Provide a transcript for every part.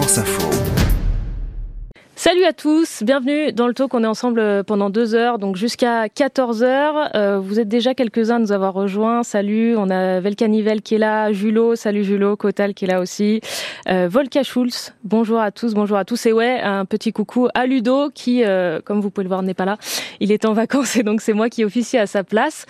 France Info. Salut à tous, bienvenue dans le talk. On est ensemble pendant 2 heures, donc jusqu'à 14 heures. Vous êtes déjà quelques-uns à nous avoir rejoints. Salut, on a Velkanivel qui est là, Julo, salut Julo, Kotal qui est là aussi, Volka Schulz, bonjour à tous. Et ouais, un petit coucou à Ludo qui, comme vous pouvez le voir, n'est pas là. Il est en vacances et donc c'est moi qui officie à sa place.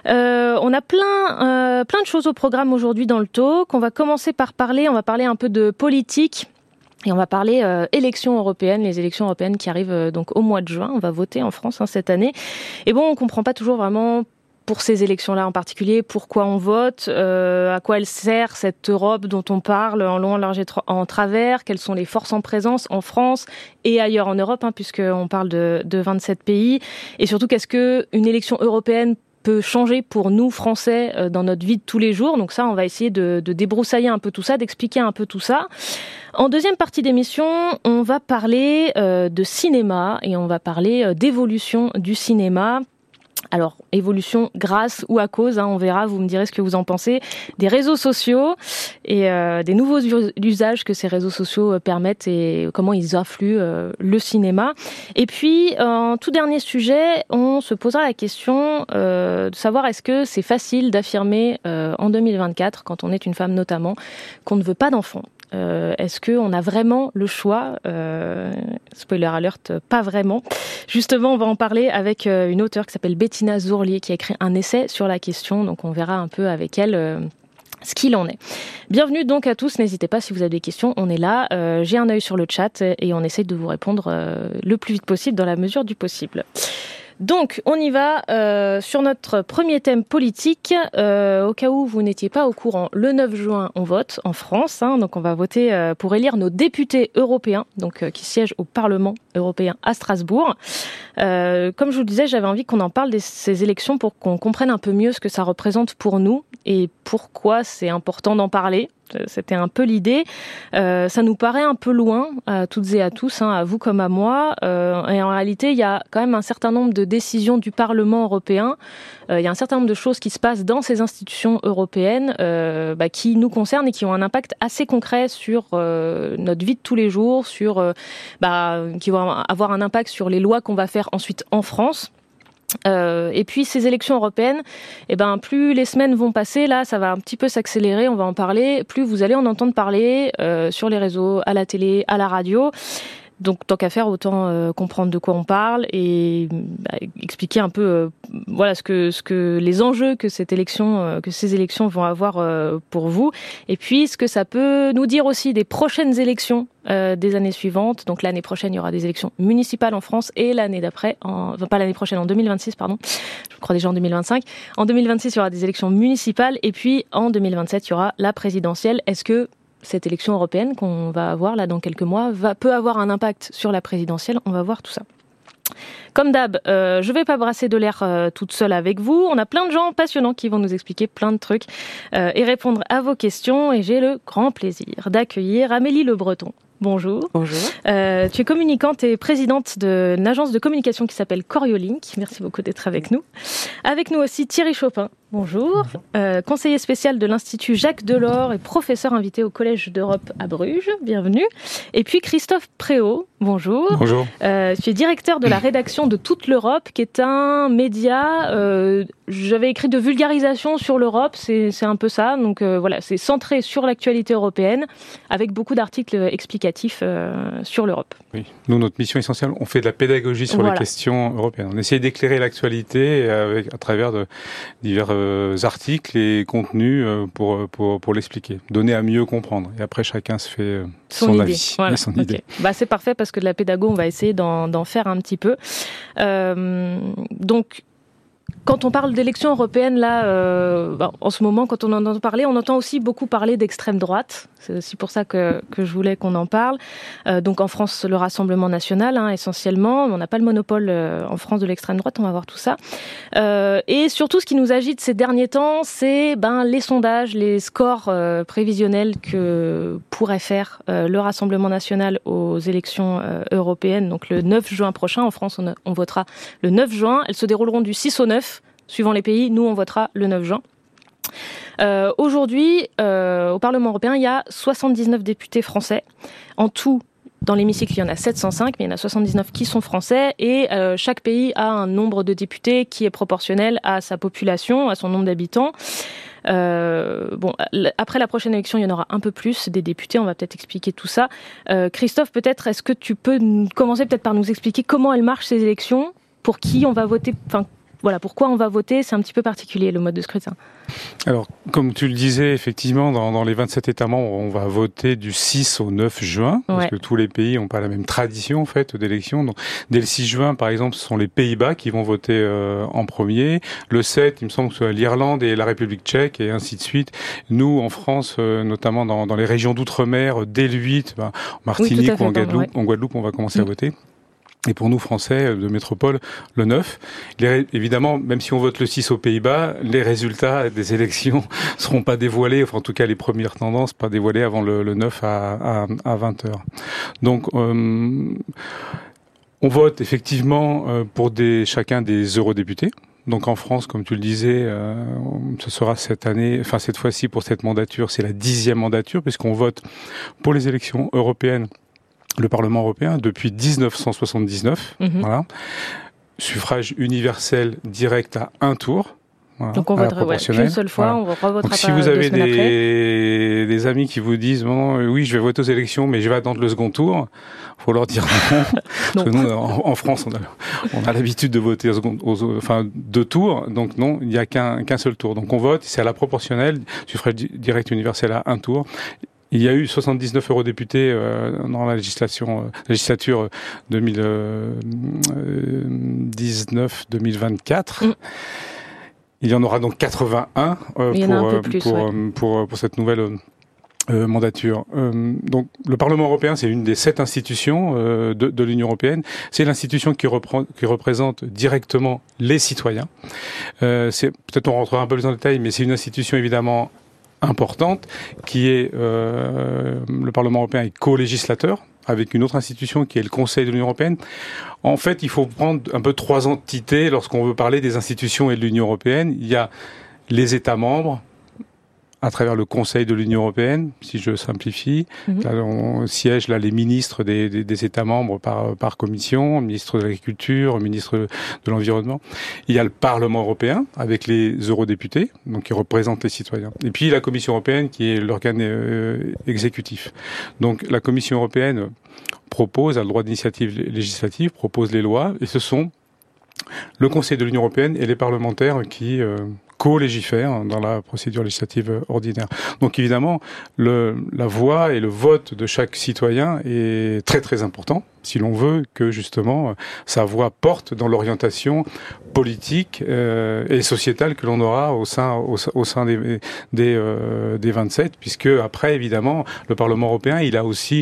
On a plein de choses au programme aujourd'hui dans le talk. On va commencer par parler un peu de politique. Et on va parler élections européennes, les élections européennes qui arrivent donc au mois de juin. On va voter en France cette année. Et bon, on comprend pas toujours vraiment pour ces élections-là en particulier, pourquoi on vote, à quoi elle sert cette Europe dont on parle en long, en large et en travers, quelles sont les forces en présence en France et ailleurs en Europe, puisqu'on parle de 27 pays. Et surtout, qu'est-ce qu'une élection européenne peut changer pour nous, Français, dans notre vie de tous les jours. Donc ça, on va essayer de débroussailler un peu tout ça, d'expliquer un peu tout ça. En deuxième partie d'émission, on va parler de cinéma et on va parler d'évolution du cinéma. Alors, évolution grâce ou à cause, on verra, vous me direz ce que vous en pensez, des réseaux sociaux et des nouveaux usages que ces réseaux sociaux permettent et comment ils influent le cinéma. Et puis, en tout dernier sujet, on se posera la question de savoir est-ce que c'est facile d'affirmer en 2024, quand on est une femme notamment, qu'on ne veut pas d'enfants. Est-ce qu'on a vraiment le choix ? Spoiler alert, pas vraiment. Justement, on va en parler avec une auteure qui s'appelle Bettina Zourlier, qui a écrit un essai sur la question. Donc, on verra un peu avec elle ce qu'il en est. Bienvenue donc à tous. N'hésitez pas si vous avez des questions, on est là. J'ai un œil sur le chat et on essaie de vous répondre le plus vite possible dans la mesure du possible. Donc, on y va sur notre premier thème politique. Au cas où vous n'étiez pas au courant, le 9 juin, on vote en France. Donc, on va voter pour élire nos députés européens, donc qui siègent au Parlement européen à Strasbourg. Comme je vous le disais, j'avais envie qu'on en parle de ces élections pour qu'on comprenne un peu mieux ce que ça représente pour nous et pourquoi c'est important d'en parler. C'était un peu l'idée. Ça nous paraît un peu loin, à toutes et à tous, à vous comme à moi. Et en réalité, il y a quand même un certain nombre de décisions du Parlement européen. Il y a un certain nombre de choses qui se passent dans ces institutions européennes qui nous concernent et qui ont un impact assez concret sur notre vie de tous les jours, qui vont avoir un impact sur les lois qu'on va faire ensuite en France. Et puis ces élections européennes, plus les semaines vont passer, là ça va un petit peu s'accélérer, on va en parler, plus vous allez en entendre parler sur les réseaux, à la télé, à la radio. Donc tant qu'à faire, autant comprendre de quoi on parle et expliquer un peu ce que les enjeux que ces élections vont avoir pour vous, et puis ce que ça peut nous dire aussi des prochaines élections des années suivantes. Donc l'année prochaine, il y aura des élections municipales en France et l'année d'après, pas l'année prochaine, en 2026, pardon. Je crois déjà en 2025. En 2026, il y aura des élections municipales et puis en 2027, il y aura la présidentielle. Est-ce que cette élection européenne qu'on va avoir là dans quelques mois peut avoir un impact sur la présidentielle? On va voir tout ça. Comme d'hab, je vais pas brasser de l'air toute seule avec vous. On a plein de gens passionnants qui vont nous expliquer plein de trucs et répondre à vos questions. Et j'ai le grand plaisir d'accueillir Amélie Le Breton. Bonjour. Bonjour. Tu es communicante et présidente d'une agence de communication qui s'appelle Coriolink. Merci beaucoup d'être avec nous. Avec nous aussi Thierry Chopin. Bonjour. Conseiller spécial de l'Institut Jacques Delors et professeur invité au Collège d'Europe à Bruges. Bienvenue. Et puis Christophe Préau. Bonjour. Bonjour. Tu es directeur de la rédaction de Toute l'Europe, qui est un média, j'avais écrit de vulgarisation sur l'Europe, c'est un peu ça. Donc c'est centré sur l'actualité européenne, avec beaucoup d'articles explicatifs sur l'Europe. Oui, nous, notre mission essentielle, on fait de la pédagogie sur les questions européennes. On essaie d'éclairer l'actualité à travers de divers articles et contenus pour l'expliquer, donner à mieux comprendre. Et après, chacun se fait son avis et son idée. C'est parfait parce que de la pédago, on va essayer d'en faire un petit peu. Donc, quand on parle d'élections européennes, là, en ce moment, quand on en entend parler, on entend aussi beaucoup parler d'extrême droite. C'est aussi pour ça que je voulais qu'on en parle. Donc en France, le Rassemblement national, essentiellement. On n'a pas le monopole en France de l'extrême droite, on va voir tout ça. Et surtout, ce qui nous agite ces derniers temps, c'est les sondages, les scores prévisionnels que pourrait faire le Rassemblement national aux élections européennes. Donc le 9 juin prochain, en France, on votera le 9 juin. Elles se dérouleront du 6 au 9, suivant les pays. Nous, on votera le 9 juin. Aujourd'hui, au Parlement européen, il y a 79 députés français. En tout, dans l'hémicycle, il y en a 705, mais il y en a 79 qui sont français. Et chaque pays a un nombre de députés qui est proportionnel à sa population, à son nombre d'habitants. Après la prochaine élection, il y en aura un peu plus des députés. On va peut-être expliquer tout ça. Christophe, peut-être, est-ce que tu peux commencer peut-être par nous expliquer comment elles marchent ces élections, pour qui on va voter, pourquoi on va voter? C'est un petit peu particulier, le mode de scrutin. Alors, comme tu le disais, effectivement, dans les 27 États membres, on va voter du 6 au 9 juin, parce que tous les pays n'ont pas la même tradition, en fait, d'élection. Donc, dès le 6 juin, par exemple, ce sont les Pays-Bas qui vont voter en premier. Le 7, il me semble que c'est l'Irlande et la République tchèque, et ainsi de suite. Nous, en France, notamment dans les régions d'outre-mer, dès le 8, Martinique ou en Guadeloupe, on va commencer à voter. Et pour nous, Français de métropole, le 9. Évidemment, même si on vote le 6 aux Pays-Bas, les résultats des élections seront pas dévoilés, enfin en tout cas les premières tendances, pas dévoilées avant le 9 à 20h. Donc, on vote effectivement pour chacun des eurodéputés. Donc en France, comme tu le disais, ce sera cette fois-ci pour cette mandature, c'est la 10e mandature, puisqu'on vote pour les élections européennes, le Parlement européen, depuis 1979. Voilà. Suffrage universel direct à un tour. Voilà, donc on votera qu'une seule fois, on revotera pas. Donc si vous avez des amis qui vous disent oui, je vais voter aux élections, mais je vais attendre le second tour, faut leur dire non. Parce que nous, en France, on a l'habitude de voter deux tours, donc non, il n'y a qu'un seul tour. Donc on vote, c'est à la proportionnelle, suffrage direct universel à un tour. Il y a eu 79 eurodéputés dans la législature 2019-2024. Il y en aura donc 81 pour cette nouvelle mandature. Donc le Parlement européen, c'est une des 7 institutions de l'Union européenne. C'est l'institution qui représente directement les citoyens. Peut-être on rentrera un peu plus dans le détail, mais c'est une institution évidemment importante, qui est le Parlement européen est co-législateur avec une autre institution qui est le Conseil de l'Union européenne. En fait, il faut prendre un peu 3 entités lorsqu'on veut parler des institutions et de l'Union européenne. Il y a les États membres, à travers le Conseil de l'Union européenne, si je simplifie. Là, on siège les ministres des États membres par commission, ministre de l'Agriculture, ministre de l'Environnement. Il y a le Parlement européen, avec les eurodéputés, donc qui représentent les citoyens. Et puis la Commission européenne, qui est l'organe exécutif. Donc la Commission européenne a le droit d'initiative législative, propose les lois, et ce sont le Conseil de l'Union européenne et les parlementaires qui co-légifèrent dans la procédure législative ordinaire. Donc évidemment, la voix et le vote de chaque citoyen est très très important si l'on veut que justement sa voix porte dans l'orientation politique et sociétale que l'on aura au sein des 27, puisque après évidemment le Parlement européen il a aussi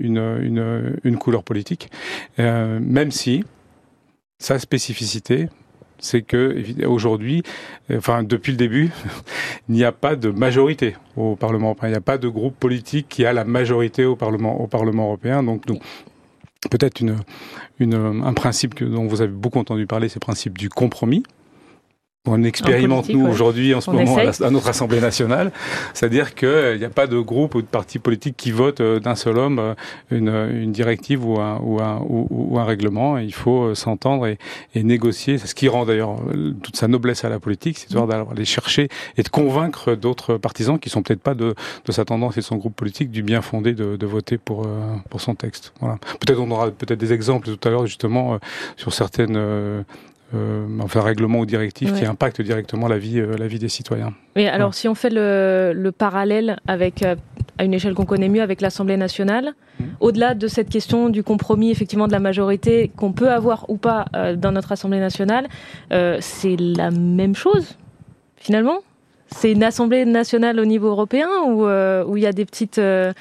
une couleur politique, même si sa spécificité, c'est que aujourd'hui, depuis le début, il n'y a pas de majorité au Parlement européen. Il n'y a pas de groupe politique qui a la majorité au Parlement européen. Donc, peut-être un principe dont vous avez beaucoup entendu parler, c'est le principe du compromis. On expérimente, nous, aujourd'hui, en ce moment, à notre Assemblée nationale. C'est-à-dire qu'il n'y a pas de groupe ou de parti politique qui vote d'un seul homme une directive ou un règlement. Il faut s'entendre et négocier. C'est ce qui rend d'ailleurs toute sa noblesse à la politique, c'est d'aller chercher et de convaincre d'autres partisans qui sont peut-être pas de sa tendance et de son groupe politique du bien fondé de voter pour son texte. Voilà. Peut-être on aura des exemples tout à l'heure, justement, sur certaines règlements ou directives qui impactent directement la vie des citoyens. Mais alors, si on fait le parallèle avec, à une échelle qu'on connaît mieux, avec l'Assemblée nationale, au-delà de cette question du compromis, effectivement, de la majorité qu'on peut avoir ou pas dans notre Assemblée nationale, c'est la même chose, finalement? C'est une Assemblée nationale au niveau européen où il y a des petites...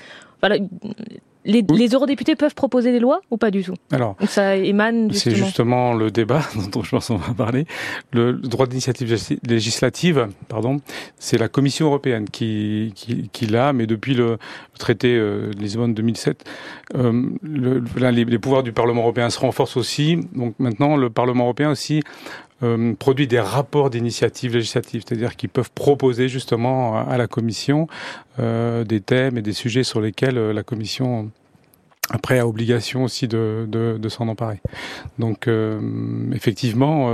Les eurodéputés peuvent proposer des lois ou pas du tout? Alors, ça émane justement. C'est justement le débat dont je pense qu'on va parler. Le droit d'initiative législative, c'est la Commission européenne qui l'a, mais depuis le traité de Lisbonne 2007, les pouvoirs du Parlement européen se renforcent aussi. Donc maintenant, le Parlement européen aussi produit des rapports d'initiative législative, c'est-à-dire qu'ils peuvent proposer justement à la Commission des thèmes et des sujets sur lesquels la Commission après a obligation aussi de s'en emparer. Donc effectivement,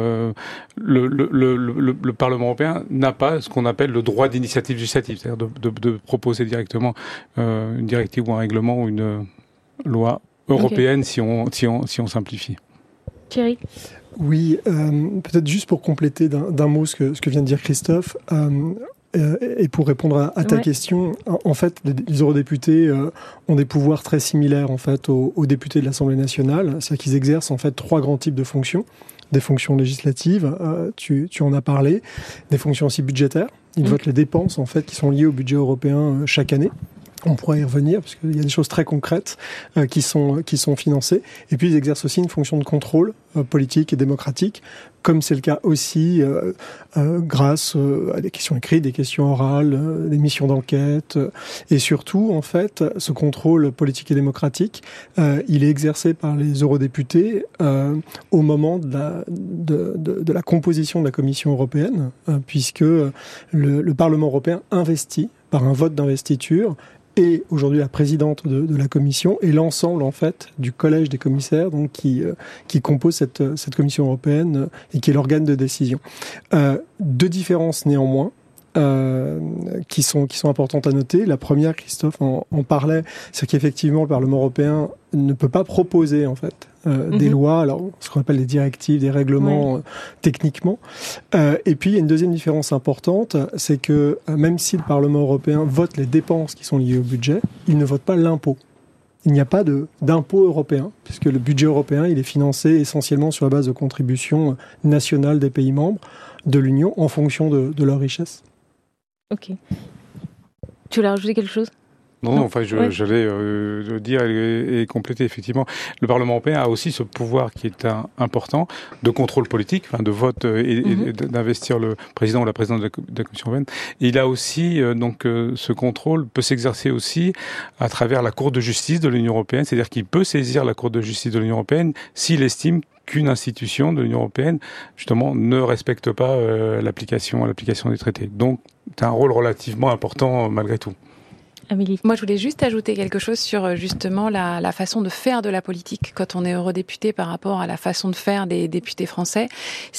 le Parlement européen n'a pas ce qu'on appelle le droit d'initiative législative, c'est-à-dire de proposer directement une directive ou un règlement ou une loi européenne, si on simplifie. Thierry ? Oui, peut-être juste pour compléter d'un mot ce que vient de dire Christophe, et pour répondre à ta question, en fait, les eurodéputés ont des pouvoirs très similaires en fait aux députés de l'Assemblée nationale, c'est-à-dire qu'ils exercent en fait 3 grands types de fonctions. Des fonctions législatives, tu en as parlé, des fonctions aussi budgétaires. Ils votent les dépenses en fait qui sont liées au budget européen chaque année. On pourra y revenir parce qu'il y a des choses très concrètes qui sont financées. Et puis ils exercent aussi une fonction de contrôle politique et démocratique, comme c'est le cas aussi grâce à des questions écrites, des questions orales, des missions d'enquête. Et surtout, en fait, ce contrôle politique et démocratique, il est exercé par les eurodéputés au moment de la composition de la Commission européenne, puisque le Parlement européen investit par un vote d'investiture et aujourd'hui la présidente de la commission et l'ensemble en fait du collège des commissaires donc qui compose cette commission européenne et qui est l'organe de décision. 2 différences néanmoins qui sont importantes à noter. La première, Christophe en parlait, c'est qu'effectivement le Parlement européen ne peut pas proposer en fait des lois, alors ce qu'on appelle des directives, des règlements techniquement. Et puis il y a une deuxième différence importante, c'est que même si le Parlement européen vote les dépenses qui sont liées au budget, il ne vote pas l'impôt. Il n'y a pas d'impôt européen, puisque le budget européen il est financé essentiellement sur la base de contributions nationales des pays membres de l'Union en fonction de leur richesse. Ok. Tu voulais rajouter quelque chose ? Non, enfin, j'allais dire et compléter, effectivement. Le Parlement européen a aussi ce pouvoir qui est important de contrôle politique, enfin, de vote et d'investir le président ou la présidente de la Commission européenne. Et il a aussi, ce contrôle peut s'exercer aussi à travers la Cour de justice de l'Union européenne, c'est-à-dire qu'il peut saisir la Cour de justice de l'Union européenne s'il estime qu'une institution de l'Union européenne, justement, ne respecte pas l'application des traités. Donc, c'est un rôle relativement important malgré tout. Amélie. Moi, je voulais juste ajouter quelque chose sur justement la façon de faire de la politique quand on est eurodéputé par rapport à la façon de faire des députés français.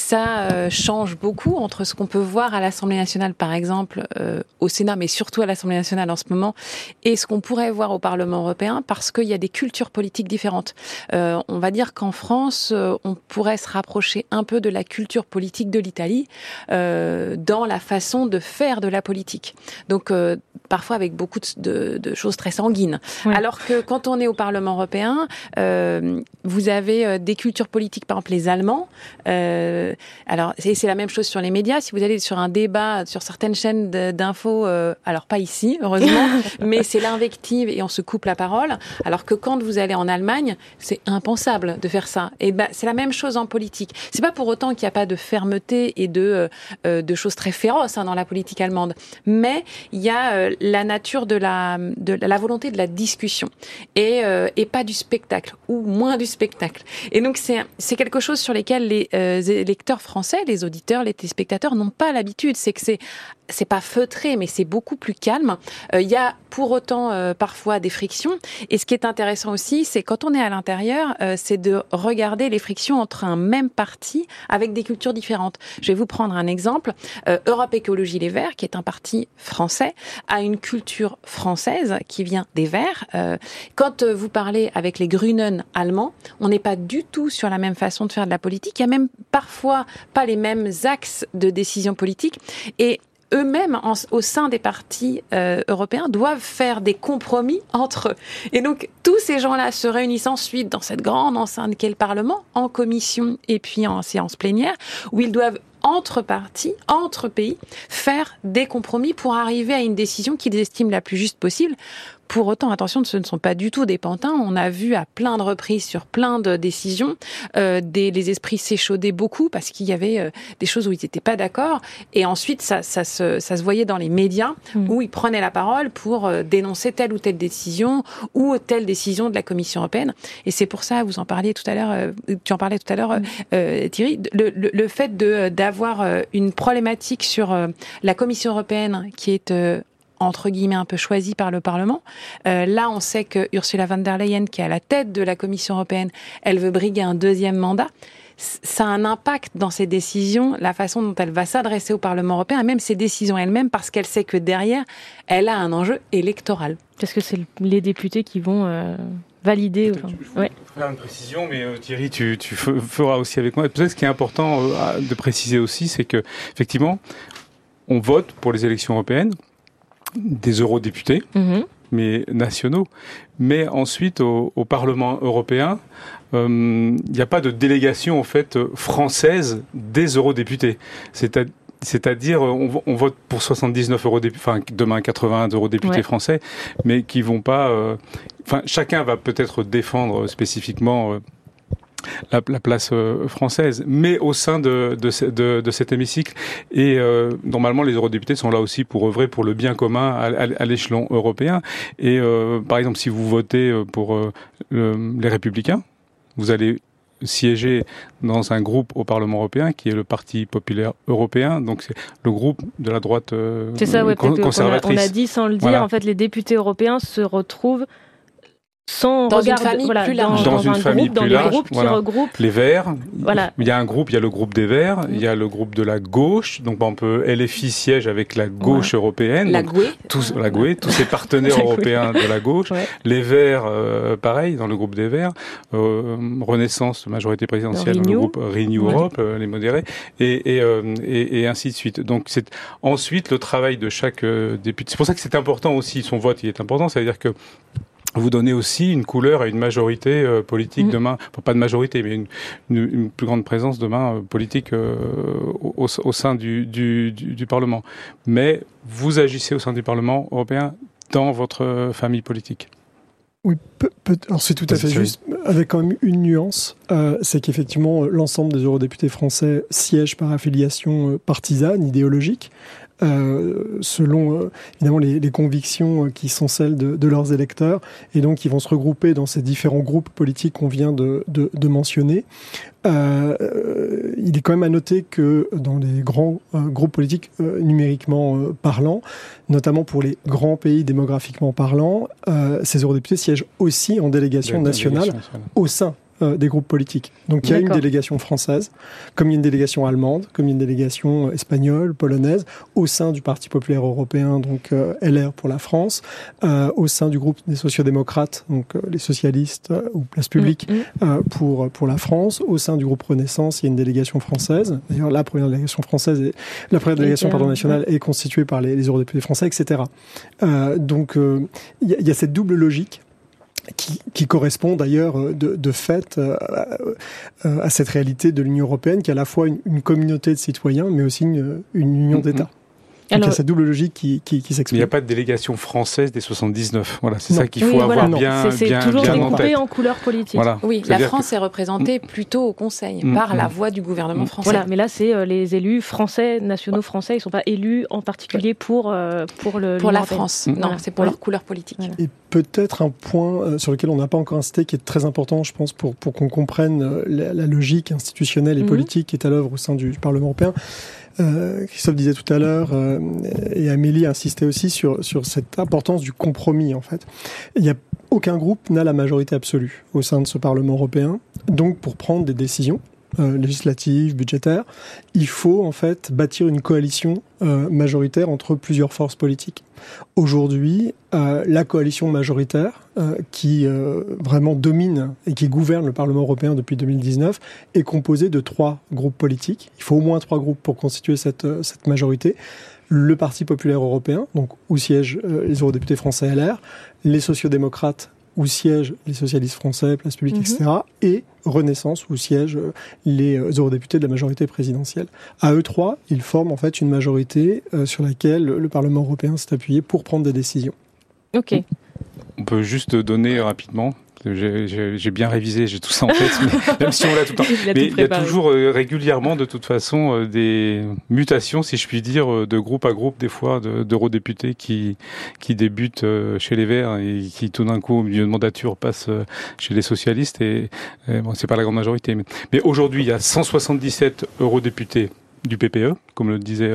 Ça change beaucoup entre ce qu'on peut voir à l'Assemblée nationale, par exemple, au Sénat, mais surtout à l'Assemblée nationale en ce moment, et ce qu'on pourrait voir au Parlement européen, parce qu'il y a des cultures politiques différentes. On va dire qu'en France, on pourrait se rapprocher un peu de la culture politique de l'Italie dans la façon de faire de la politique. Donc, parfois avec beaucoup de choses très sanguines. Ouais. Alors que quand on est au Parlement européen, vous avez des cultures politiques, par exemple les Allemands. Alors, c'est la même chose sur les médias. Si vous allez sur un débat, sur certaines chaînes d'infos, alors pas ici, heureusement, mais c'est l'invective et on se coupe la parole. Alors que quand vous allez en Allemagne, c'est impensable de faire ça. Et c'est la même chose en politique. C'est pas pour autant qu'il n'y a pas de fermeté et de choses très féroces dans la politique allemande. Mais il y a la nature de la volonté de la discussion et pas du spectacle ou moins du spectacle. Et donc c'est quelque chose sur lesquels les lecteurs français, les auditeurs, les téléspectateurs n'ont pas l'habitude. C'est que c'est pas feutré, mais c'est beaucoup plus calme. Il y a pour autant parfois des frictions. Et ce qui est intéressant aussi, c'est quand on est à l'intérieur, c'est de regarder les frictions entre un même parti avec des cultures différentes. Je vais vous prendre un exemple. Europe Écologie Les Verts, qui est un parti français, a une culture française qui vient des Verts. Quand vous parlez avec les Grünen allemands, on n'est pas du tout sur la même façon de faire de la politique. Il y a même parfois pas les mêmes axes de décision politique. Et eux-mêmes, au sein des partis européens, doivent faire des compromis entre eux. Et donc, tous ces gens-là se réunissent ensuite dans cette grande enceinte qu'est le Parlement, en commission et puis en séance plénière, où ils doivent entre partis, entre pays, faire des compromis pour arriver à une décision qu'ils estiment la plus juste possible pour autant, attention, ce ne sont pas du tout des pantins. On a vu à plein de reprises, sur plein de décisions, les esprits s'échaudaient beaucoup parce qu'il y avait des choses où ils n'étaient pas d'accord. Et ensuite, ça se voyait dans les médias où ils prenaient la parole pour dénoncer telle ou telle décision ou telle décision de la Commission européenne. Et c'est pour ça, vous en parliez tout à l'heure, tu en parlais tout à l'heure, Thierry, le fait d'avoir une problématique sur la Commission européenne qui est entre guillemets un peu choisie par le Parlement. Là, on sait que Ursula von der Leyen, qui est à la tête de la Commission européenne, elle veut briguer un deuxième mandat. Ça a un impact dans ses décisions, la façon dont elle va s'adresser au Parlement européen, et même ses décisions elles-mêmes, parce qu'elle sait que derrière, elle a un enjeu électoral. Parce que c'est les députés qui vont valider. Je vais faire une précision, mais Thierry, tu feras aussi avec moi. Peut-être ce qui est important de préciser aussi, c'est que effectivement, on vote pour les élections européennes, des eurodéputés, mais nationaux. Mais ensuite, au Parlement européen, il n'y a pas de délégation en fait française des eurodéputés. C'est-à-dire, on vote pour 79 eurodéputés, enfin demain 81 eurodéputés français, mais qui vont pas. Enfin, chacun va peut-être défendre spécifiquement la place française, mais au sein de cet hémicycle. Et normalement, les eurodéputés sont là aussi pour œuvrer pour le bien commun à l'échelon européen. Et par exemple, si vous votez pour les Républicains, vous allez siéger dans un groupe au Parlement européen qui est le Parti populaire européen, donc c'est le groupe de la droite conservatrice. On a dit sans le dire, en fait, les députés européens se retrouvent sans dans une famille plus large, dans une famille plus large, groupes qui regroupent les Verts. Voilà. Il y a le groupe des Verts, il y a le groupe de la gauche. Donc on peut LFI siège avec la gauche européenne, la GUE, tous ces partenaires européens de la gauche. Les Verts, pareil dans le groupe des Verts. Renaissance, majorité présidentielle, le groupe Renew Europe, les modérés, et ainsi de suite. Donc c'est ensuite le travail de chaque député. C'est pour ça que c'est important aussi. Son vote, il est important. C'est-à-dire que vous donnez aussi une couleur à une majorité politique demain, enfin, pas de majorité, mais une plus grande présence demain politique au sein du Parlement. Mais vous agissez au sein du Parlement européen dans votre famille politique. Oui, alors c'est tout à fait juste, avec quand même une nuance, c'est qu'effectivement l'ensemble des eurodéputés français siègent par affiliation partisane, idéologique, selon évidemment les convictions qui sont celles de leurs électeurs, et donc ils vont se regrouper dans ces différents groupes politiques qu'on vient de mentionner. Il est quand même à noter que dans les grands groupes politiques numériquement parlant, notamment pour les grands pays démographiquement parlant, ces eurodéputés siègent aussi en délégation nationale au sein des groupes politiques. Donc il y a une délégation française, comme il y a une délégation allemande, comme il y a une délégation espagnole, polonaise, au sein du Parti populaire européen, donc LR pour la France, au sein du groupe des sociodémocrates, donc les socialistes ou Place Publique pour la France, au sein du groupe Renaissance, il y a une délégation française. D'ailleurs, la première délégation nationale est constituée par les eurodéputés français, etc. Donc il y a cette double logique qui correspond d'ailleurs de fait à cette réalité de l'Union européenne, qui est à la fois une communauté de citoyens, mais aussi une union d'États. Donc il y a cette double logique qui s'explique. Mais il n'y a pas de délégation française des 79. Voilà, c'est ça qu'il faut avoir bien c'est toujours découpé en couleur politique. Voilà. Oui, la France est représentée plutôt au Conseil, par la voix du gouvernement français. Voilà, mais là, c'est les élus français, nationaux français, ils ne sont pas élus en particulier pour la France. Non, c'est pour leur couleur politique. Voilà. Et peut-être un point sur lequel on n'a pas encore insisté, qui est très important, je pense, pour qu'on comprenne la logique institutionnelle et politique qui est à l'œuvre au sein du Parlement européen. Christophe disait tout à l'heure, et Amélie insistait aussi sur cette importance du compromis, en fait. Aucun groupe n'a la majorité absolue au sein de ce Parlement européen. Donc, pour prendre des décisions législatives, budgétaires, il faut en fait bâtir une coalition majoritaire entre plusieurs forces politiques. Aujourd'hui, la coalition majoritaire qui vraiment domine et qui gouverne le Parlement européen depuis 2019 est composée de 3 groupes politiques. Il faut au moins 3 groupes pour constituer cette majorité. Le Parti populaire européen, donc où siègent les eurodéputés français LR, les sociodémocrates, où siègent les socialistes français, Place Publique, etc., et Renaissance, où siègent les eurodéputés de la majorité présidentielle. À eux 3, ils forment en fait une majorité sur laquelle le Parlement européen s'est appuyé pour prendre des décisions. Ok. On peut juste donner rapidement. J'ai bien révisé, j'ai tout ça en tête, mais même si on l'a tout le temps. Mais il y a toujours régulièrement, de toute façon, des mutations, si je puis dire, de groupe à groupe, des fois, d'eurodéputés qui débutent chez les Verts et qui, tout d'un coup, au milieu de mandature, passent chez les socialistes. Et bon, c'est pas la grande majorité. Mais aujourd'hui, il y a 177 eurodéputés du PPE, comme le disait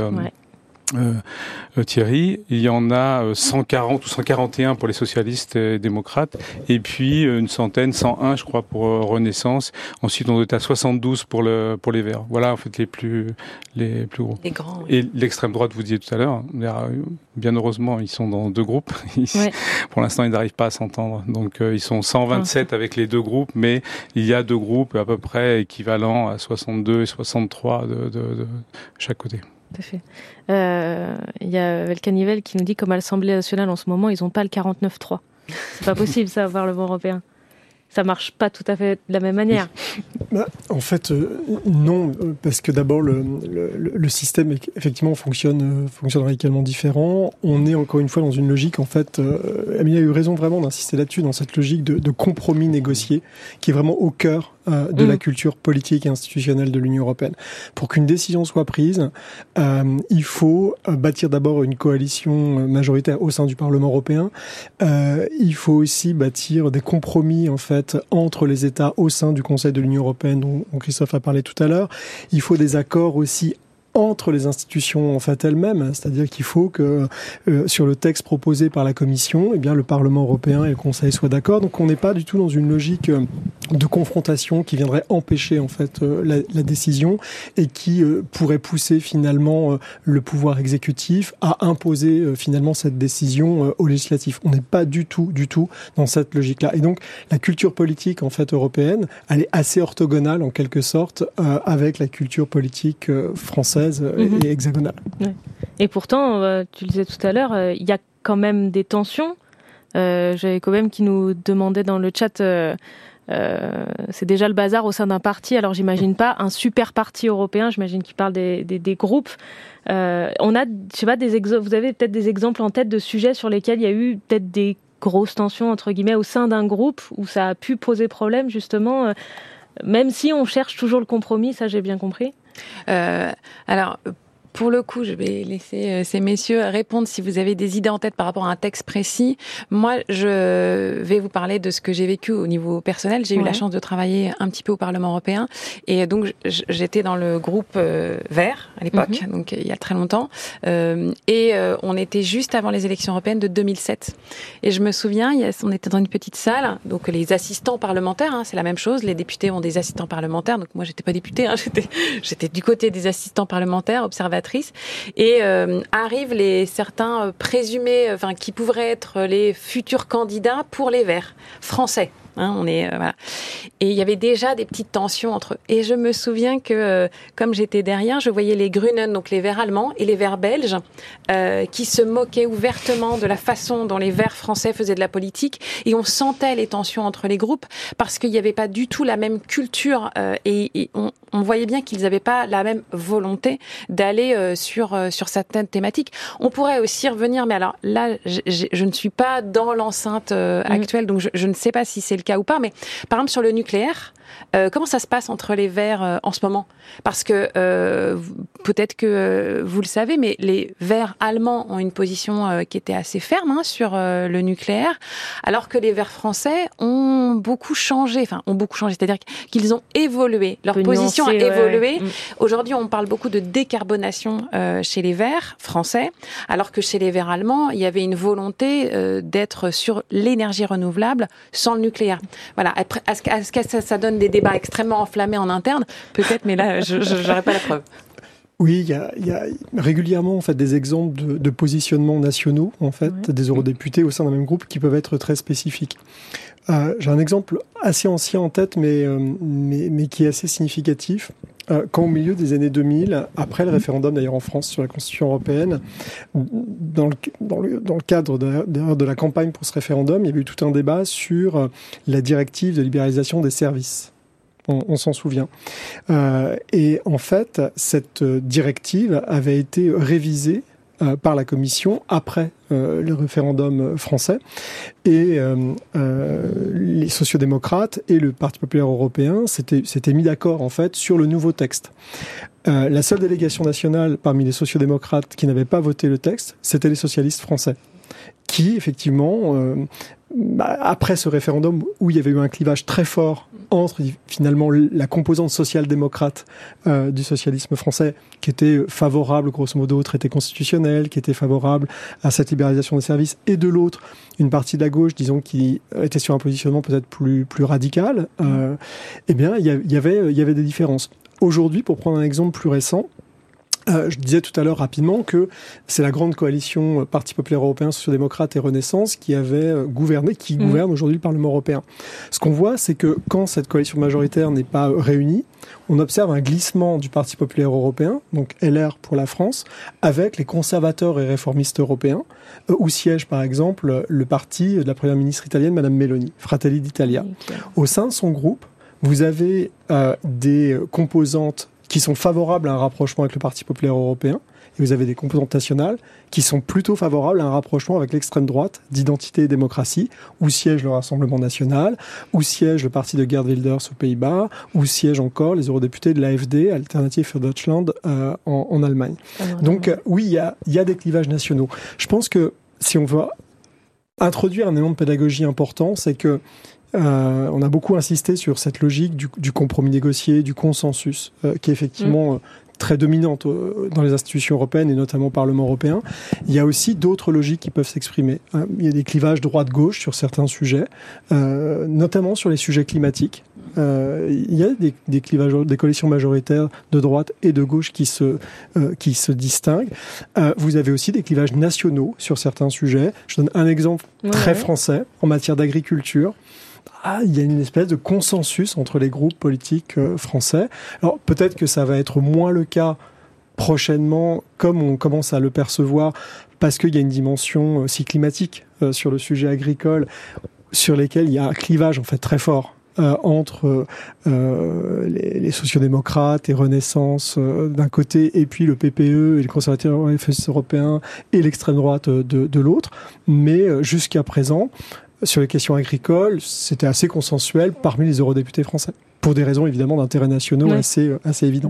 Thierry. Il y en a 140 ou 141 pour les socialistes et démocrates, et puis une centaine, 101 je crois pour Renaissance. Ensuite on est à 72 pour les Verts. Voilà en fait les plus gros. Les grands. Et l'extrême droite, vous disiez tout à l'heure, bien heureusement ils sont dans deux groupes. Pour l'instant ils n'arrivent pas à s'entendre. Donc ils sont 127 avec les deux groupes, mais il y a deux groupes à peu près équivalents à 62 et 63 de chaque côté. Tout à fait. Il y a Velcanivel qui nous dit comme à l'Assemblée nationale en ce moment, ils n'ont pas le 49-3. C'est pas possible ça, au Parlement européen. Ça marche pas tout à fait de la même manière. En fait, non, parce que d'abord le système effectivement fonctionne radicalement différent. On est encore une fois dans une logique, en fait, Amélie a eu raison vraiment d'insister là-dessus, dans cette logique de compromis négocié, qui est vraiment au cœur de la culture politique et institutionnelle de l'Union européenne. Pour qu'une décision soit prise, il faut bâtir d'abord une coalition majoritaire au sein du Parlement européen. Il faut aussi bâtir des compromis, en fait, entre les États au sein du Conseil de l'Union européenne, dont Christophe a parlé tout à l'heure. Il faut des accords aussi entre les institutions en fait elles-mêmes, c'est-à-dire qu'il faut que sur le texte proposé par la Commission, eh bien le Parlement européen et le Conseil soient d'accord. Donc on n'est pas du tout dans une logique de confrontation qui viendrait empêcher en fait la décision et qui pourrait pousser finalement le pouvoir exécutif à imposer finalement cette décision au législatif. On n'est pas du tout dans cette logique-là. Et donc la culture politique en fait européenne, elle est assez orthogonale en quelque sorte avec la culture politique française et hexagonale. Ouais. Et pourtant, tu le disais tout à l'heure, il y a quand même des tensions. J'avais quand même qui nous demandait dans le chat, c'est déjà le bazar au sein d'un parti. Alors j'imagine pas un super parti européen, j'imagine qu'il parle des groupes. On a, je sais pas, vous avez peut-être des exemples en tête de sujets sur lesquels il y a eu peut-être des grosses tensions entre guillemets au sein d'un groupe où ça a pu poser problème justement, même si on cherche toujours le compromis, ça j'ai bien compris. Alors, pour le coup, je vais laisser ces messieurs répondre si vous avez des idées en tête par rapport à un texte précis. Moi, je vais vous parler de ce que j'ai vécu au niveau personnel. J'ai eu la chance de travailler un petit peu au Parlement européen. Et donc, j'étais dans le groupe Vert à l'époque, donc il y a très longtemps. Et on était juste avant les élections européennes de 2007. Et je me souviens, on était dans une petite salle. Donc, les assistants parlementaires, c'est la même chose. Les députés ont des assistants parlementaires. Donc, moi, j'étais pas députée. J'étais du côté des assistants parlementaires, observateurs. Et arrivent certains présumés, qui pourraient être les futurs candidats pour les Verts français. Voilà. Et il y avait déjà des petites tensions entre eux. Et je me souviens que, comme j'étais derrière, je voyais les Grünen, donc les Verts allemands, et les Verts belges, qui se moquaient ouvertement de la façon dont les Verts français faisaient de la politique. Et on sentait les tensions entre les groupes parce qu'il n'y avait pas du tout la même culture et on voyait bien qu'ils n'avaient pas la même volonté d'aller sur certaines thématiques. On pourrait aussi revenir, mais alors là, je ne suis pas dans l'enceinte actuelle, donc je ne sais pas si c'est le cas ou pas, mais par exemple sur le nucléaire, comment ça se passe entre les Verts en ce moment? Parce que peut-être que vous le savez, mais les Verts allemands ont une position qui était assez ferme sur le nucléaire, alors que les Verts français ont beaucoup changé, c'est-à-dire qu'ils ont évolué, leur position a évolué. Aujourd'hui, on parle beaucoup de décarbonation chez les Verts français, alors que chez les Verts allemands, il y avait une volonté d'être sur l'énergie renouvelable sans le nucléaire. Voilà. Est-ce que ça donne des débats extrêmement enflammés en interne? Peut-être, mais là, je n'aurais pas la preuve. Oui, il y a régulièrement en fait des exemples de positionnements nationaux en fait des eurodéputés au sein d'un même groupe qui peuvent être très spécifiques. J'ai un exemple assez ancien en tête, mais qui est assez significatif. Quand au milieu des années 2000, après le référendum d'ailleurs en France sur la Constitution européenne, dans le cadre de la campagne pour ce référendum, il y avait eu tout un débat sur la directive de libéralisation des services. On s'en souvient. Et en fait, cette directive avait été révisée par la Commission après le référendum français. Et les sociodémocrates et le Parti populaire européen s'étaient mis d'accord en fait sur le nouveau texte. La seule délégation nationale parmi les sociodémocrates qui n'avait pas voté le texte, c'était les socialistes français, qui effectivement, après ce référendum où il y avait eu un clivage très fort entre finalement la composante social-démocrate du socialisme français, qui était favorable grosso modo au traité constitutionnel, qui était favorable à cette libéralisation des services, et de l'autre une partie de la gauche, disons, qui était sur un positionnement peut-être plus radical, eh bien il y avait des différences. Aujourd'hui, pour prendre un exemple plus récent, je disais tout à l'heure rapidement que c'est la grande coalition Parti populaire européen, sociodémocrate et Renaissance qui avait gouverné, qui gouverne aujourd'hui le Parlement européen. Ce qu'on voit, c'est que quand cette coalition majoritaire n'est pas réunie, on observe un glissement du Parti populaire européen, donc LR pour la France, avec les conservateurs et réformistes européens, où siège par exemple le parti de la première ministre italienne, Madame Meloni, Fratelli d'Italia. Okay. Au sein de son groupe, vous avez des composantes qui sont favorables à un rapprochement avec le Parti populaire européen, et vous avez des composantes nationales qui sont plutôt favorables à un rapprochement avec l'extrême droite d'Identité et démocratie, où siège le Rassemblement national, où siège le parti de Geert Wilders aux Pays-Bas, où siègent encore les eurodéputés de l'AfD, Alternative für Deutschland, en Allemagne. Donc oui, il y a des clivages nationaux. Je pense que si on veut introduire un élément de pédagogie important, c'est que on a beaucoup insisté sur cette logique du compromis négocié, du consensus, qui est effectivement très dominante dans les institutions européennes et notamment au Parlement européen. Il y a aussi d'autres logiques qui peuvent s'exprimer. Il y a des clivages droite-gauche sur certains sujets, notamment sur les sujets climatiques. Il y a des clivages, des coalitions majoritaires de droite et de gauche qui se distinguent. Vous avez aussi des clivages nationaux sur certains sujets. Je donne un exemple très français en matière d'agriculture. Il y a une espèce de consensus entre les groupes politiques français. Alors peut-être que ça va être moins le cas prochainement, comme on commence à le percevoir, parce qu'il y a une dimension aussi climatique sur le sujet agricole, sur lesquels il y a un clivage en fait très fort entre les sociodémocrates et Renaissance d'un côté, et puis le PPE et les conservateurs européens et l'extrême droite de l'autre. Mais jusqu'à présent, sur les questions agricoles, c'était assez consensuel parmi les eurodéputés français, pour des raisons évidemment d'intérêt nationaux assez évidents.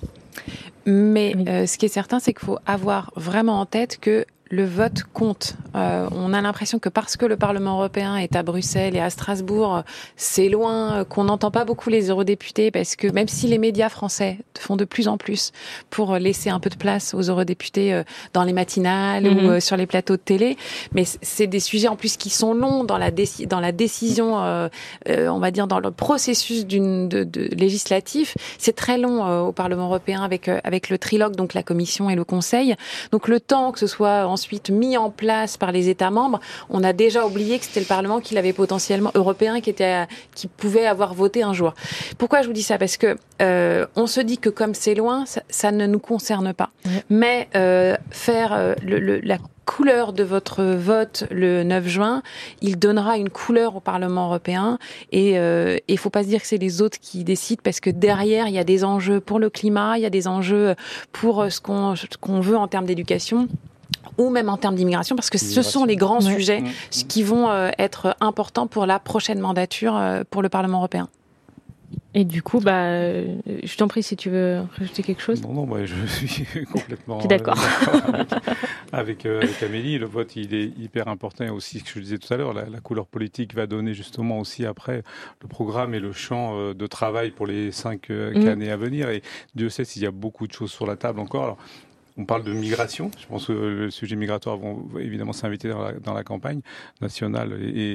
Mais ce qui est certain, c'est qu'il faut avoir vraiment en tête que le vote compte. On a l'impression que parce que le Parlement européen est à Bruxelles et à Strasbourg, c'est loin, qu'on n'entend pas beaucoup les eurodéputés, parce que même si les médias français font de plus en plus pour laisser un peu de place aux eurodéputés dans les matinales ou sur les plateaux de télé, mais c'est des sujets en plus qui sont longs dans la décision, on va dire dans le processus législatif. C'est très long au Parlement européen avec le trilogue, donc la Commission et le Conseil. Donc le temps que ce soit ensuite mis en place par les États membres, on a déjà oublié que c'était le Parlement qui l'avait potentiellement européen qui pouvait avoir voté un jour. Pourquoi je vous dis ça ? Parce que on se dit que comme c'est loin, ça ne nous concerne pas. Mais faire la couleur de votre vote le 9 juin, il donnera une couleur au Parlement européen, et il faut pas se dire que c'est les autres qui décident, parce que derrière il y a des enjeux pour le climat, il y a des enjeux pour ce qu'on veut en termes d'éducation, ou même en termes d'immigration, parce que ce sont les grands sujets qui vont être importants pour la prochaine mandature pour le Parlement européen. Et du coup, je t'en prie si tu veux rajouter quelque chose. Non, je suis complètement d'accord avec Amélie. Le vote, il est hyper important. Et aussi, ce que je disais tout à l'heure, la couleur politique va donner justement aussi après le programme et le champ de travail pour les 5 années à venir. Et Dieu sait s'il y a beaucoup de choses sur la table encore. Alors, on parle de migration. Je pense que le sujet migratoire va évidemment s'inviter dans la campagne nationale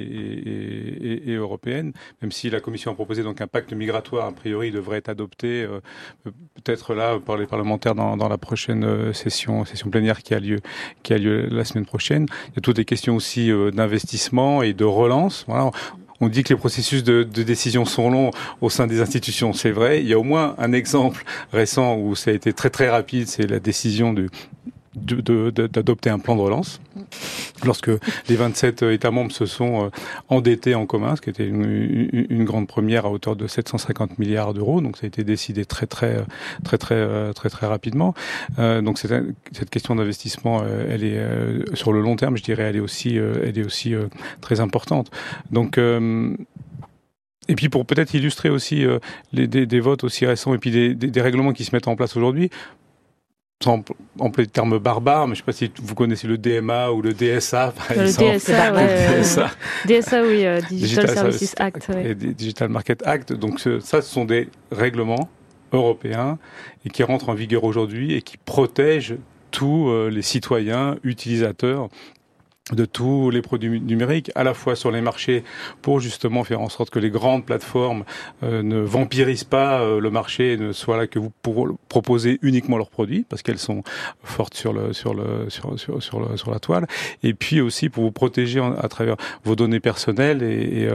et européenne, même si la Commission a proposé donc un pacte migratoire, a priori, devrait être adopté peut-être là par les parlementaires dans la prochaine session plénière qui a lieu la semaine prochaine. Il y a toutes les questions aussi d'investissement et de relance. Voilà. On dit que les processus de décision sont longs au sein des institutions, c'est vrai. Il y a au moins un exemple récent où ça a été très très rapide, c'est la décision d'adopter un plan de relance. Lorsque les 27 États membres se sont endettés en commun, ce qui était une grande première à hauteur de 750 milliards d'euros, donc ça a été décidé très rapidement. Donc cette question d'investissement, elle est sur le long terme, je dirais, elle est aussi très importante. Donc et puis pour peut-être illustrer aussi des votes aussi récents et puis des règlements qui se mettent en place aujourd'hui, sans employer le terme barbare, mais je ne sais pas si vous connaissez le DMA ou le DSA, par exemple. DSA, oui, Digital Services Act. Et Digital Market Act. Donc ça, ce sont des règlements européens et qui rentrent en vigueur aujourd'hui et qui protègent tous les citoyens, utilisateurs de tous les produits numériques, à la fois sur les marchés pour justement faire en sorte que les grandes plateformes ne vampirisent pas le marché et ne soient là que vous pour proposer uniquement leurs produits parce qu'elles sont fortes sur la toile, et puis aussi pour vous protéger à travers vos données personnelles et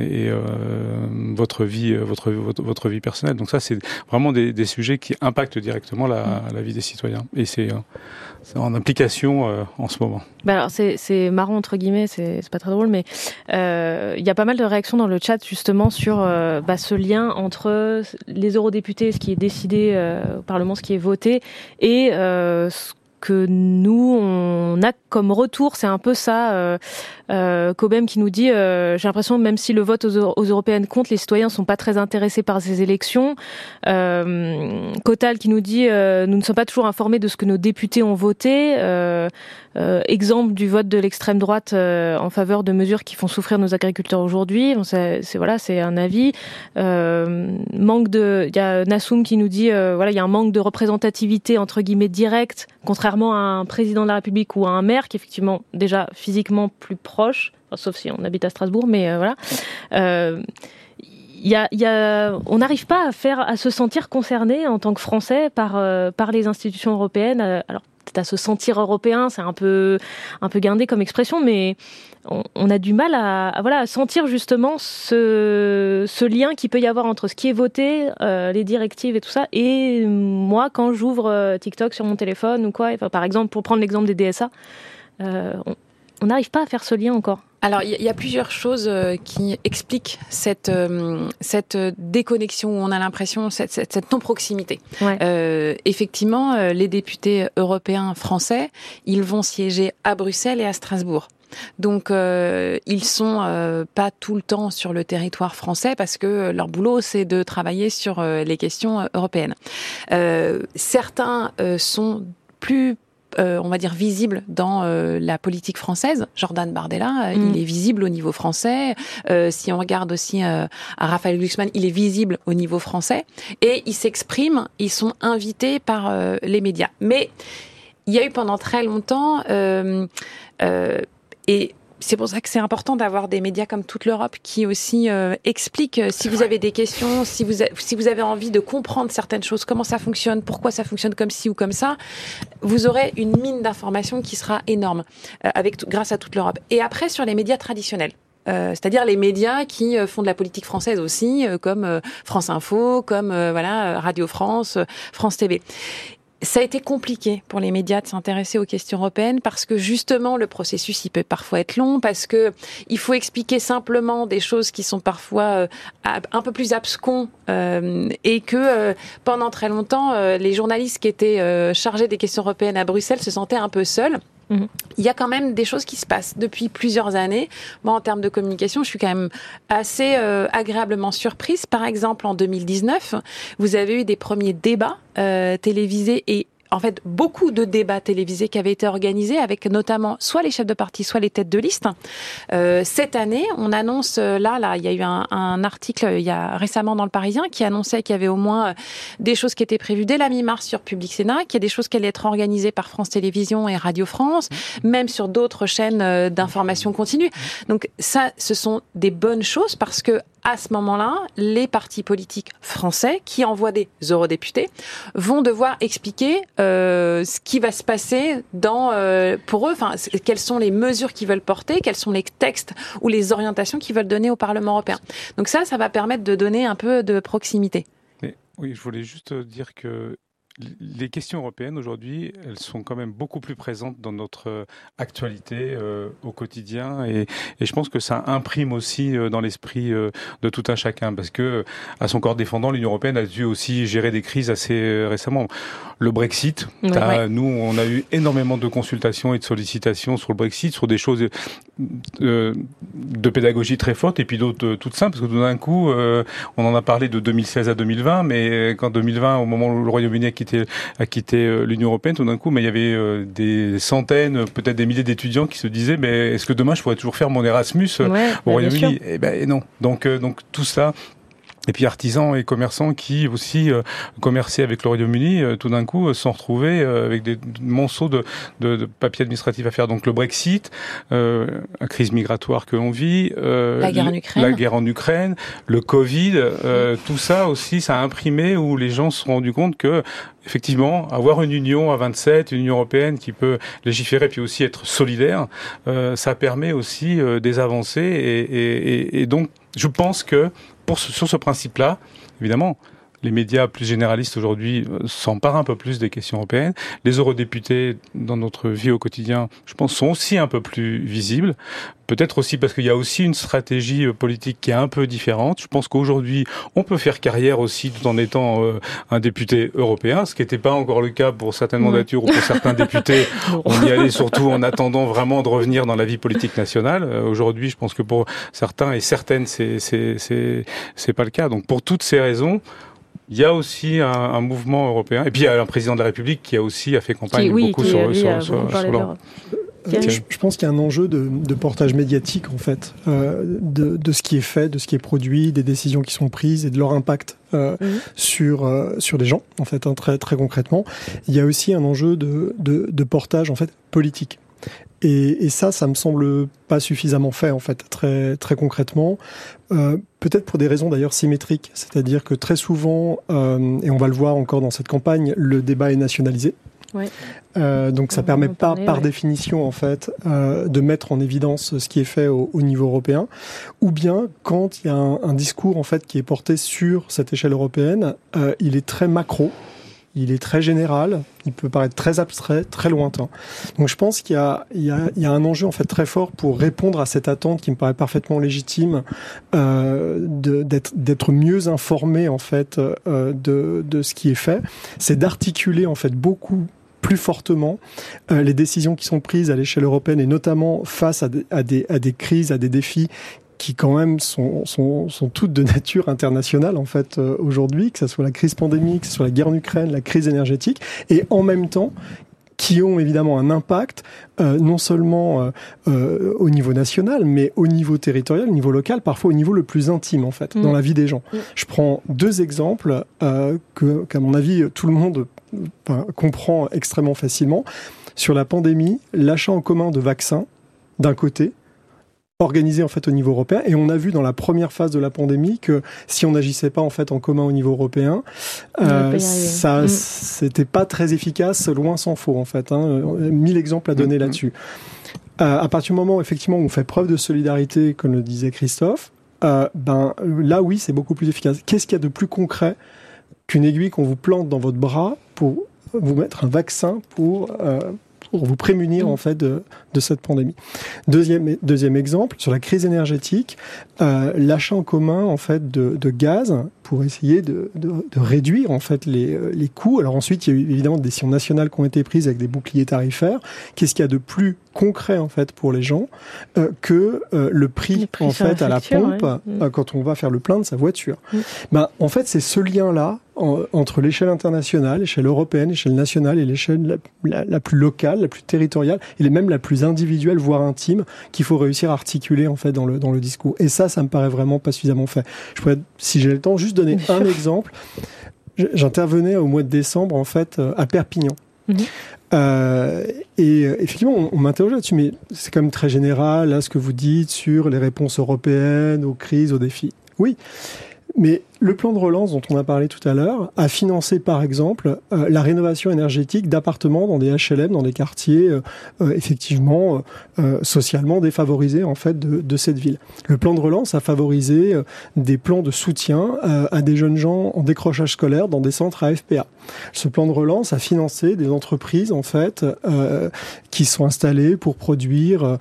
votre vie personnelle. Donc ça, c'est vraiment des sujets qui impactent directement la vie des citoyens, et c'est en application en ce moment. Alors c'est marrant entre guillemets, c'est pas très drôle, mais il y a pas mal de réactions dans le chat justement sur ce lien entre les eurodéputés, ce qui est décidé au Parlement, ce qui est voté, et ce que nous on a comme retour. C'est un peu ça. Cobem qui nous dit j'ai l'impression même si le vote aux européennes compte, les citoyens sont pas très intéressés par ces élections. Cotal qui nous dit nous ne sommes pas toujours informés de ce que nos députés ont voté. Exemple du vote de l'extrême droite en faveur de mesures qui font souffrir nos agriculteurs aujourd'hui. Bon, c'est un avis. Il y a Nassoum qui nous dit il y a un manque de représentativité entre guillemets directe, contrairement à un président de la République ou à un maire qui est effectivement déjà physiquement plus proche, sauf si on habite à Strasbourg, mais voilà. On n'arrive pas à se sentir concerné en tant que Français par les institutions européennes. Alors peut-être à se sentir européen, c'est un peu guindé comme expression, mais on a du mal à sentir justement ce lien qu'il peut y avoir entre ce qui est voté, les directives et tout ça, et moi quand j'ouvre TikTok sur mon téléphone ou quoi. Par exemple, pour prendre l'exemple des DSA, on n'arrive pas à faire ce lien encore. Alors, il y a plusieurs choses qui expliquent cette déconnexion où on a l'impression, cette non-proximité. Ouais. Effectivement, les députés européens français, ils vont siéger à Bruxelles et à Strasbourg. Donc, ils sont pas tout le temps sur le territoire français parce que leur boulot, c'est de travailler sur les questions européennes. Certains sont plus on va dire visible dans la politique française. Jordan Bardella, il est visible au niveau français. Si on regarde aussi à Raphaël Glucksmann, il est visible au niveau français. Et ils s'expriment, ils sont invités par les médias. Mais il y a eu pendant très longtemps, et c'est pour ça que c'est important d'avoir des médias comme Toute l'Europe qui aussi expliquent si vous avez des questions, si vous avez envie de comprendre certaines choses, comment ça fonctionne, pourquoi ça fonctionne comme ci ou comme ça, vous aurez une mine d'informations qui sera énorme grâce à Toute l'Europe. Et après, sur les médias traditionnels. C'est-à-dire les médias qui font de la politique française aussi, comme France Info, comme Radio France, France TV. Ça a été compliqué pour les médias de s'intéresser aux questions européennes parce que justement le processus il peut parfois être long, parce que il faut expliquer simplement des choses qui sont parfois un peu plus abscons et que pendant très longtemps les journalistes qui étaient chargés des questions européennes à Bruxelles se sentaient un peu seuls. Il y a quand même des choses qui se passent depuis plusieurs années. Moi, en termes de communication, je suis quand même assez agréablement surprise. Par exemple, en 2019, vous avez eu des premiers débats télévisés et en fait, beaucoup de débats télévisés qui avaient été organisés avec notamment soit les chefs de parti, soit les têtes de liste. Cette année, on annonce, là, il y a eu un article il y a récemment dans Le Parisien qui annonçait qu'il y avait au moins des choses qui étaient prévues dès la mi-mars sur Public Sénat, qu'il y a des choses qui allaient être organisées par France Télévisions et Radio France, même sur d'autres chaînes d'information continue. Donc ça, ce sont des bonnes choses parce que à ce moment-là, les partis politiques français qui envoient des eurodéputés vont devoir expliquer ce qui va se passer pour eux, quelles sont les mesures qu'ils veulent porter, quels sont les textes ou les orientations qu'ils veulent donner au Parlement européen. Donc ça va permettre de donner un peu de proximité. Oui, je voulais juste dire que les questions européennes aujourd'hui, elles sont quand même beaucoup plus présentes dans notre actualité au quotidien, et je pense que ça imprime aussi dans l'esprit de tout un chacun, parce que à son corps défendant, l'Union européenne a dû aussi gérer des crises assez récemment. Le Brexit, nous, on a eu énormément de consultations et de sollicitations sur le Brexit, sur des choses de pédagogie très forte, et puis d'autres toutes simples, parce que tout d'un coup, on en a parlé de 2016 à 2020, mais quand 2020, au moment où le Royaume-Uni a quitté l'Union européenne, tout d'un coup, mais il y avait des centaines, peut-être des milliers d'étudiants qui se disaient, mais est-ce que demain je pourrais toujours faire mon Erasmus au Royaume-Uni ? Eh ben non. Donc tout ça. Et puis artisans et commerçants qui aussi commerçaient avec le Royaume-Uni, tout d'un coup se sont retrouvés avec des monceaux de papiers administratifs à faire. Donc le Brexit, la crise migratoire que l'on vit, la guerre en Ukraine, le Covid, tout ça aussi, ça a imprimé, où les gens se sont rendus compte que effectivement, avoir une union à 27, une union européenne qui peut légiférer puis aussi être solidaire, ça permet aussi des avancées, et donc je pense que sur ce principe-là, évidemment, les médias plus généralistes aujourd'hui s'emparent un peu plus des questions européennes. Les eurodéputés, dans notre vie au quotidien, je pense, sont aussi un peu plus visibles. Peut-être aussi parce qu'il y a aussi une stratégie politique qui est un peu différente. Je pense qu'aujourd'hui, on peut faire carrière aussi tout en étant un député européen, ce qui n'était pas encore le cas pour certaines mandatures ou pour certains députés. On y allait surtout en attendant vraiment de revenir dans la vie politique nationale. Aujourd'hui, je pense que pour certains et certaines, c'est pas le cas. Donc pour toutes ces raisons, il y a aussi un mouvement européen. Et puis il y a un président de la République qui a aussi fait campagne beaucoup sur l'Europe. Je pense qu'il y a un enjeu de portage médiatique, en fait, de ce qui est fait, de ce qui est produit, des décisions qui sont prises et de leur impact sur les gens, en fait, très, très concrètement. Il y a aussi un enjeu de portage, en fait, politique. Et ça me semble pas suffisamment fait, en fait, très, très concrètement. Peut-être pour des raisons d'ailleurs symétriques. C'est-à-dire que très souvent, et on va le voir encore dans cette campagne, le débat est nationalisé. Ouais. Donc ça permet pas, par définition, en fait, de mettre en évidence ce qui est fait au niveau européen. Ou bien, quand il y a un discours, en fait, qui est porté sur cette échelle européenne, il est très macro. Il est très général, il peut paraître très abstrait, très lointain. Donc je pense qu'il y a un enjeu en fait très fort pour répondre à cette attente qui me paraît parfaitement légitime, d'être mieux informé en fait de ce qui est fait. C'est d'articuler en fait beaucoup plus fortement les décisions qui sont prises à l'échelle européenne, et notamment face à des crises, à des défis qui quand même sont toutes de nature internationale en fait aujourd'hui, que ce soit la crise pandémique, que ce soit la guerre en Ukraine, la crise énergétique, et en même temps qui ont évidemment un impact non seulement au niveau national, mais au niveau territorial, au niveau local, parfois au niveau le plus intime en fait, dans la vie des gens. Je prends deux exemples qu'à mon avis tout le monde comprend extrêmement facilement. Sur la pandémie, l'achat en commun de vaccins, d'un côté, organisé en fait au niveau européen, et on a vu dans la première phase de la pandémie que si on n'agissait pas en fait en commun au niveau européen, ça c'était pas très efficace, loin s'en faut en fait. 1000 exemples à donner là-dessus. À partir du moment où effectivement on fait preuve de solidarité, comme le disait Christophe, là oui c'est beaucoup plus efficace. Qu'est-ce qu'il y a de plus concret qu'une aiguille qu'on vous plante dans votre bras pour vous mettre un vaccin pour vous prémunir en fait de cette pandémie. Deuxième exemple, sur la crise énergétique, l'achat en commun en fait de gaz pour essayer de réduire en fait les coûts. Alors ensuite, il y a eu évidemment des décisions nationales qui ont été prises avec des boucliers tarifaires. Qu'est-ce qu'il y a de plus concret en fait pour les gens que le prix en fait à la pompe quand on va faire le plein de sa voiture. En fait, c'est ce lien-là entre l'échelle internationale, l'échelle européenne, l'échelle nationale et l'échelle la plus locale, la plus territoriale et même la plus individuelle, voire intime, qu'il faut réussir à articuler en fait dans le discours. Et ça me paraît vraiment pas suffisamment fait. Je pourrais, si j'ai le temps, juste donner un exemple. J'intervenais au mois de décembre en fait à Perpignan. Et effectivement, on m'interrogeait là-dessus, mais c'est quand même très général, là, ce que vous dites sur les réponses européennes aux crises, aux défis. Oui, mais Le plan de relance dont on a parlé tout à l'heure a financé par exemple la rénovation énergétique d'appartements dans des HLM, dans des quartiers effectivement socialement défavorisés en fait de cette ville. Le plan de relance a favorisé des plans de soutien à des jeunes gens en décrochage scolaire dans des centres à FPA. Ce plan de relance a financé des entreprises en fait qui sont installées pour produire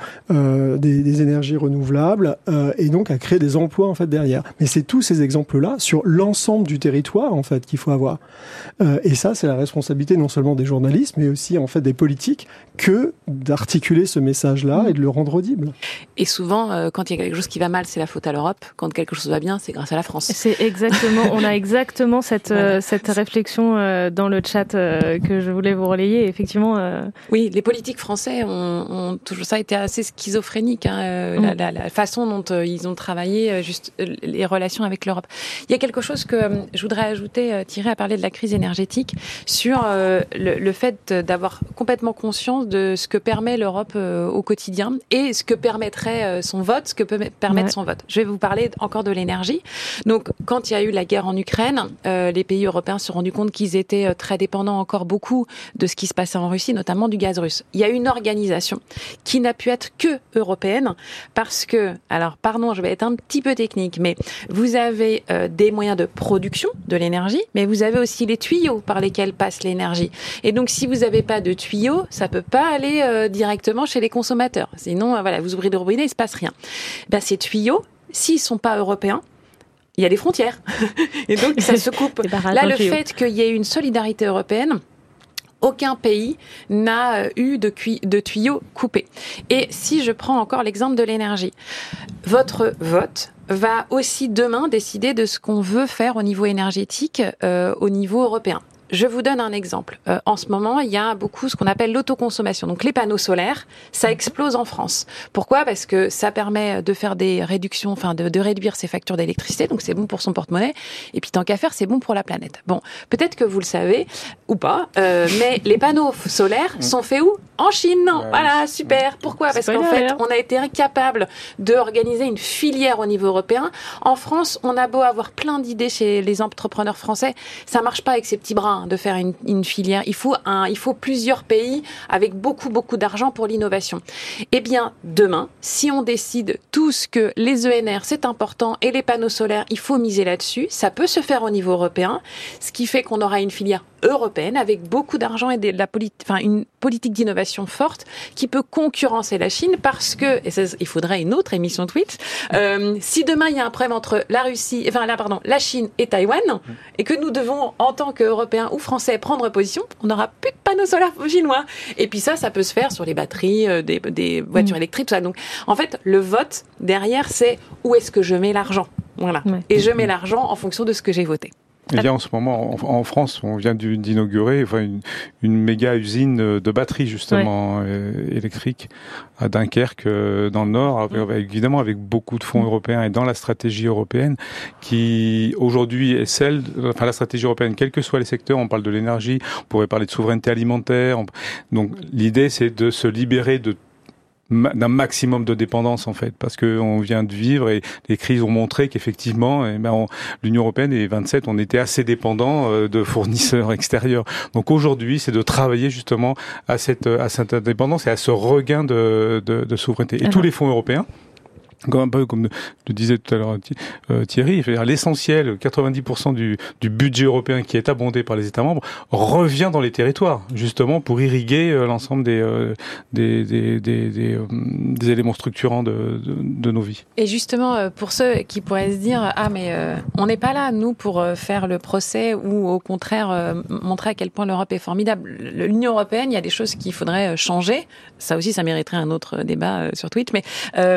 des énergies renouvelables et donc à créer des emplois en fait derrière. Mais c'est tous ces exemples-là sur l'ensemble du territoire en fait qu'il faut avoir. Et ça, c'est la responsabilité non seulement des journalistes, mais aussi en fait des politiques, que d'articuler ce message-là et de le rendre audible. Et souvent, quand il y a quelque chose qui va mal, c'est la faute à l'Europe. Quand quelque chose va bien, c'est grâce à la France. C'est exactement. On a exactement cette réflexion dans le chat que je voulais vous relayer. Effectivement. Oui, les politiques français ont toujours ça été assez schizophrénique. La façon dont ils ont travaillé juste les relations avec l'Europe. Il y a quelque chose que je voudrais ajouter. Thierry a parlé de la crise énergétique sur le fait d'avoir complètement conscience de ce que permet l'Europe au quotidien et ce que permettrait son vote, ce que peut permettre son vote. Je vais vous parler encore de l'énergie. Donc, quand il y a eu la guerre en Ukraine, les pays européens se sont rendus compte qu'ils étaient très dépendants encore beaucoup de ce qui se passait en Russie, notamment du gaz russe. Il y a une organisation qui n'a pu être que européenne parce que, alors pardon, je vais être un petit peu technique, mais vous avez des moyens de production de l'énergie, mais vous avez aussi les tuyaux par lesquels passe l'énergie. Et donc, si vous n'avez pas de tuyaux, ça peut pas aller directement chez les consommateurs. Sinon, voilà, vous ouvrez le robinet, il se passe rien. Ben, ces tuyaux, s'ils sont pas européens, il y a des frontières. Et donc, ça se coupe. Là, le fait qu'il y ait une solidarité européenne, aucun pays n'a eu de tuyaux coupés. Et si je prends encore l'exemple de l'énergie, votre vote va aussi demain décider de ce qu'on veut faire au niveau énergétique, au niveau européen. Je vous donne un exemple. En ce moment, il y a beaucoup ce qu'on appelle l'autoconsommation. Donc les panneaux solaires, ça explose en France. Pourquoi ? Parce que ça permet de faire des réductions, enfin de réduire ses factures d'électricité. Donc c'est bon pour son porte-monnaie. Et puis tant qu'à faire, c'est bon pour la planète. Bon, peut-être que vous le savez ou pas, mais les panneaux solaires sont faits où ? En Chine. Voilà, super. Pourquoi ? Parce qu'en fait, on a été incapable d'organiser une filière au niveau européen. En France, on a beau avoir plein d'idées chez les entrepreneurs français, ça marche pas avec ces petits bras de faire une filière. Il faut plusieurs pays avec beaucoup d'argent pour l'innovation. Eh bien, demain, si on décide tous que les ENR, c'est important, et les panneaux solaires, il faut miser là-dessus, ça peut se faire au niveau européen, ce qui fait qu'on aura une filière européenne avec beaucoup d'argent et une politique d'innovation forte qui peut concurrencer la Chine parce que, et ça, il faudrait une autre émission Twitch, si demain il y a un problème entre la Chine et Taïwan, et que nous devons, en tant qu'Européens ou Français, prendre position, on n'aura plus de panneaux solaires chinois. Et puis ça peut se faire sur les batteries, des voitures électriques, tout ça. Donc, en fait, le vote, derrière, c'est où est-ce que je mets l'argent. Voilà. Ouais. Et je mets l'argent en fonction de ce que j'ai voté. Il y a en ce moment, en France, on vient d'inaugurer une méga usine de batteries, justement, électriques à Dunkerque, dans le Nord, évidemment avec beaucoup de fonds européens et dans la stratégie européenne, qui aujourd'hui est la stratégie européenne, quels que soient les secteurs, on parle de l'énergie, on pourrait parler de souveraineté alimentaire. Donc l'idée, c'est de se libérer d'un maximum de dépendance en fait, parce que on vient de vivre et les crises ont montré qu'effectivement, l'Union européenne et les 27, on était assez dépendants de fournisseurs extérieurs. Donc aujourd'hui, c'est de travailler justement à cette indépendance et à ce regain de souveraineté. Et tous les fonds européens, un peu comme le disait tout à l'heure Thierry, l'essentiel, 90% du budget européen qui est abondé par les États membres revient dans les territoires, justement pour irriguer l'ensemble des éléments structurants de nos vies. Et justement, pour ceux qui pourraient se dire on n'est pas là, nous, pour faire le procès ou au contraire montrer à quel point l'Europe est formidable. L'Union européenne, il y a des choses qu'il faudrait changer. Ça aussi, ça mériterait un autre débat sur Twitch, mais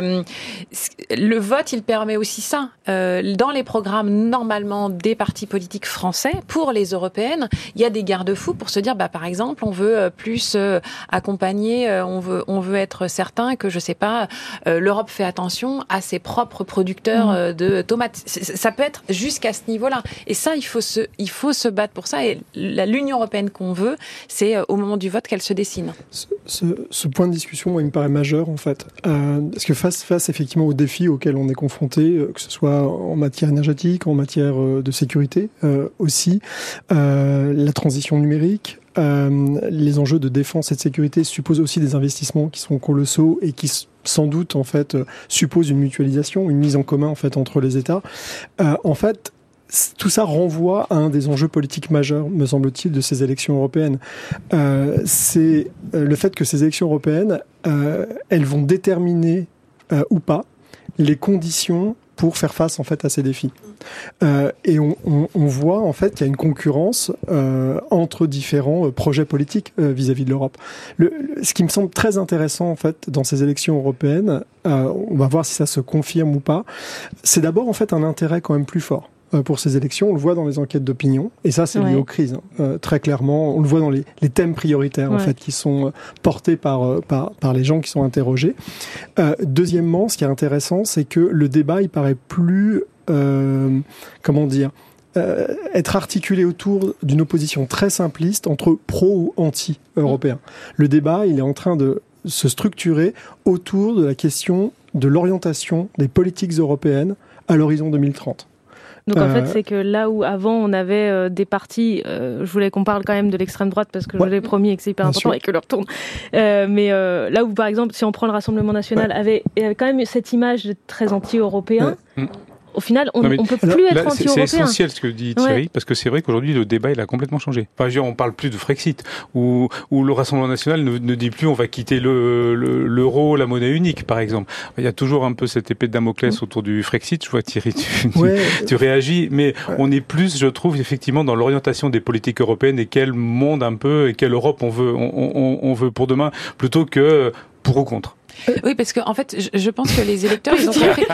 le vote, il permet aussi ça. Dans les programmes, normalement, des partis politiques français, pour les européennes, il y a des garde-fous pour se dire, par exemple, on veut plus accompagner, on veut être certain que, je sais pas, l'Europe fait attention à ses propres producteurs de tomates. Ça peut être jusqu'à ce niveau-là. Et ça, il faut se battre pour ça. Et l'Union européenne qu'on veut, c'est au moment du vote qu'elle se dessine. ce point de discussion, il me paraît majeur en fait, parce que face effectivement aux défis auxquels on est confronté, que ce soit en matière énergétique, en matière de sécurité aussi, la transition numérique. Les enjeux de défense et de sécurité supposent aussi des investissements qui sont colossaux et qui sans doute en fait supposent une mutualisation, une mise en commun en fait entre les États. En fait, tout ça renvoie à un des enjeux politiques majeurs, me semble-t-il, de ces élections européennes. C'est le fait que ces élections européennes, elles vont déterminer ou pas les conditions pour faire face en fait à ces défis. Et on voit en fait qu'il y a une concurrence entre différents projets politiques vis-à-vis de l'Europe. Ce qui me semble très intéressant en fait dans ces élections européennes, on va voir si ça se confirme ou pas, c'est d'abord en fait un intérêt quand même plus fort pour ces élections. On le voit dans les enquêtes d'opinion, et ça c'est lié aux crises, très clairement. On le voit dans les thèmes prioritaires en fait qui sont portés par les gens qui sont interrogés. Deuxièmement, ce qui est intéressant, c'est que le débat il paraît plus être articulé autour d'une opposition très simpliste entre pro ou anti-européens. Le débat, il est en train de se structurer autour de la question de l'orientation des politiques européennes à l'horizon 2030. Donc en fait, c'est que là où avant on avait des partis, je voulais qu'on parle quand même de l'extrême droite parce que je l'ai promis et que c'est hyper important et que leur tourne. Mais là où par exemple, si on prend le Rassemblement national, avait quand même cette image de très anti-européen. Au final, on ne peut plus être anti-européen. C'est essentiel ce que dit Thierry, parce que c'est vrai qu'aujourd'hui, le débat, il a complètement changé. Enfin, je veux dire, on parle plus de Frexit, où le Rassemblement national ne dit plus on va quitter l'euro, la monnaie unique, par exemple. Il y a toujours un peu cette épée de Damoclès autour du Frexit. Je vois Thierry, tu réagis, mais on est plus, je trouve, effectivement, dans l'orientation des politiques européennes et quel monde un peu, et quelle Europe on veut pour demain, plutôt que pour ou contre. Oui, parce que en fait, je pense que les électeurs, ils ont compris.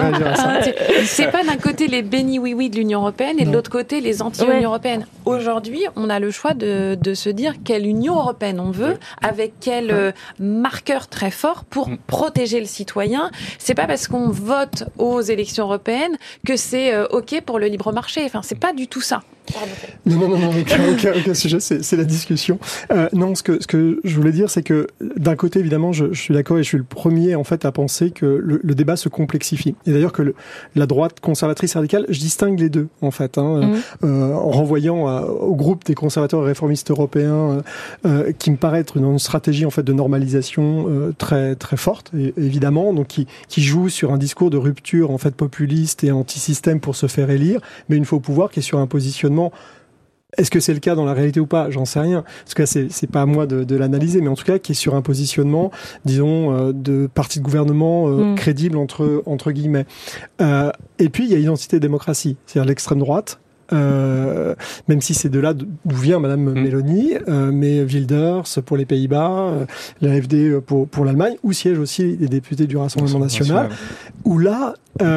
C'est pas d'un côté les bénis oui-oui de l'Union européenne et de l'autre côté les anti-Union européenne. Aujourd'hui, on a le choix de se dire quelle Union européenne on veut, avec quel marqueur très fort pour protéger le citoyen. C'est pas parce qu'on vote aux élections européennes que c'est OK pour le libre marché. Enfin, c'est pas du tout ça. Non, aucun sujet, c'est la discussion. Non, ce que je voulais dire, c'est que d'un côté, évidemment, je suis d'accord et je suis le premier en fait à penser que le débat se complexifie. Et d'ailleurs que la droite conservatrice radicale, je distingue les deux en fait, en renvoyant au groupe des conservateurs et réformistes européens, qui me paraît être une stratégie en fait de normalisation très très forte, évidemment, donc qui joue sur un discours de rupture en fait populiste et anti-système pour se faire élire, mais une fois au pouvoir qui est sur un positionnement. Est-ce que c'est le cas dans la réalité ou pas ? J'en sais rien. En tout cas, c'est pas à moi de l'analyser, mais en tout cas, qui est sur un positionnement, disons, de parti de gouvernement crédible entre guillemets. Et puis, il y a identité et démocratie, c'est-à-dire l'extrême droite. Même si c'est de là d'où vient Madame Meloni, mais Wilders pour les Pays-Bas, l'AfD pour l'Allemagne, où siègent aussi les députés du Rassemblement national, où là,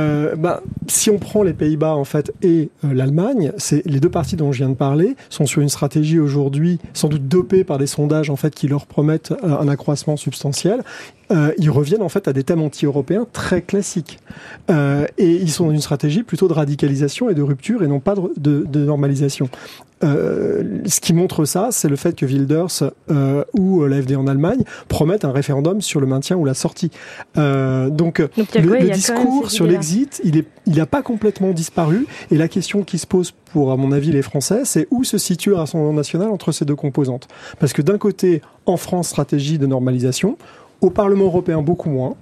si on prend les Pays-Bas en fait et l'Allemagne, c'est les deux partis dont je viens de parler sont sur une stratégie aujourd'hui sans doute dopée par des sondages en fait qui leur promettent un accroissement substantiel. Ils reviennent en fait à des thèmes anti-européens très classiques. Et ils sont dans une stratégie plutôt de radicalisation et de rupture et non pas de normalisation. Ce qui montre ça, c'est le fait que Wilders ou l'AfD en Allemagne promettent un référendum sur le maintien ou la sortie. Donc le discours sur l'exit, il n'a pas complètement disparu. Et la question qui se pose pour, à mon avis, les Français, c'est où se situe le Rassemblement national entre ces deux composantes. Parce que d'un côté, en France, stratégie de normalisation. Au Parlement européen, beaucoup moins.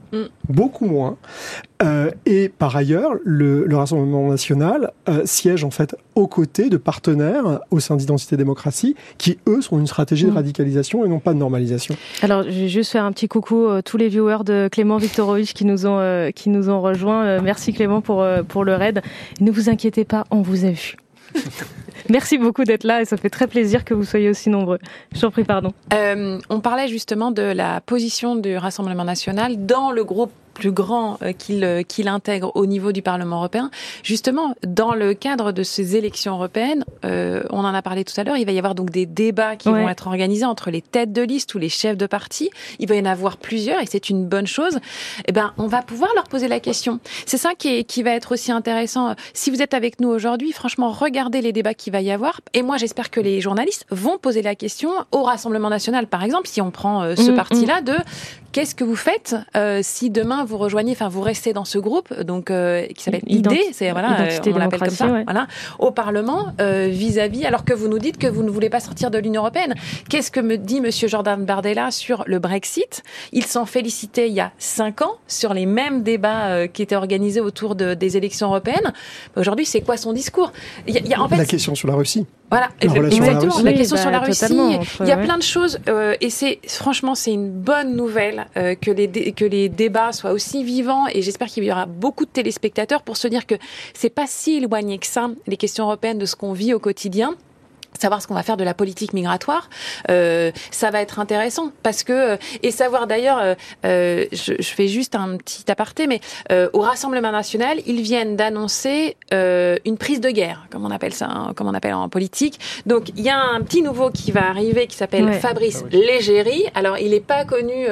Et par ailleurs, le Rassemblement national siège en fait aux côtés de partenaires au sein d'Identité et Démocratie qui, eux, sont une stratégie de radicalisation et non pas de normalisation. Alors, je vais juste faire un petit coucou à tous les viewers de Clément Viktorovitch qui nous ont rejoints. Merci Clément pour le raid. Ne vous inquiétez pas, on vous a vu. Merci beaucoup d'être là et ça fait très plaisir que vous soyez aussi nombreux. Je t'en prie, pardon. On parlait justement de la position du Rassemblement national dans le groupe plus grand qu'il intègre au niveau du Parlement européen. Justement, dans le cadre de ces élections européennes, on en a parlé tout à l'heure, il va y avoir donc des débats qui vont être organisés entre les têtes de liste ou les chefs de parti. Il va y en avoir plusieurs et c'est une bonne chose. Eh ben, on va pouvoir leur poser la question. C'est ça qui va être aussi intéressant. Si vous êtes avec nous aujourd'hui, franchement, regardez les débats qu'il va y avoir. Et moi, j'espère que les journalistes vont poser la question au Rassemblement national, par exemple, si on prend ce parti-là, de qu'est-ce que vous faites si demain vous rejoignez, enfin vous restez dans ce groupe, donc qui s'appelle ID, c'est on l'appelle comme ça, voilà, au Parlement vis-à-vis, alors que vous nous dites que vous ne voulez pas sortir de l'Union européenne. Qu'est-ce que me dit Monsieur Jordan Bardella sur le Brexit? Il s'en félicitait il y a 5 ans sur les mêmes débats qui étaient organisés autour des élections européennes. Aujourd'hui, c'est quoi son discours? Il y a en fait la question sur la Russie. Voilà, exactement. La question sur la Russie. Il y a plein de choses, et franchement, c'est une bonne nouvelle que les débats soient aussi vivants. Et j'espère qu'il y aura beaucoup de téléspectateurs pour se dire que c'est pas si éloigné que ça, les questions européennes, de ce qu'on vit au quotidien. Savoir ce qu'on va faire de la politique migratoire, ça va être intéressant parce que et savoir d'ailleurs, je fais juste un petit aparté, mais au Rassemblement national, ils viennent d'annoncer une prise de guerre, comme on appelle ça, comme on appelle en politique. Donc il y a un petit nouveau qui va arriver qui s'appelle Fabrice Légéry. Alors il n'est pas connu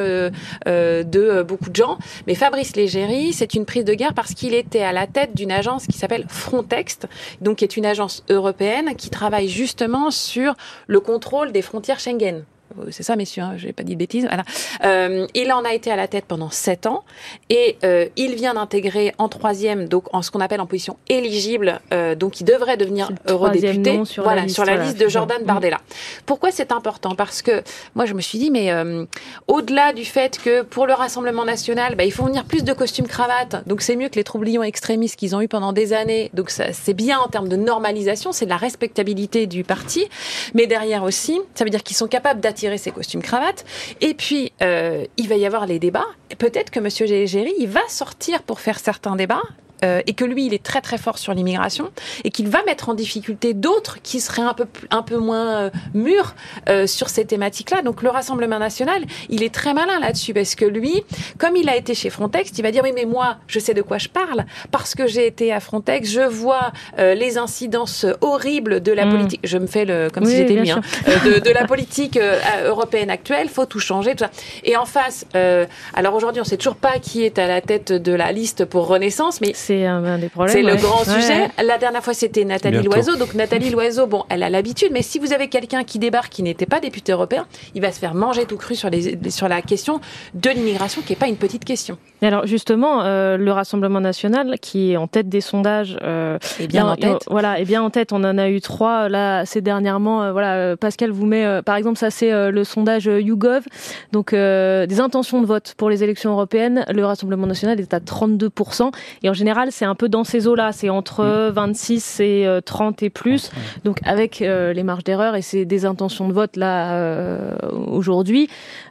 de beaucoup de gens, mais Fabrice Légéry, c'est une prise de guerre parce qu'il était à la tête d'une agence qui s'appelle Frontex, donc qui est une agence européenne qui travaille justement sur le contrôle des frontières Schengen. C'est ça, messieurs, hein, je n'ai pas dit de bêtises. Voilà. Il en a été à la tête pendant 7 ans et il vient d'intégrer en 3e, donc en ce qu'on appelle en position éligible, donc il devrait devenir eurodéputé, sur la liste de Jordan Bardella. Pourquoi c'est important? Parce que moi je me suis dit, mais au-delà du fait que pour le Rassemblement national, il faut venir plus de costumes cravates, donc c'est mieux que les troublions extrémistes qu'ils ont eu pendant des années, donc ça, c'est bien en termes de normalisation, c'est de la respectabilité du parti, mais derrière aussi, ça veut dire qu'ils sont capables d'attirer ses costumes cravates. Et puis, il va y avoir les débats. Peut-être que M. Légéry, il va sortir pour faire certains débats. Et que lui, il est très très fort sur l'immigration et qu'il va mettre en difficulté d'autres qui seraient un peu moins mûrs sur ces thématiques-là. Donc le Rassemblement national, il est très malin là-dessus parce que lui, comme il a été chez Frontex, il va dire oui mais moi, je sais de quoi je parle parce que j'ai été à Frontex, je vois les incidences horribles de la politique. Je me fais comme si j'étais lui, de la politique européenne actuelle. Faut tout changer, tout ça. Et en face, alors aujourd'hui, on sait toujours pas qui est à la tête de la liste pour Renaissance, mais c'est un des problèmes. C'est le grand sujet. La dernière fois, c'était Nathalie Loiseau. Donc Nathalie Loiseau, bon, elle a l'habitude, mais si vous avez quelqu'un qui débarque, qui n'était pas député européen, il va se faire manger tout cru sur la question de l'immigration, qui n'est pas une petite question. Et alors justement, le Rassemblement national, qui est en tête des sondages, est bien en tête. Est bien en tête. On en a eu 3 là ces dernièrement. Pascal vous met, par exemple, ça c'est le sondage YouGov, donc des intentions de vote pour les élections européennes. Le Rassemblement national est à 32%, et en général, c'est un peu dans ces eaux-là, c'est entre 26 et 30 et plus, donc avec les marges d'erreur et c'est des intentions de vote là aujourd'hui.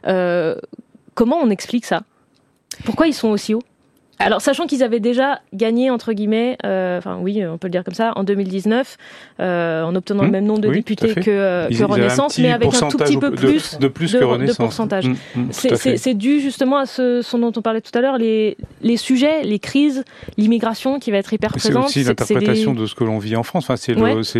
Comment on explique ça? Pourquoi ils sont aussi hauts? Alors, sachant qu'ils avaient déjà gagné, entre guillemets, oui, on peut le dire comme ça, en 2019, en obtenant le même nombre de députés que Renaissance, mais avec un tout petit peu plus de que Renaissance. De pourcentage. C'est dû justement à ce dont on parlait tout à l'heure, les sujets, les crises, l'immigration qui va être hyper présente. C'est aussi l'interprétation de ce que l'on vit en France. Enfin,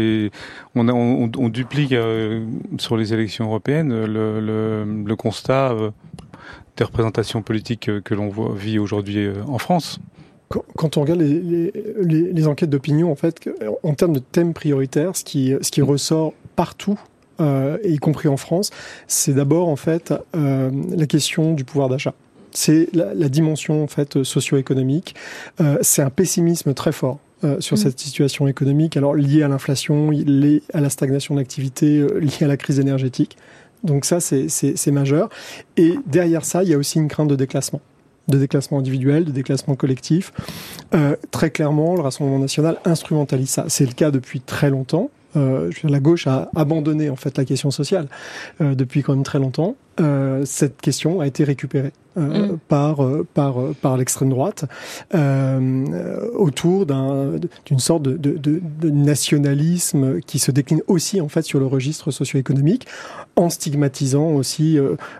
on duplique sur les élections européennes le constat des représentations politiques que l'on vit aujourd'hui en France. Quand on regarde les enquêtes d'opinion, en fait, en termes de thèmes prioritaires, ce qui ressort partout, y compris en France, c'est d'abord en fait la question du pouvoir d'achat. C'est la dimension en fait socio-économique. C'est un pessimisme très fort sur cette situation économique, alors liée à l'inflation, liée à la stagnation d'activité, liée à la crise énergétique. Donc ça, c'est majeur. Et derrière ça, il y a aussi une crainte de déclassement individuel, de déclassement collectif. Très clairement, le Rassemblement national instrumentalise ça. C'est le cas depuis très longtemps. La gauche a abandonné en fait la question sociale depuis quand même très longtemps. Cette question a été récupérée par l'extrême droite autour d'une sorte de nationalisme qui se décline aussi en fait sur le registre socio-économique, en stigmatisant aussi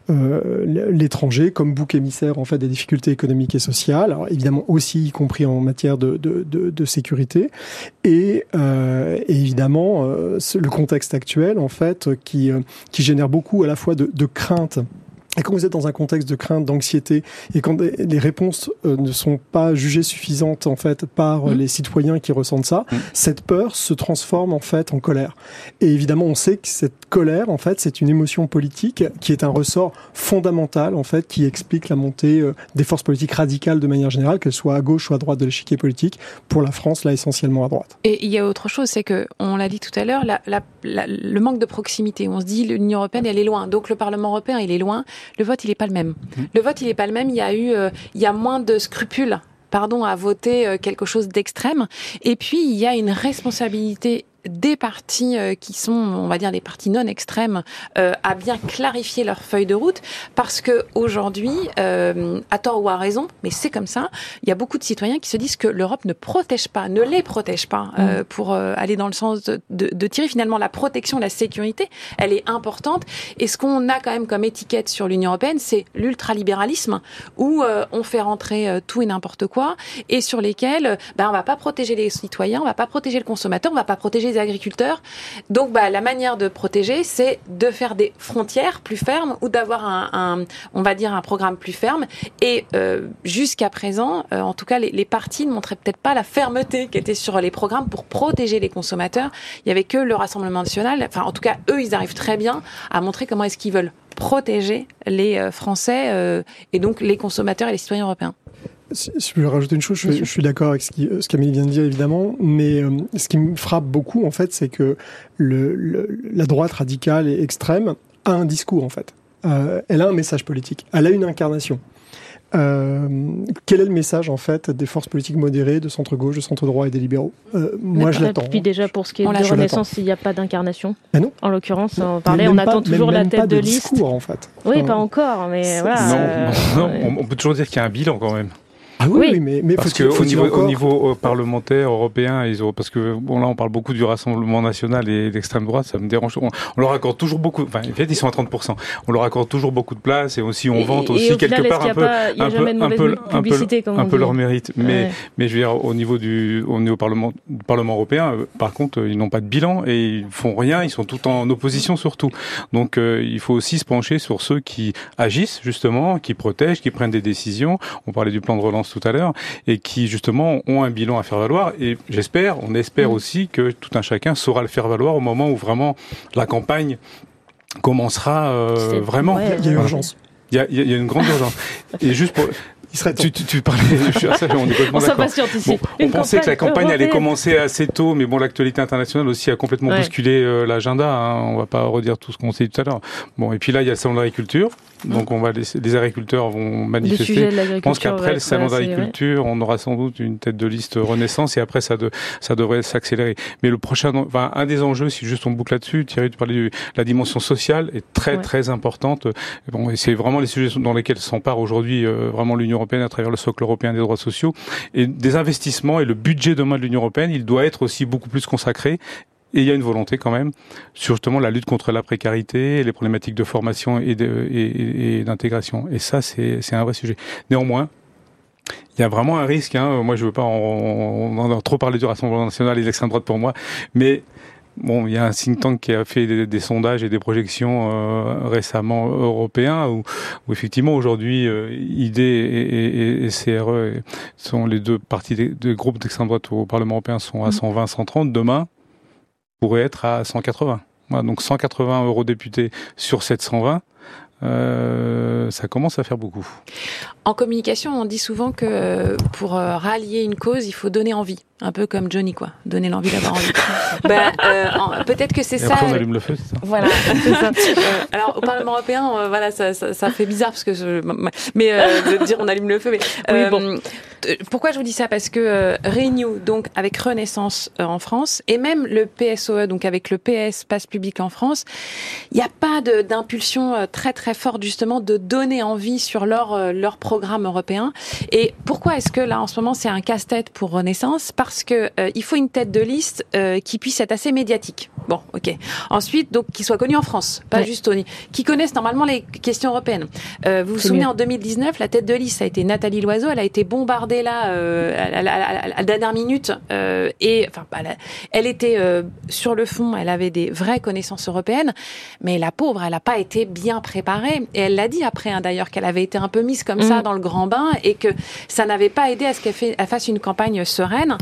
l'étranger comme bouc émissaire en fait des difficultés économiques et sociales. Alors évidemment aussi y compris en matière de sécurité et évidemment le contexte actuel en fait qui génère beaucoup à la fois de crainte. Et quand vous êtes dans un contexte de crainte, d'anxiété, et quand les réponses ne sont pas jugées suffisantes en fait par les citoyens qui ressentent ça, cette peur se transforme en fait en colère. Et évidemment, on sait que cette colère, en fait, c'est une émotion politique qui est un ressort fondamental en fait qui explique la montée des forces politiques radicales de manière générale, qu'elles soient à gauche ou à droite de l'échiquier politique. Pour la France, là, essentiellement à droite. Et il y a autre chose, c'est que on l'a dit tout à l'heure, le manque de proximité. On se dit l'Union européenne, elle est loin, donc le Parlement européen, il est loin. Le vote, il n'est pas le même. Le vote, il n'est pas le même. Il y a moins de scrupules, à voter quelque chose d'extrême. Et puis, il y a une responsabilité des partis qui sont, on va dire, des partis non extrêmes, à bien clarifier leur feuille de route, parce que aujourd'hui, à tort ou à raison, mais c'est comme ça, il y a beaucoup de citoyens qui se disent que l'Europe ne les protège pas, pour aller dans le sens de tirer finalement la protection, la sécurité, elle est importante. Et ce qu'on a quand même comme étiquette sur l'Union européenne, c'est l'ultralibéralisme, où on fait rentrer tout et n'importe quoi, et sur lesquels, on va pas protéger les citoyens, on va pas protéger le consommateur, on va pas protéger les agriculteurs. Donc, la manière de protéger, c'est de faire des frontières plus fermes ou d'avoir un programme plus ferme. Et jusqu'à présent, en tout cas, les partis ne montraient peut-être pas la fermeté qui était sur les programmes pour protéger les consommateurs. Il y avait que le Rassemblement national. Enfin, en tout cas, eux, ils arrivent très bien à montrer comment est-ce qu'ils veulent protéger les Français et donc les consommateurs et les citoyens européens. Si je peux rajouter une chose, je suis d'accord avec ce qu'Amélie vient de dire évidemment, mais ce qui me frappe beaucoup en fait, c'est que la droite radicale et extrême a un discours en fait. Elle a un message politique, elle a une incarnation. Quel est le message en fait des forces politiques modérées, de centre-gauche, de centre-droit et des libéraux? Moi, je l'attends. Puis déjà pour ce qui est de Renaissance, il n'y a pas d'incarnation. Non. En l'occurrence, on attend toujours la tête de liste. Discours, en fait. Oui, pas encore, mais voilà. Non, on peut toujours dire qu'il y a un bilan quand même. Ah oui, mais parce qu'au niveau parlementaire européen, parce que là on parle beaucoup du Rassemblement national et d'extrême droite, ça me dérange. On leur accorde toujours beaucoup. Enfin, en fait, ils sont à 30%. On leur accorde toujours beaucoup de place et aussi on vante aussi quelque part un peu leur mérite. Mais je veux dire au niveau Parlement européen, par contre, ils n'ont pas de bilan et ils font rien. Ils sont tout en opposition surtout. Donc il faut aussi se pencher sur ceux qui agissent justement, qui protègent, qui prennent des décisions. On parlait du plan de relance tout à l'heure, et qui justement ont un bilan à faire valoir, et on espère aussi que tout un chacun saura le faire valoir au moment où vraiment la campagne commencera vraiment. Il y a urgence. Il y a une grande urgence. Et juste pour... Tu parlais, on est complètement d'accord. On pensait que la campagne allait commencer assez tôt, mais l'actualité internationale aussi a complètement bousculé l'agenda. On va pas redire tout ce qu'on s'est dit tout à l'heure. Et puis là, il y a le salon de l'agriculture. Donc les agriculteur vont manifester. Je pense qu'après le salon d'agriculture, on aura sans doute une tête de liste Renaissance, et après ça devrait s'accélérer. Mais un des enjeux, si juste on boucle là-dessus, Thierry, tu parlais de la dimension sociale est très très importante. Et c'est vraiment les sujets dans lesquels s'empare aujourd'hui vraiment l'Union européenne à travers le socle européen des droits sociaux et des investissements, et le budget demain de l'Union européenne, il doit être aussi beaucoup plus consacré. Et il y a une volonté quand même sur justement la lutte contre la précarité, les problématiques de formation et d'intégration. Et ça, c'est un vrai sujet. Néanmoins, il y a vraiment un risque. Moi, je veux pas on a trop parlé du Rassemblement national et de l'extrême droite pour moi, mais il y a un think tank qui a fait des sondages et des projections récemment européens où effectivement aujourd'hui ID et CRE sont les deux partis des groupes d'extrême droite au Parlement européen sont à 120, 130. Demain pourrait être à 180. Voilà, donc 180 eurodéputés sur 720. Ça commence à faire beaucoup. En communication, on dit souvent que pour rallier une cause, il faut donner envie. Un peu comme Johnny, quoi. Donner l'envie d'avoir envie. Peut-être que c'est ça. Après, on allume le feu, c'est ça. Voilà, c'est ça. Alors, au Parlement européen, ça fait bizarre parce que de dire on allume le feu. Mais pourquoi je vous dis ça? Parce que Renew, donc avec Renaissance en France, et même le PSOE, donc avec le PS Passe Public en France, il n'y a pas d'impulsion très très très forte justement de donner envie sur leur programme européen. Et pourquoi est-ce que là en ce moment c'est un casse-tête pour Renaissance? Parce que il faut une tête de liste qui puisse être assez médiatique. Bon, ok. Ensuite, donc qui soit connu en France, pas juste Tony, qui connaissent normalement les questions européennes. Vous vous souvenez, en 2019, la tête de liste ça a été Nathalie Loiseau. Elle a été bombardée là à la dernière minute et enfin elle était sur le fond, elle avait des vraies connaissances européennes, mais la pauvre, elle n'a pas été bien préparée. Et elle l'a dit après, d'ailleurs, qu'elle avait été un peu mise comme ça dans le grand bain et que ça n'avait pas aidé à ce qu'elle fasse une campagne sereine.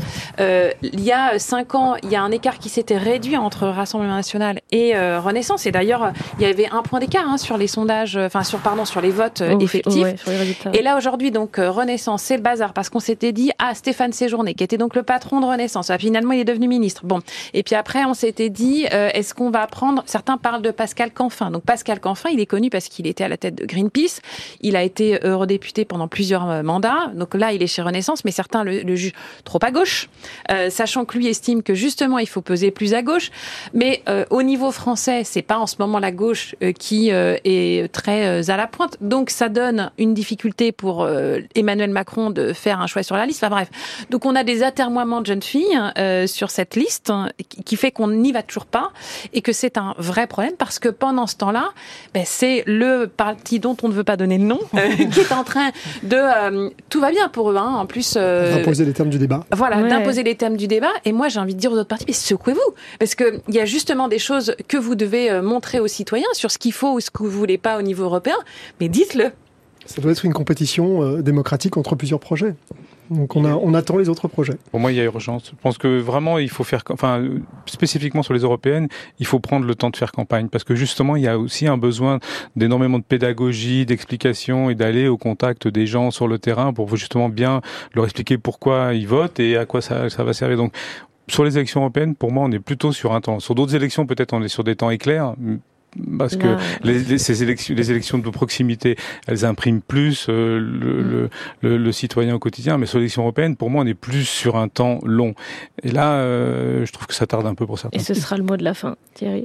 Il y a 5 ans, il y a un écart qui s'était réduit entre Rassemblement National et Renaissance. Et d'ailleurs, il y avait 1 point d'écart sur les sondages, sur les votes effectifs. Ouais, sur les résultats. Et là, aujourd'hui, donc, Renaissance, c'est le bazar parce qu'on s'était dit, Stéphane Séjourné, qui était donc le patron de Renaissance, finalement, il est devenu ministre. Bon. Et puis après, on s'était dit, est-ce qu'on va prendre... Certains parlent de Pascal Canfin. Donc Pascal Canfin, il est connu parce qu'il était à la tête de Greenpeace. Il a été eurodéputé pendant plusieurs mandats. Donc là, il est chez Renaissance, mais certains le jugent trop à gauche, sachant que lui estime que justement, il faut peser plus à gauche. Mais au niveau français, c'est pas en ce moment la gauche qui est très à la pointe. Donc ça donne une difficulté pour Emmanuel Macron de faire un choix sur la liste. Enfin bref. Donc on a des atermoiements de jeunes filles sur cette liste qui fait qu'on n'y va toujours pas et que c'est un vrai problème parce que pendant ce temps-là, c'est le parti dont on ne veut pas donner le nom qui est en train de... tout va bien pour eux, en plus... d'imposer les termes du débat. Voilà, d'imposer les termes du débat. Et moi, j'ai envie de dire aux autres partis, mais secouez-vous. Parce qu'il y a justement des choses que vous devez montrer aux citoyens sur ce qu'il faut ou ce que vous voulez pas au niveau européen. Mais dites-le. Ça doit être une compétition démocratique entre plusieurs projets. Donc on attend les autres projets. Pour moi, il y a urgence. Je pense que vraiment, il faut faire, spécifiquement sur les européennes, il faut prendre le temps de faire campagne parce que justement, il y a aussi un besoin d'énormément de pédagogie, d'explication et d'aller au contact des gens sur le terrain pour justement bien leur expliquer pourquoi ils votent et à quoi ça va servir. Donc, sur les élections européennes, pour moi, on est plutôt sur un temps. Sur d'autres élections, peut-être on est sur des temps éclairs. Parce que les élections de proximité, elles impriment plus le citoyen au quotidien, mais sur l'élection européenne, pour moi, on est plus sur un temps long. Et là, je trouve que ça tarde un peu pour certains. Et ce sera le mot de la fin, Thierry.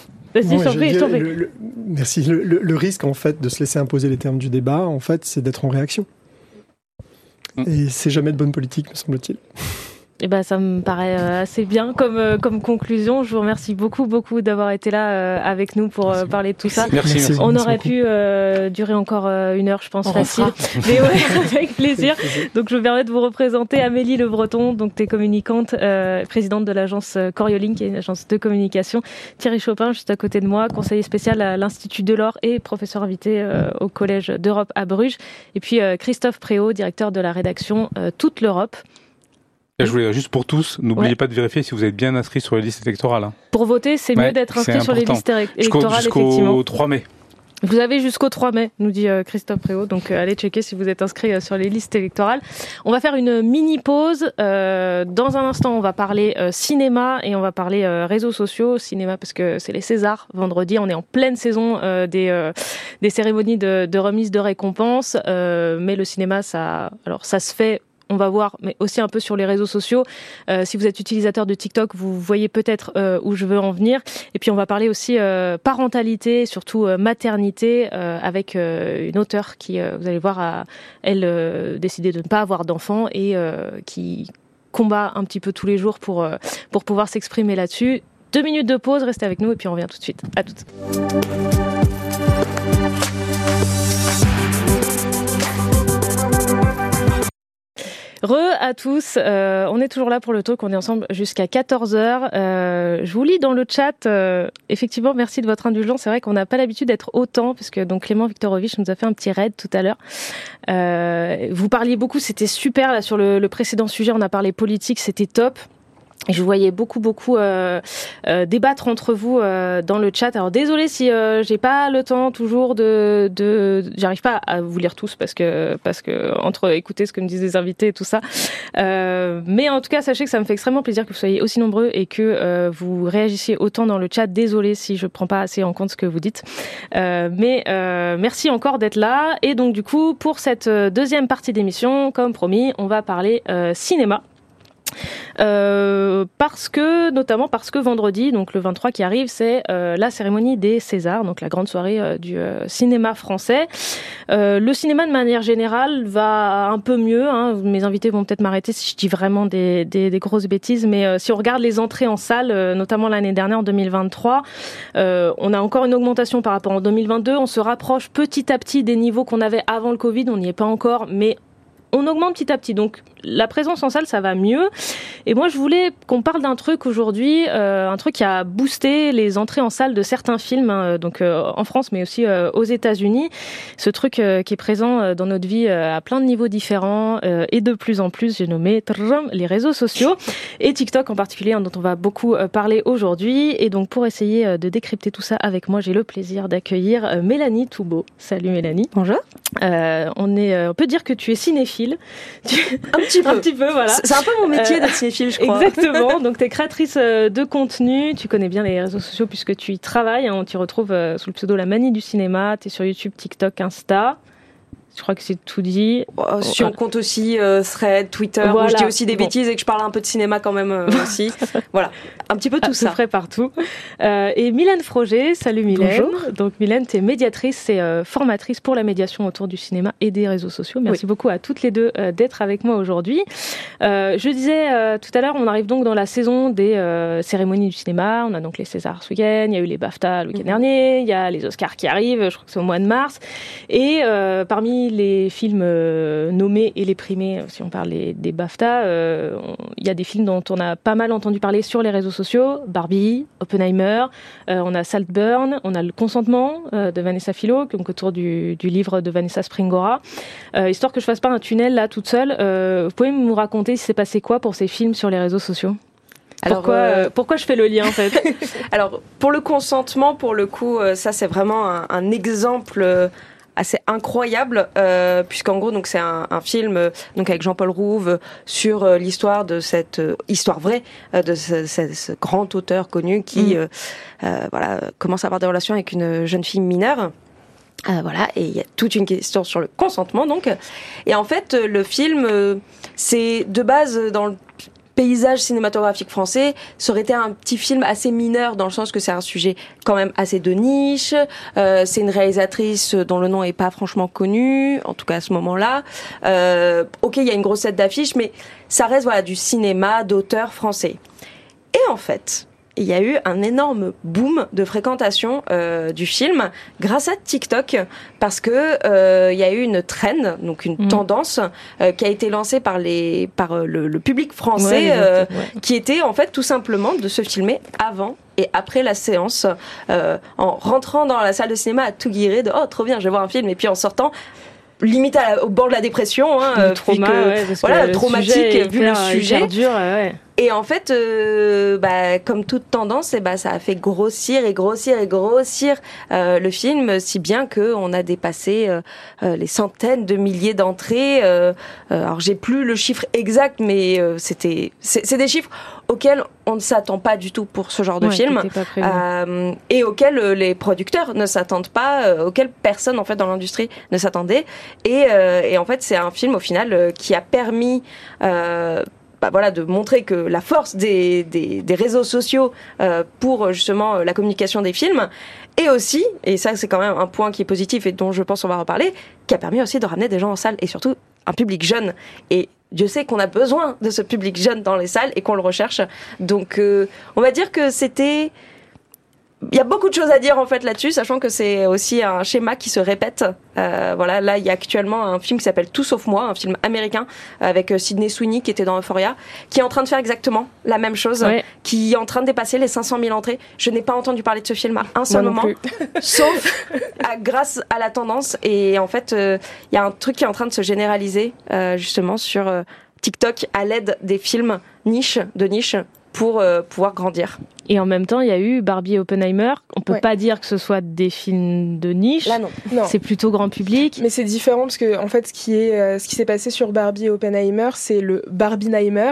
Merci. Le risque, en fait, de se laisser imposer les termes du débat, en fait, c'est d'être en réaction. Et c'est jamais de bonne politique, me semble-t-il. Eh ben, ça me paraît assez bien comme conclusion. Je vous remercie beaucoup d'avoir été là avec nous pour parler de tout ça. Merci. On aurait pu durer encore 1 heure, je pense, facile. Mais ouais, avec plaisir. Donc, je me permets de vous représenter Amélie Le Breton. Donc, tu es communicante, présidente de l'agence Corioline, qui est une agence de communication. Thierry Chopin, juste à côté de moi, conseiller spécial à l'Institut Delors et professeur invité au Collège d'Europe à Bruges. Et puis, Christophe Préau, directeur de la rédaction Toute l'Europe. Je voulais juste pour tous, n'oubliez pas de vérifier si vous êtes bien inscrit sur les listes électorales. Pour voter, c'est mieux d'être inscrit sur les listes électorales, effectivement. Jusqu'au 3 mai. Vous avez jusqu'au 3 mai, nous dit Christophe Préau, donc allez checker si vous êtes inscrit sur les listes électorales. On va faire une mini-pause. Dans un instant, on va parler cinéma et on va parler réseaux sociaux. Cinéma parce que c'est les Césars, vendredi. On est en pleine saison des cérémonies de remise de récompenses. Mais le cinéma, ça se fait... On va voir, mais aussi un peu sur les réseaux sociaux. Si vous êtes utilisateur de TikTok, vous voyez peut-être où je veux en venir. Et puis, on va parler aussi parentalité, surtout maternité, avec une auteure qui, vous allez voir, a, elle, décidé de ne pas avoir d'enfant et qui combat un petit peu tous les jours pour pouvoir s'exprimer là-dessus. 2 minutes de pause, restez avec nous et puis on revient tout de suite. À toutes. À tous, on est toujours là pour le talk, on est ensemble jusqu'à 14h. Je vous lis dans le chat, effectivement, merci de votre indulgence. C'est vrai qu'on n'a pas l'habitude d'être autant, parce que donc Clément Viktorovitch nous a fait un petit raid tout à l'heure. Vous parliez beaucoup, c'était super là sur le précédent sujet, on a parlé politique, c'était top. Je voyais beaucoup débattre entre vous dans le chat. Alors désolé si j'ai pas le temps toujours j'arrive pas à vous lire tous parce que entre écouter ce que me disent les invités et tout ça. Mais en tout cas, sachez que ça me fait extrêmement plaisir que vous soyez aussi nombreux et que vous réagissiez autant dans le chat. Désolé si je prends pas assez en compte ce que vous dites. Mais merci encore d'être là. Et donc du coup, pour cette deuxième partie d'émission, comme promis, on va parler cinéma. Notamment parce que vendredi, donc le 23 qui arrive, c'est la cérémonie des Césars, donc la grande soirée du cinéma français. Le cinéma de manière générale va un peu mieux, hein. Mes invités vont peut-être m'arrêter si je dis vraiment des grosses bêtises, mais si on regarde les entrées en salle, notamment l'année dernière en 2023, on a encore une augmentation par rapport en 2022. On se rapproche petit à petit des niveaux qu'on avait avant le Covid, on n'y est pas encore, mais on augmente petit à petit, donc la présence en salle, ça va mieux. Et moi, je voulais qu'on parle d'un truc aujourd'hui, un truc qui a boosté les entrées en salle de certains films, hein, donc en France, mais aussi aux États-Unis. Ce truc qui est présent dans notre vie à plein de niveaux différents et de plus en plus, j'ai nommé les réseaux sociaux et TikTok en particulier, hein, dont on va beaucoup parler aujourd'hui. Et donc, pour essayer de décrypter tout ça avec moi, j'ai le plaisir d'accueillir Mélanie Toubeau. Salut Mélanie. Bonjour. On peut dire que tu es cinéphile. Un petit peu, voilà. C'est un peu mon métier d'être cinéphile, je crois. Exactement. Donc, tu es créatrice de contenu. Tu connais bien les réseaux sociaux puisque tu y travailles. Hein. On t'y retrouve sous le pseudo La Manie du cinéma. Tu es sur YouTube, TikTok, Insta. Je crois que c'est tout dit. Si on compte aussi Thread, Twitter, où je dis aussi des bêtises et que je parle un peu de cinéma quand même aussi. Voilà, un petit peu tout ça. Près partout. Et Mylène Froger, salut Mylène. Bonjour. Donc Mylène, tu es médiatrice et formatrice pour la médiation autour du cinéma et des réseaux sociaux. Merci beaucoup à toutes les deux d'être avec moi aujourd'hui. Je disais tout à l'heure, on arrive donc dans la saison des cérémonies du cinéma. On a donc les Césars ce week-end, il y a eu les BAFTA le week-end dernier, il y a les Oscars qui arrivent, je crois que c'est au mois de mars. Et parmi les films nommés et les primés, si on parle des BAFTA, il y a des films dont on a pas mal entendu parler sur les réseaux sociaux. Barbie, Oppenheimer, on a Saltburn, on a Le Consentement de Vanessa Philo, donc autour du livre de Vanessa Springora. Histoire que je fasse pas un tunnel là toute seule, vous pouvez nous raconter si c'est passé quoi pour ces films sur les réseaux sociaux ? Alors, pourquoi je fais le lien en fait ? Alors pour Le Consentement, pour le coup, ça c'est vraiment un exemple assez incroyable, puisqu'en gros donc c'est un film donc avec Jean-Paul Rouve sur l'histoire de cette histoire vraie de ce grand auteur connu qui commence à avoir des relations avec une jeune fille mineure. Voilà, et il y a toute une question sur le consentement donc. Et en fait le film c'est de base dans le paysage cinématographique français, ça aurait été un petit film assez mineur dans le sens que c'est un sujet quand même assez de niche. C'est une réalisatrice dont le nom est pas franchement connu, en tout cas à ce moment-là. Ok, il y a une grosse tête d'affiche, mais ça reste du cinéma d'auteur français. Et en fait, il y a eu un énorme boom de fréquentation du film grâce à TikTok parce que il y a eu une trend, donc une tendance qui a été lancée par le public français qui était en fait tout simplement de se filmer avant et après la séance en rentrant dans la salle de cinéma à tout guirer de oh trop bien je vais voir un film et puis en sortant limite au bord de la dépression traumatique vu le sujet dur, Et en fait, comme toute tendance, ça a fait grossir le film, si bien que on a dépassé les centaines de milliers d'entrées. Alors j'ai plus le chiffre exact, mais c'est des chiffres auxquels on ne s'attend pas du tout pour ce genre de film, et auxquels les producteurs ne s'attendent pas, auxquels personne en fait dans l'industrie ne s'attendait. Et en fait, c'est un film au final qui a permis de montrer que la force des réseaux sociaux pour justement la communication des films, et aussi, et ça c'est quand même un point qui est positif et dont je pense on va reparler, qui a permis aussi de ramener des gens en salle et surtout un public jeune. Et Dieu sait qu'on a besoin de ce public jeune dans les salles et qu'on le recherche. Donc on va dire que c'était... Il y a beaucoup de choses à dire en fait là-dessus, sachant que c'est aussi un schéma qui se répète. Là il y a actuellement un film qui s'appelle Tout sauf moi, un film américain avec Sydney Sweeney qui était dans Euphoria, qui est en train de faire exactement la même chose, qui est en train de dépasser les 500 000 entrées. Je n'ai pas entendu parler de ce film à un seul moment, sauf grâce à la tendance. Et en fait, il y a un truc qui est en train de se généraliser justement sur TikTok à l'aide des films de niche, pour pouvoir grandir. Et en même temps, il y a eu Barbie et Oppenheimer. On peut pas dire que ce soit des films de niche. Là, non. C'est plutôt grand public. Mais c'est différent parce que, en fait, ce qui s'est passé sur Barbie et Oppenheimer, c'est le Barbienheimer.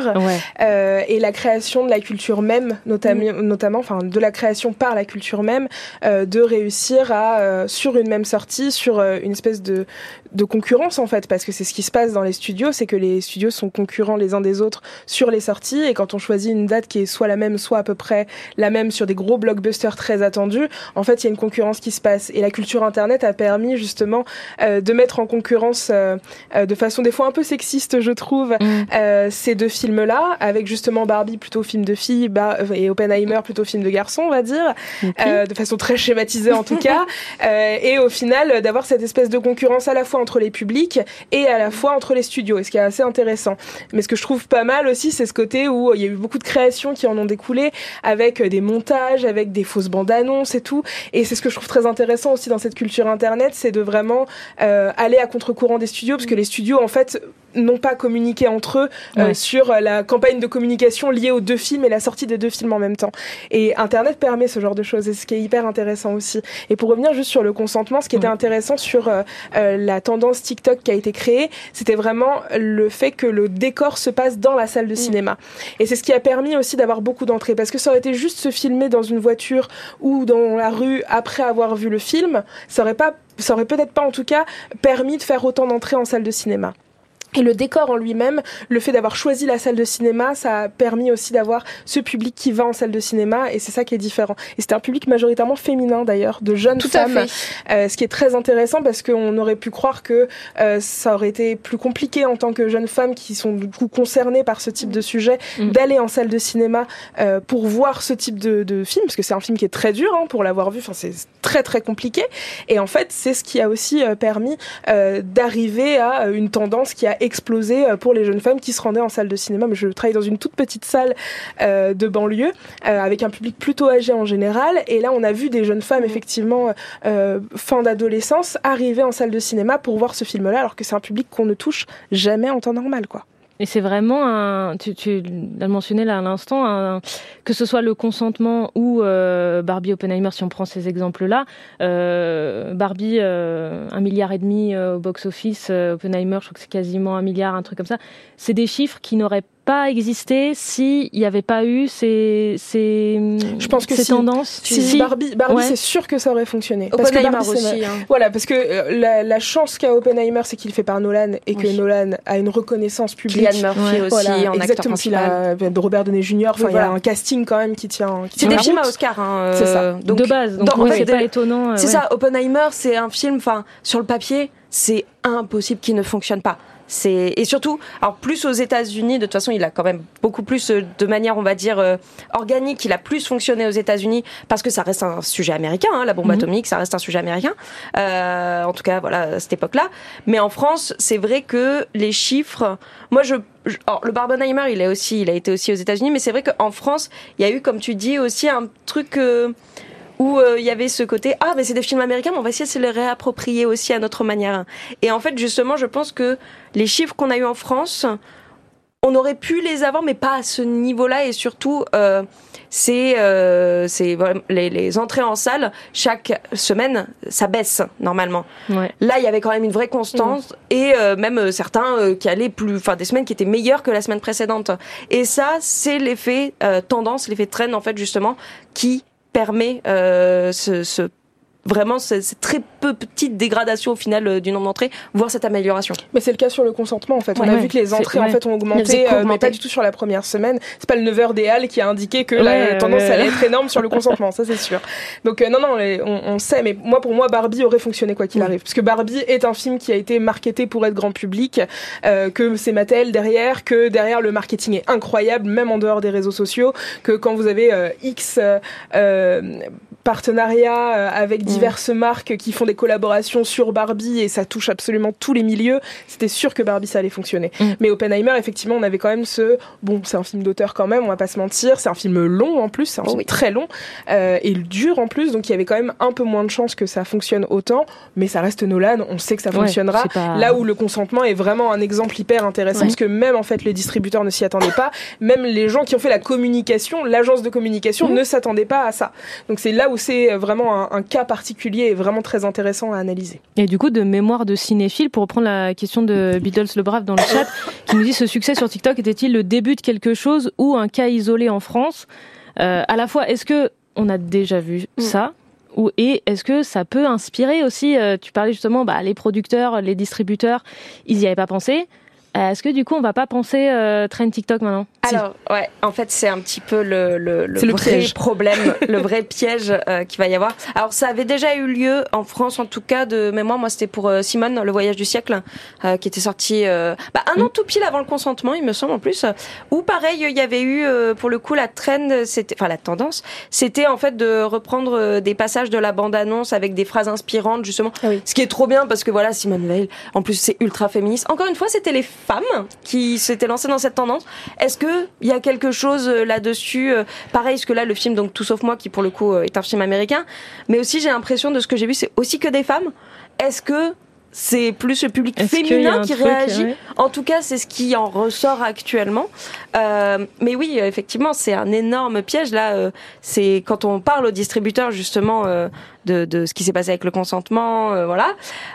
Et la création de la culture même, notamment, enfin, de la création par la culture même, de réussir à, sur une même sortie, sur une espèce de concurrence, en fait, parce que c'est ce qui se passe dans les studios, c'est que les studios sont concurrents les uns des autres sur les sorties, et quand on choisit une date qui est soit la même, soit à peu près la même sur des gros blockbusters très attendus, en fait, il y a une concurrence qui se passe. Et la culture Internet a permis, justement, de mettre en concurrence, de façon des fois un peu sexiste, je trouve, ces deux films-là, avec justement Barbie plutôt film de filles, et Oppenheimer plutôt film de garçons, on va dire, de façon très schématisée en tout cas, et au final, d'avoir cette espèce de concurrence à la fois entre les publics et à la fois entre les studios, et ce qui est assez intéressant. Mais ce que je trouve pas mal aussi, c'est ce côté où il y a eu beaucoup de créations qui en ont découlé, avec des montages, avec des fausses bandes annonces et tout. Et c'est ce que je trouve très intéressant aussi dans cette culture Internet, c'est de vraiment aller à contre-courant des studios, parce que les studios, en fait, n'ont pas communiqué entre eux sur la campagne de communication liée aux deux films et la sortie des deux films en même temps. Et Internet permet ce genre de choses, et ce qui est hyper intéressant aussi. Et pour revenir juste sur le consentement, ce qui était intéressant sur la tendance TikTok qui a été créée, c'était vraiment le fait que le décor se passe dans la salle de cinéma. Et c'est ce qui a permis aussi d'avoir beaucoup d'entrées, parce que ça aurait été juste se filmer dans une voiture ou dans la rue après avoir vu le film, ça aurait peut-être pas en tout cas permis de faire autant d'entrées en salle de cinéma. Et le décor en lui-même, le fait d'avoir choisi la salle de cinéma, ça a permis aussi d'avoir ce public qui va en salle de cinéma, et c'est ça qui est différent. Et c'était un public majoritairement féminin d'ailleurs, de jeunes femmes, ce qui est très intéressant, parce qu'on aurait pu croire que ça aurait été plus compliqué en tant que jeunes femmes qui sont du coup concernées par ce type de sujet, d'aller en salle de cinéma pour voir ce type de film, parce que c'est un film qui est très dur pour l'avoir vu, enfin c'est très très compliqué. Et en fait, c'est ce qui a aussi permis d'arriver à une tendance qui a explosé pour les jeunes femmes qui se rendaient en salle de cinéma. Mais je travaille dans une toute petite salle de banlieue avec un public plutôt âgé en général, et là on a vu des jeunes femmes effectivement fin d'adolescence arriver en salle de cinéma pour voir ce film-là, alors que c'est un public qu'on ne touche jamais en temps normal, quoi. Et c'est vraiment tu l'as mentionné là à l'instant, que ce soit le consentement ou Barbie, Oppenheimer, si on prend ces exemples-là. Barbie, 1,5 milliard au box-office, Oppenheimer, je crois que c'est quasiment 1 milliard, un truc comme ça. C'est des chiffres qui n'auraient pas existé s'il n'y avait pas eu ces tendances. Si Barbie c'est sûr que ça aurait fonctionné. Oppenheimer parce que aussi. Voilà, parce que la chance qu'a Oppenheimer, c'est qu'il est fait par Nolan, et que Nolan a une reconnaissance publique. Cillian Murphy aussi, en acteur principal. Robert Downey Jr. Enfin, il y a un casting quand même qui tient. C'est des films à Oscar, c'est ça. Donc, de base. Donc c'est pas étonnant. C'est ça. Oppenheimer, c'est un film. Enfin, sur le papier, c'est impossible qu'il ne fonctionne pas. Et surtout, alors plus aux États-Unis, de toute façon, il a quand même beaucoup plus de manière, on va dire, organique. Il a plus fonctionné aux États-Unis parce que ça reste un sujet américain, la bombe atomique, ça reste un sujet américain. En tout cas, voilà, à cette époque-là. Mais en France, c'est vrai que les chiffres, moi, alors, le Barbenheimer, il a été aussi aux États-Unis, mais c'est vrai qu'en France, il y a eu, comme tu dis, aussi un truc où il y avait ce côté mais c'est des films américains, mais on va essayer de se les réapproprier aussi à notre manière. Et en fait, justement, je pense que les chiffres qu'on a eu en France, on aurait pu les avoir, mais pas à ce niveau-là. Et surtout, c'est les entrées en salle chaque semaine, ça baisse normalement. Là, il y avait quand même une vraie constance, et même certains qui allaient des semaines qui étaient meilleures que la semaine précédente. Et ça, c'est l'effet tendance, l'effet trend en fait justement, qui permet vraiment cette très petite dégradation au final du nombre d'entrées, voire cette amélioration. Mais c'est le cas sur le consentement en fait. On a vu que les entrées en fait ont augmenté, mais pas du tout sur la première semaine. C'est pas le 9h des Halles qui a indiqué que la tendance allait être énorme sur le consentement, ça c'est sûr. Donc on sait, mais pour moi Barbie aurait fonctionné quoi qu'il arrive, parce que Barbie est un film qui a été marketé pour être grand public, que c'est Mattel derrière, que derrière le marketing est incroyable, même en dehors des réseaux sociaux, que quand vous avez X partenariats avec diverses marques qui font des collaborations sur Barbie et ça touche absolument tous les milieux, c'était sûr que Barbie ça allait fonctionner. Mais Oppenheimer, effectivement, on avait quand même c'est un film d'auteur quand même, on va pas se mentir, c'est un film long en plus, c'est un film très long et dur en plus, donc il y avait quand même un peu moins de chances que ça fonctionne autant, mais ça reste Nolan, on sait que ça fonctionnera. Là où le consentement est vraiment un exemple hyper intéressant, parce que même en fait les distributeurs ne s'y attendaient pas, même les gens qui ont fait la communication, l'agence de communication ne s'attendaient pas à ça. Donc c'est là où c'est vraiment un cas particulier et vraiment très intéressant à analyser. Et du coup, de mémoire de cinéphile, pour reprendre la question de Beatles le Brave dans le chat, qui nous dit: ce succès sur TikTok était-il le début de quelque chose ou un cas isolé en France? À la fois, est-ce que on a déjà vu ça? Et est-ce que ça peut inspirer aussi, tu parlais justement, les producteurs, les distributeurs, ils n'y avaient pas pensé. Est-ce que du coup on va pas penser trend TikTok maintenant? Alors ouais, en fait c'est un petit peu le vrai problème, le vrai piège qu'il va y avoir. Alors ça avait déjà eu lieu en France en tout cas de mémoire. Moi c'était pour Simone, le voyage du siècle, qui était sorti un an tout pile avant le consentement, il me semble en plus. Où pareil il y avait eu pour le coup la tendance, c'était en fait de reprendre des passages de la bande-annonce avec des phrases inspirantes justement. Ce qui est trop bien parce que voilà, Simone Veil, en plus c'est ultra féministe. Encore une fois, c'était les femmes qui s'étaient lancées dans cette tendance. Est-ce que il y a quelque chose là-dessus pareil, parce que là le film donc Tout sauf moi, qui pour le coup est un film américain, mais aussi j'ai l'impression de ce que j'ai vu, c'est aussi que des femmes. Est-ce que c'est plus le public féminin qui réagit? En tout cas, c'est ce qui en ressort actuellement. Mais oui, effectivement, c'est un énorme piège. Là, c'est quand on parle aux distributeurs justement de ce qui s'est passé avec le consentement, voilà.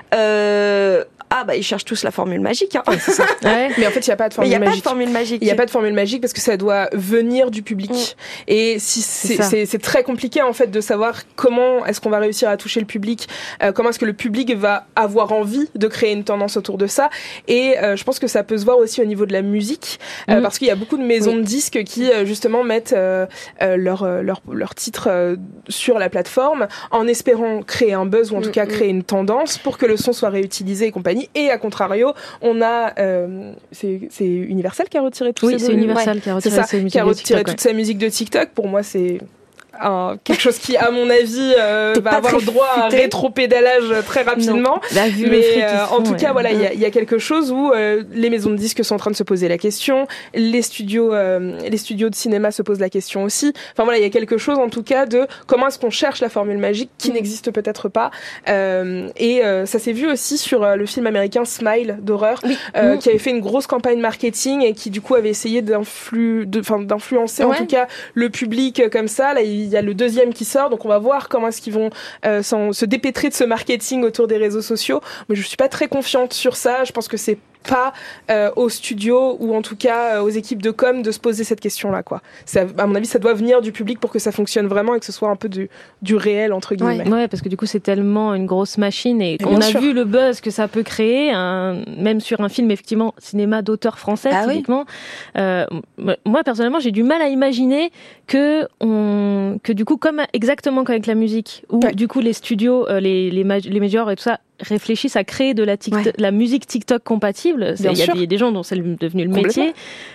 Ils cherchent tous la formule magique. Hein. C'est ça. Mais en fait, il n'y a pas de formule magique. Il n'y a pas de formule magique parce que ça doit venir du public. Et si c'est très compliqué en fait de savoir comment est-ce qu'on va réussir à toucher le public, comment est-ce que le public va avoir envie de créer une tendance autour de ça. Et je pense que ça peut se voir aussi au niveau de la musique, parce qu'il y a beaucoup de maisons de disques qui justement mettent leur titre sur la plateforme en espérant créer un buzz ou en tout cas créer une tendance pour que le son soit réutilisé et compagnie. Et à contrario, on a c'est Universal qui a retiré tout ça. Oui, c'est Universal qui a retiré toute sa musique de TikTok. Pour moi, c'est quelque chose qui, à mon avis, va avoir le droit à un rétro-pédalage très rapidement. Mais en tout cas, voilà, il y a quelque chose où les maisons de disques sont en train de se poser la question, les studios de cinéma se posent la question aussi. Enfin voilà, il y a quelque chose en tout cas de comment est-ce qu'on cherche la formule magique qui n'existe peut-être pas. Et ça s'est vu aussi sur le film américain Smile d'horreur, qui avait fait une grosse campagne marketing et qui du coup avait essayé d'influencer en tout cas le public comme ça. Là, il y a le deuxième qui sort, donc on va voir comment est-ce qu'ils vont se dépêtrer de ce marketing autour des réseaux sociaux. Mais je suis pas très confiante sur ça. Je pense que c'est pas aux studios ou en tout cas aux équipes de com de se poser cette question-là, quoi. À mon avis, ça doit venir du public pour que ça fonctionne vraiment et que ce soit un peu du réel, entre guillemets. Ouais, parce que du coup, c'est tellement une grosse machine et on a vu le buzz que ça peut créer, même sur un film, effectivement, cinéma d'auteur français, typiquement. Moi, personnellement, j'ai du mal à imaginer que du coup, exactement comme avec la musique, où du coup, les studios, les majors et tout ça, réfléchissent à créer de la musique TikTok compatible. Il y a des gens dont c'est devenu le métier,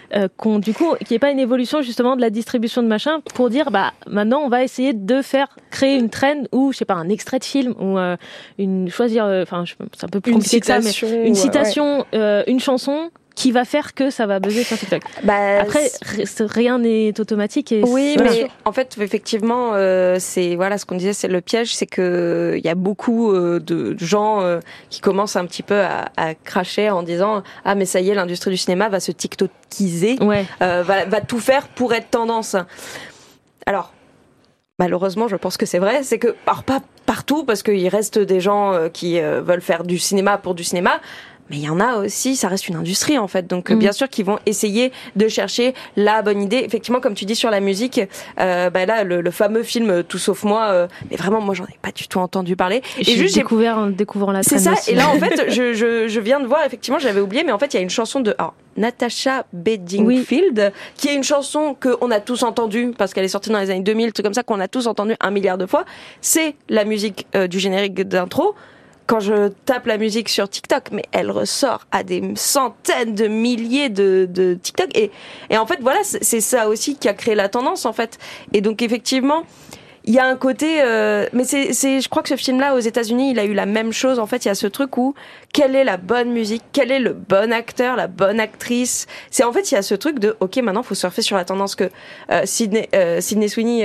du coup, qui n'est pas une évolution justement de la distribution de machin pour dire maintenant on va essayer de créer une trend ou je sais pas, un extrait de film ou c'est un peu plus compliqué que ça, mais une citation, une chanson qui va faire que ça va buzzer sur TikTok. Après, rien n'est automatique. Mais en fait, effectivement, c'est ce qu'on disait, c'est le piège, c'est que il y a beaucoup de gens qui commencent un petit peu à cracher en disant mais ça y est, l'industrie du cinéma va se tiktokiser, va tout faire pour être tendance. Alors. Malheureusement, je pense que c'est vrai. C'est que, pas partout, parce qu'il reste des gens qui veulent faire du cinéma pour du cinéma. Mais il y en a aussi, ça reste une industrie en fait. Donc bien sûr qu'ils vont essayer de chercher la bonne idée. Effectivement, comme tu dis sur la musique, là le fameux film Tout sauf moi, mais vraiment moi j'en ai pas du tout entendu parler. J'ai découvert en découvrant la scène. C'est ça. Et là en fait, je viens de voir, effectivement, j'avais oublié, mais en fait il y a une chanson de Natasha Bedingfield, qui est une chanson qu'on a tous entendue parce qu'elle est sortie dans les années 2000, tout comme ça, qu'on a tous entendu 1 milliard de fois. C'est la musique du générique d'intro. Quand je tape la musique sur TikTok, mais elle ressort à des centaines de milliers de TikTok. Et en fait, voilà, c'est ça aussi qui a créé la tendance, en fait. Et donc, effectivement, il y a un côté, mais je crois que ce film-là aux États-Unis, il a eu la même chose. En fait, il y a ce truc où quelle est la bonne musique, quel est le bon acteur, la bonne actrice. C'est en fait, il y a ce truc de, ok, maintenant, faut surfer sur la tendance que Sydney Sweeney,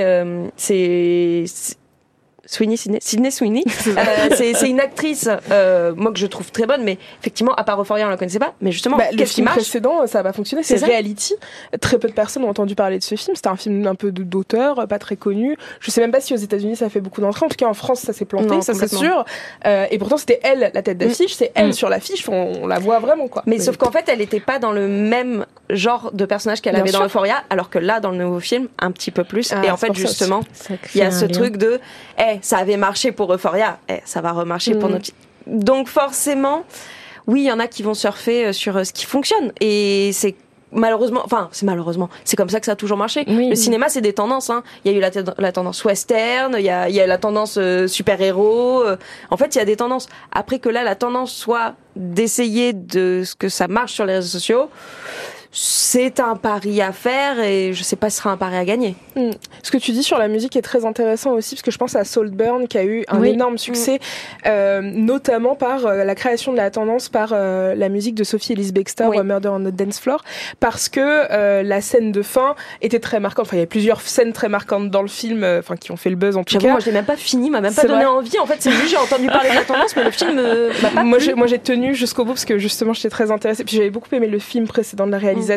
Sydney Sweeney, c'est une actrice, moi que je trouve très bonne, mais effectivement, à part Euphoria, on la connaissait pas. Mais justement, qu'est-ce qui marche ? Le film précédent, ça a pas fonctionné. C'est Reality. Très peu de personnes ont entendu parler de ce film. C'était un film un peu d'auteur, pas très connu. Je sais même pas si aux États-Unis ça fait beaucoup d'entrées. En tout cas, en France, ça s'est planté, non, ça c'est sûr. Et pourtant, c'était elle la tête d'affiche. C'est elle sur l'affiche. On la voit vraiment, quoi. Mais sauf qu'en fait, elle était pas dans le même genre de personnage qu'elle avait dans Euphoria, alors que là, dans le nouveau film, un petit peu plus. Et en fait, justement, il y a ce truc de, ça avait marché pour Euphoria, ça va remarcher pour notre... Donc forcément, oui, il y en a qui vont surfer sur ce qui fonctionne. Et c'est comme ça que ça a toujours marché. Le cinéma, c'est des tendances. Il y a eu la tendance western, il y a la tendance super-héros. En fait, il y a des tendances. Après que là, la tendance soit d'essayer de ce que ça marche sur les réseaux sociaux, c'est un pari à faire et je sais pas si ce sera un pari à gagner. Ce que tu dis sur la musique est très intéressant aussi parce que je pense à Saltburn qui a eu un énorme succès, notamment par la création de la tendance par la musique de Sophie Ellis Bextor, Murder on the Dance Floor, parce que la scène de fin était très marquante. Enfin, il y a plusieurs scènes très marquantes dans le film, qui ont fait le buzz en tout cas. Moi, je l'ai même pas fini, m'a même pas donné envie. En fait, c'est juste j'ai entendu parler de la tendance, mais le film m'a pas plu. Moi, j'ai tenu jusqu'au bout parce que justement, j'étais très intéressée. Puis j'avais beaucoup aimé le film précédent de la réalisatrice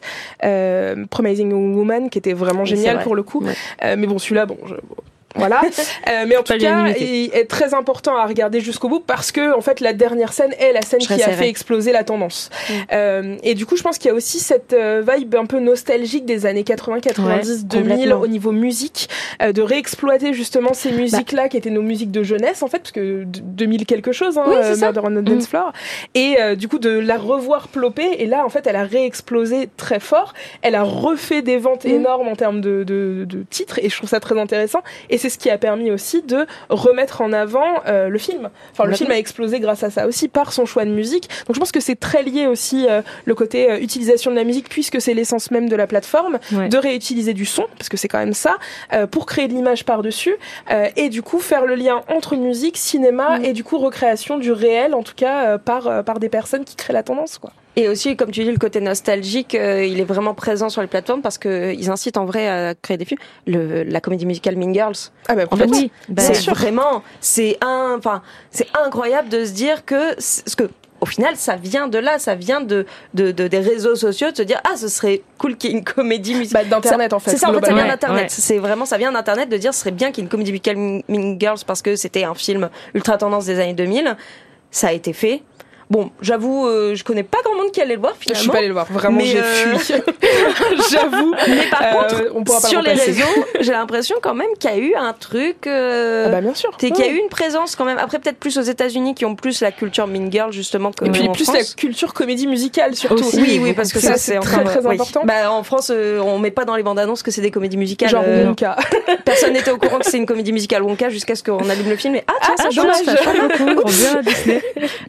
Promising Woman, qui était vraiment génial pour le coup. Mais bon, celui-là, voilà. Mais en tout cas, il est très important à regarder jusqu'au bout parce que, en fait, la dernière scène est la scène qui a fait exploser la tendance. Et du coup, je pense qu'il y a aussi cette vibe un peu nostalgique des années 80, 90, 2000 au niveau musique, de réexploiter justement ces musiques-là qui étaient nos musiques de jeunesse, en fait, parce que 2000 quelque chose, Murder on the Dance Floor. Et du coup, de la revoir ploper. Et là, en fait, elle a réexplosé très fort. Elle a refait des ventes énormes en termes de titres. Et je trouve ça très intéressant. Et c'est ce qui a permis aussi de remettre en avant le film. Enfin, le film a explosé grâce à ça aussi, par son choix de musique. Donc je pense que c'est très lié aussi le côté utilisation de la musique, puisque c'est l'essence même de la plateforme, de réutiliser du son, parce que c'est quand même ça, pour créer de l'image par-dessus, et du coup faire le lien entre musique, cinéma, et du coup recréation du réel, en tout cas par des personnes qui créent la tendance, quoi. Et aussi, comme tu dis, le côté nostalgique, il est vraiment présent sur les plateformes parce que ils incitent en vrai à créer des films. La comédie musicale Mean Girls. En fait, oui, c'est vraiment, c'est incroyable de se dire que au final, ça vient de là, ça vient des réseaux sociaux, de se dire ce serait cool qu'il y ait une comédie musicale. D'internet en fait. C'est ça, en fait, ça vient d'internet. C'est vraiment, ça vient d'internet de dire ce serait bien qu'il y ait une comédie musicale Mean Girls parce que c'était un film ultra tendance des années 2000. Ça a été fait. Bon, j'avoue, je connais pas grand monde qui allait le voir finalement. Je suis pas allée le voir, vraiment, j'ai fui. J'avoue. Mais par contre, sur les réseaux, j'ai l'impression quand même qu'il y a eu un truc. Bien sûr. Qu'il y a eu une présence quand même. Après, peut-être plus aux États-Unis qui ont plus la culture Mean Girl justement que. Et puis en plus France. La culture comédie musicale surtout. Aussi, oui, parce que ça c'est très très important. En France, on met pas dans les bandes annonces que c'est des comédies musicales. Genre Wonka. Personne n'était au courant que c'est une comédie musicale Wonka jusqu'à ce qu'on allume le film. Et ça dommage. Ça change beaucoup. On vient à Disney.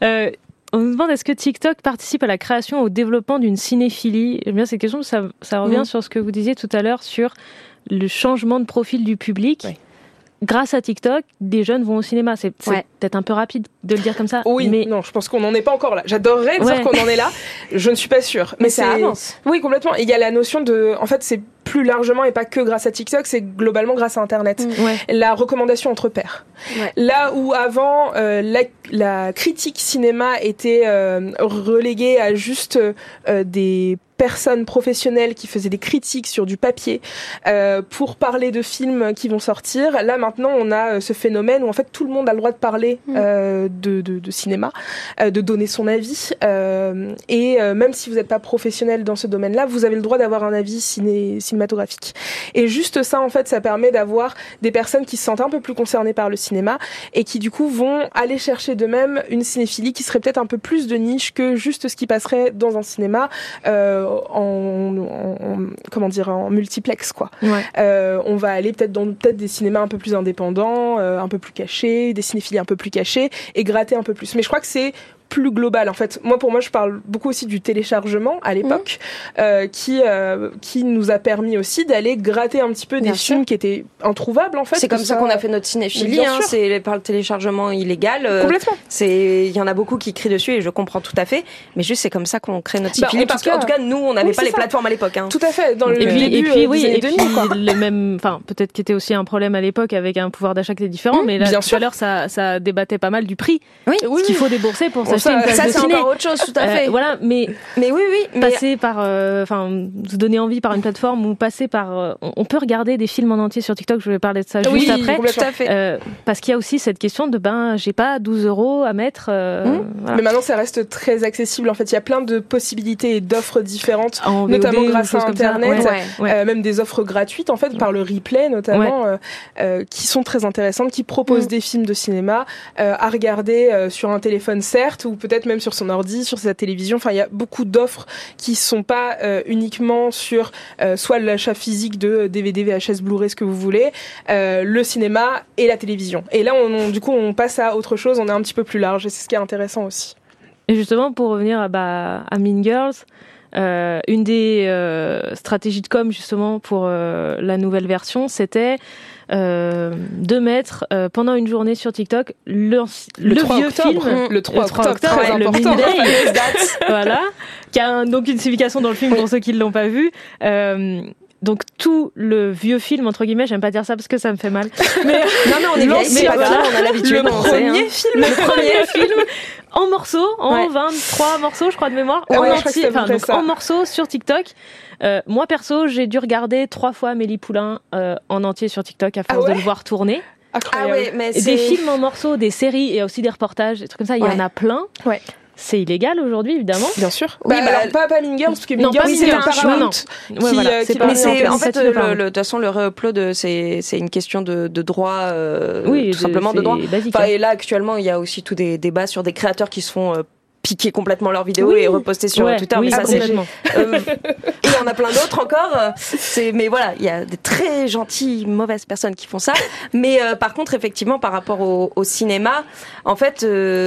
On nous demande est-ce que TikTok participe à la création, au développement d'une cinéphilie. Eh bien, cette question, ça revient sur ce que vous disiez tout à l'heure sur le changement de profil du public. Oui. Grâce à TikTok, des jeunes vont au cinéma. C'est peut-être un peu rapide de le dire comme ça. Oui, mais non, je pense qu'on n'en est pas encore là. J'adorerais dire qu'on en est là. Je ne suis pas sûre. Mais ça avance. Oui, complètement. Et il y a la notion de... En fait, c'est plus largement, et pas que grâce à TikTok, c'est globalement grâce à Internet. La recommandation entre pairs. Là où avant, la critique cinéma était reléguée à juste des personnes professionnelles qui faisaient des critiques sur du papier pour parler de films qui vont sortir. Là, maintenant, on a ce phénomène où en fait tout le monde a le droit de parler de cinéma, de donner son avis. Et même si vous n'êtes pas professionnel dans ce domaine-là, vous avez le droit d'avoir un avis cinématographique. Et juste ça, en fait, ça permet d'avoir des personnes qui se sentent un peu plus concernées par le cinéma et qui, du coup, vont aller chercher d'eux-mêmes une cinéphilie qui serait peut-être un peu plus de niche que juste ce qui passerait dans un cinéma en multiplex, quoi. On va aller peut-être dans des cinémas un peu plus indépendants, un peu plus cachés, des cinéphilies un peu plus cachées et gratter un peu plus. Mais je crois que c'est plus globale. En fait, pour moi, je parle beaucoup aussi du téléchargement à l'époque, qui nous a permis aussi d'aller gratter un petit peu des films qui étaient introuvables en fait. C'est comme ça qu'on a fait notre cinéphilie, c'est par le téléchargement illégal. Complètement. Il y en a beaucoup qui crient dessus et je comprends tout à fait, mais juste c'est comme ça qu'on crée notre cinéphilie parce qu'en tout cas nous on n'avait pas les plateformes à l'époque. Tout à fait. Dans le début des années 2000, le même, enfin peut-être qu'il était aussi un problème à l'époque avec un pouvoir d'achat qui était différent, mais là tout à l'heure ça débattait pas mal du prix ce qu'il faut débourser pour s'acheter une place de ciné. Ça c'est encore autre chose, tout à fait. Voilà, mais oui, passer par, se donner envie par une plateforme ou passer par, on peut regarder des films en entier sur TikTok. Je vais parler de ça juste après. Tout à fait. Parce qu'il y a aussi cette question de j'ai pas 12 € à mettre. Voilà. Mais maintenant ça reste très accessible. En fait, il y a plein de possibilités et d'offres différentes, notamment grâce à Internet, même des offres gratuites en fait par le replay notamment, qui sont très intéressantes, qui proposent des films de cinéma à regarder sur un téléphone certes, ou peut-être même sur son ordi, sur sa télévision. Enfin, il y a beaucoup d'offres qui sont pas uniquement sur soit l'achat physique de DVD, VHS, Blu-ray, ce que vous voulez, le cinéma et la télévision. Et là, du coup, on passe à autre chose, on est un petit peu plus large, et c'est ce qui est intéressant aussi. Et justement, pour revenir à Mean Girls, une des stratégies de com justement pour la nouvelle version, c'était de mettre pendant une journée sur TikTok le vieux octobre, film, le 3 octobre, très le important. Mean Day, voilà, qui a donc une signification dans le film pour ceux qui ne l'ont pas vu. Donc tout le vieux film entre guillemets, j'aime pas dire ça parce que ça me fait mal. Mais non, on est vieille, c'est pas grave, on a l'habitude. Le premier film en morceaux, en 23 morceaux, je crois de mémoire, en morceaux sur TikTok. Moi perso, j'ai dû regarder 3 fois Amélie Poulain en entier sur TikTok à force de le voir tourner. Incroyable. Des films en morceaux, des séries et aussi des reportages, des trucs comme ça, il y en a plein. Ouais. C'est illégal aujourd'hui, évidemment. Bien sûr. Alors pas Mean Girls, parce que Mean Girls, c'est un Paramount mais c'est en fait de toute façon le re-upload, c'est une question de droit, tout simplement de droit. Enfin, et là actuellement, il y a aussi tous des débats sur des créateurs qui se font piquer complètement leurs vidéos et reposter sur Twitter, mais ça c'est et il y en a plein d'autres encore, mais voilà, il y a des très gentilles mauvaises personnes qui font ça, mais par contre effectivement par rapport au cinéma, en fait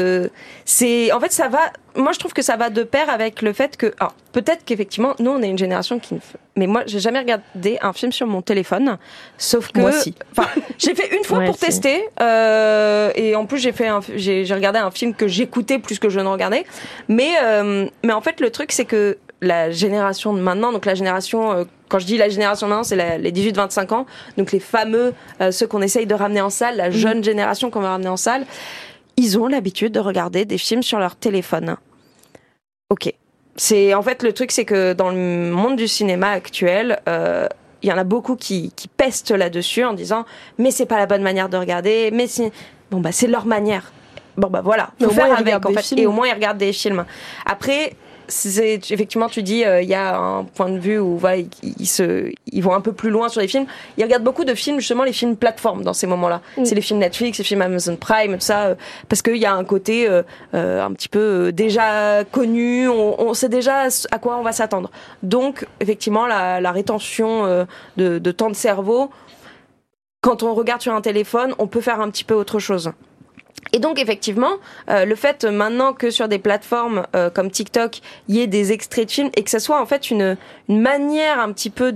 ça va, moi je trouve que ça va de pair avec le fait que, alors peut-être qu'effectivement nous on est une génération mais moi j'ai jamais regardé un film sur mon téléphone, sauf que moi si. Enfin, j'ai fait une fois pour tester, et en plus j'ai regardé un film que j'écoutais plus que je ne regardais, mais en fait le truc c'est que la génération de maintenant, donc la génération, quand je dis la génération de maintenant, c'est les 18-25 ans, donc les fameux, ceux qu'on essaye de ramener en salle, la jeune génération qu'on va ramener en salle, ils ont l'habitude de regarder des films sur leur téléphone. Ok. En fait, le truc, c'est que dans le monde du cinéma actuel, il y en a beaucoup qui pestent là-dessus en disant « mais c'est pas la bonne manière de regarder, mais c'est leur manière ». Bon bah voilà, faut faire avec en fait, et au moins ils regardent des films. Après, effectivement, tu dis, il y a un point de vue où voilà, ils vont un peu plus loin sur les films. Ils regardent beaucoup de films, justement, les films plateformes dans ces moments-là. C'est les films Netflix, les films Amazon Prime, tout ça, parce qu'il y a un côté un petit peu déjà connu, on sait déjà à quoi on va s'attendre. Donc, effectivement, la rétention de temps de cerveau, quand on regarde sur un téléphone, on peut faire un petit peu autre chose. Et donc effectivement, le fait maintenant que sur des plateformes comme TikTok, il y ait des extraits de films et que ça soit en fait une manière un petit peu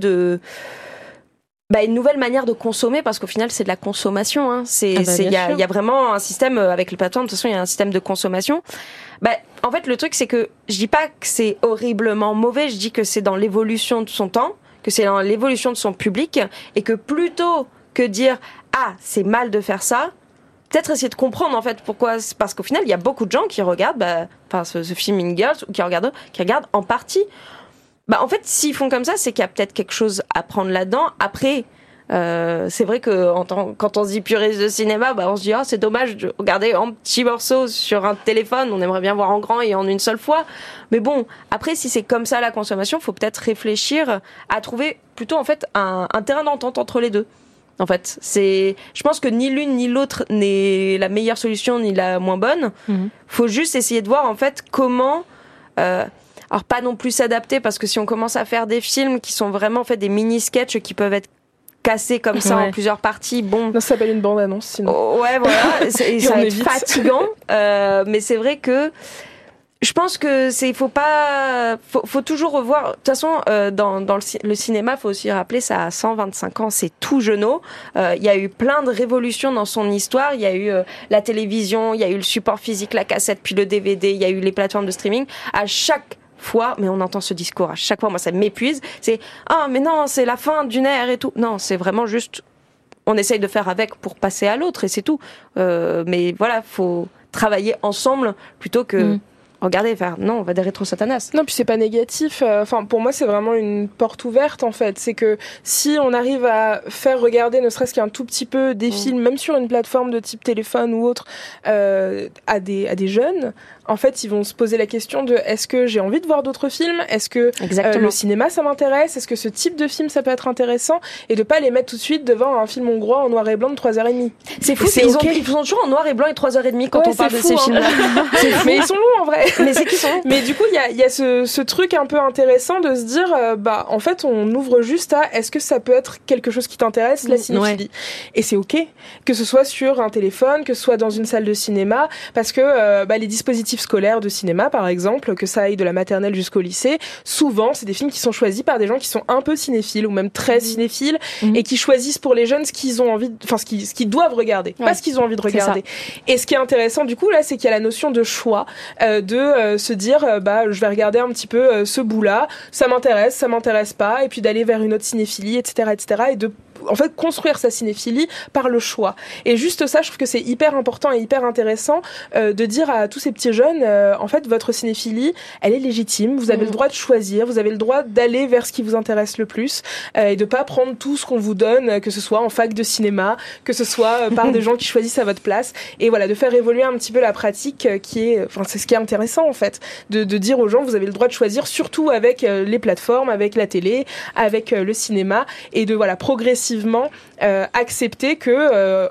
une nouvelle manière de consommer, parce qu'au final c'est de la consommation. Hein. Il y a vraiment un système avec les plateformes. De toute façon, il y a un système de consommation. En fait, le truc c'est que je dis pas que c'est horriblement mauvais. Je dis que c'est dans l'évolution de son temps, que c'est dans l'évolution de son public, et que plutôt que dire c'est mal de faire ça, peut-être essayer de comprendre en fait pourquoi. Parce qu'au final il y a beaucoup de gens qui regardent ce film Mean Girls, ou qui regardent en partie. En fait s'ils font comme ça, c'est qu'il y a peut-être quelque chose à prendre là-dedans. Après c'est vrai que quand on se dit puriste de cinéma, on se dit c'est dommage de regarder en petits morceaux sur un téléphone, on aimerait bien voir en grand et en une seule fois. Mais bon, après si c'est comme ça la consommation, faut peut-être réfléchir à trouver plutôt en fait un terrain d'entente entre les deux. En fait, je pense que ni l'une ni l'autre n'est la meilleure solution ni la moins bonne. Faut juste essayer de voir en fait comment, alors pas non plus s'adapter, parce que si on commence à faire des films qui sont vraiment en fait des mini-sketchs qui peuvent être cassés comme ça en plusieurs parties, bon. Non, ça s'appelle une bande-annonce sinon. Ouais, voilà, ça va être fatigant. Mais c'est vrai que Je pense que faut toujours revoir. De toute façon, dans le cinéma, faut aussi rappeler, ça a 125 ans, c'est tout jeuneau. Il y a eu plein de révolutions dans son histoire. Il y a eu la télévision, il y a eu le support physique, la cassette, puis le DVD. Il y a eu les plateformes de streaming. À chaque fois, mais on entend ce discours à chaque fois. Moi, ça m'épuise. C'est mais non, c'est la fin d'une ère et tout. Non, c'est vraiment juste. On essaye de faire avec pour passer à l'autre et c'est tout. Mais voilà, faut travailler ensemble plutôt que. Regardez, non, on va des rétro-satanas. Non, puis c'est pas négatif. Enfin, pour moi, c'est vraiment une porte ouverte, en fait. C'est que si on arrive à faire regarder, ne serait-ce qu'un tout petit peu, des films, même sur une plateforme de type téléphone ou autre, à des jeunes, en fait, ils vont se poser la question de est-ce que j'ai envie de voir d'autres films ? Est-ce que le cinéma, ça m'intéresse ? Est-ce que ce type de film, ça peut être intéressant ? Et de pas les mettre tout de suite devant un film hongrois en noir et blanc de 3h30. C'est fou, ils sont toujours en noir et blanc et 3h30 quand on parle de ces films-là. Mais ils sont longs, en vrai. Mais c'est qu'ils sont longs. Mais du coup, il y a ce truc un peu intéressant de se dire, en fait, on ouvre juste à est-ce que ça peut être quelque chose qui t'intéresse, la cinéphilie. Et c'est ok, que ce soit sur un téléphone, que ce soit dans une salle de cinéma, parce que les dispositifs scolaires de cinéma, par exemple, que ça aille de la maternelle jusqu'au lycée, souvent, c'est des films qui sont choisis par des gens qui sont un peu cinéphiles ou même très cinéphiles et qui choisissent pour les jeunes ce qu'ils ont envie, ce qu'ils doivent regarder, pas ce qu'ils ont envie de regarder. Et ce qui est intéressant, du coup, là, c'est qu'il y a la notion de choix, de se dire, je vais regarder un petit peu ce bout-là, ça m'intéresse pas, et puis d'aller vers une autre cinéphilie, etc., et de en fait construire sa cinéphilie par le choix. Et juste ça, je trouve que c'est hyper important et hyper intéressant de dire à tous ces petits jeunes, en fait, votre cinéphilie, elle est légitime, vous avez le droit de choisir, vous avez le droit d'aller vers ce qui vous intéresse le plus et de pas prendre tout ce qu'on vous donne, que ce soit en fac de cinéma, que ce soit par des gens qui choisissent à votre place, et voilà, de faire évoluer un petit peu la pratique c'est ce qui est intéressant en fait, de dire aux gens, vous avez le droit de choisir, surtout avec les plateformes, avec la télé, avec le cinéma, et de progressivement accepter que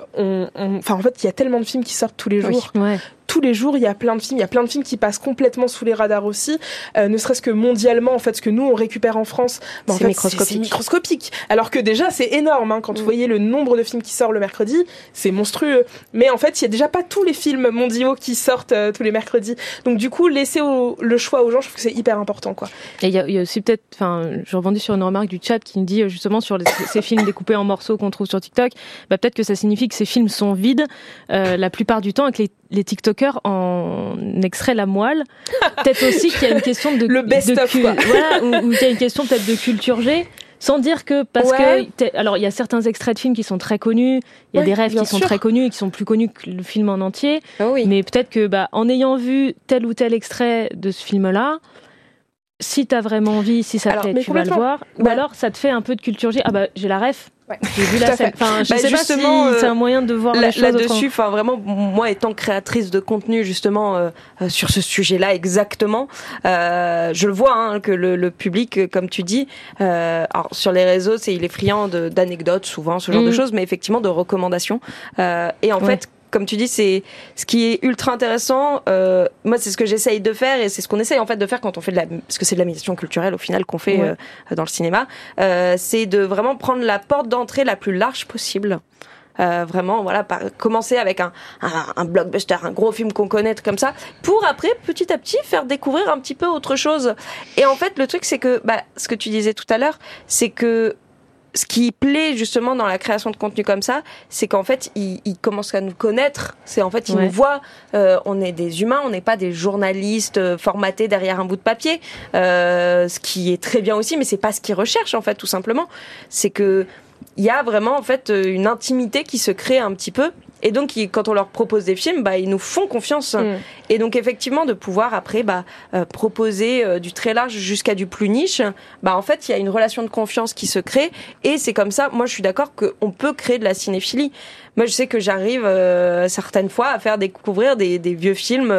en fait il y a tellement de films qui sortent tous les jours. Tous les jours, il y a plein de films qui passent complètement sous les radars aussi, ne serait-ce que mondialement, en fait, ce que nous, on récupère en France, c'est microscopique. Alors que déjà, c'est énorme, quand vous voyez le nombre de films qui sortent le mercredi, c'est monstrueux. Mais en fait, il y a déjà pas tous les films mondiaux qui sortent tous les mercredis. Donc du coup, laisser le choix aux gens, je trouve que c'est hyper important, quoi. Et il y a aussi peut-être, je rebondis sur une remarque du chat qui me dit justement sur ces films découpés en morceaux qu'on trouve sur TikTok, peut-être que ça signifie que ces films sont vides la plupart du temps et que les TikTokers en extraient la moelle. Peut-être aussi qu'il y a une question de le best-of, ou qu'il y a une question peut-être de culture G, sans dire que alors il y a certains extraits de films qui sont très connus, il y a des rêves qui sont très connus et qui sont plus connus que le film en entier. Mais peut-être que en ayant vu tel ou tel extrait de ce film-là, si t'as vraiment envie, si ça te plaît, tu vas le voir. Ou alors ça te fait un peu de culture G. J'ai la ref. J'ai vu la scène. Je sais justement, pas si c'est un moyen de voir les choses là-dessus. Vraiment, moi étant créatrice de contenu justement sur ce sujet-là exactement, je le vois que le public, comme tu dis, alors sur les réseaux, il est friand d'anecdotes souvent, ce genre de choses, mais effectivement de recommandations. Et en fait, comme tu dis, c'est ce qui est ultra intéressant. Moi, c'est ce que j'essaye de faire et c'est ce qu'on essaye en fait de faire quand on fait parce que c'est de la médiation culturelle au final qu'on fait dans le cinéma. C'est de vraiment prendre la porte d'entrée la plus large possible. Vraiment, commencer avec un blockbuster, un gros film qu'on connaît comme ça, pour après, petit à petit, faire découvrir un petit peu autre chose. Et en fait, le truc, c'est que, ce que tu disais tout à l'heure, c'est que ce qui plaît justement dans la création de contenu comme ça, c'est qu'en fait, ils commencent à nous connaître. C'est en fait, ils nous voient. On est des humains, on n'est pas des journalistes formatés derrière un bout de papier. Ce qui est très bien aussi, mais c'est pas ce qu'ils recherchent en fait, tout simplement. C'est que il y a vraiment en fait une intimité qui se crée un petit peu. Et donc, quand on leur propose des films, ils nous font confiance. Et donc, effectivement, de pouvoir après proposer du très large jusqu'à du plus niche, en fait, il y a une relation de confiance qui se crée. Et c'est comme ça, moi, je suis d'accord qu'on peut créer de la cinéphilie. Moi, je sais que j'arrive certaines fois à faire découvrir des vieux films.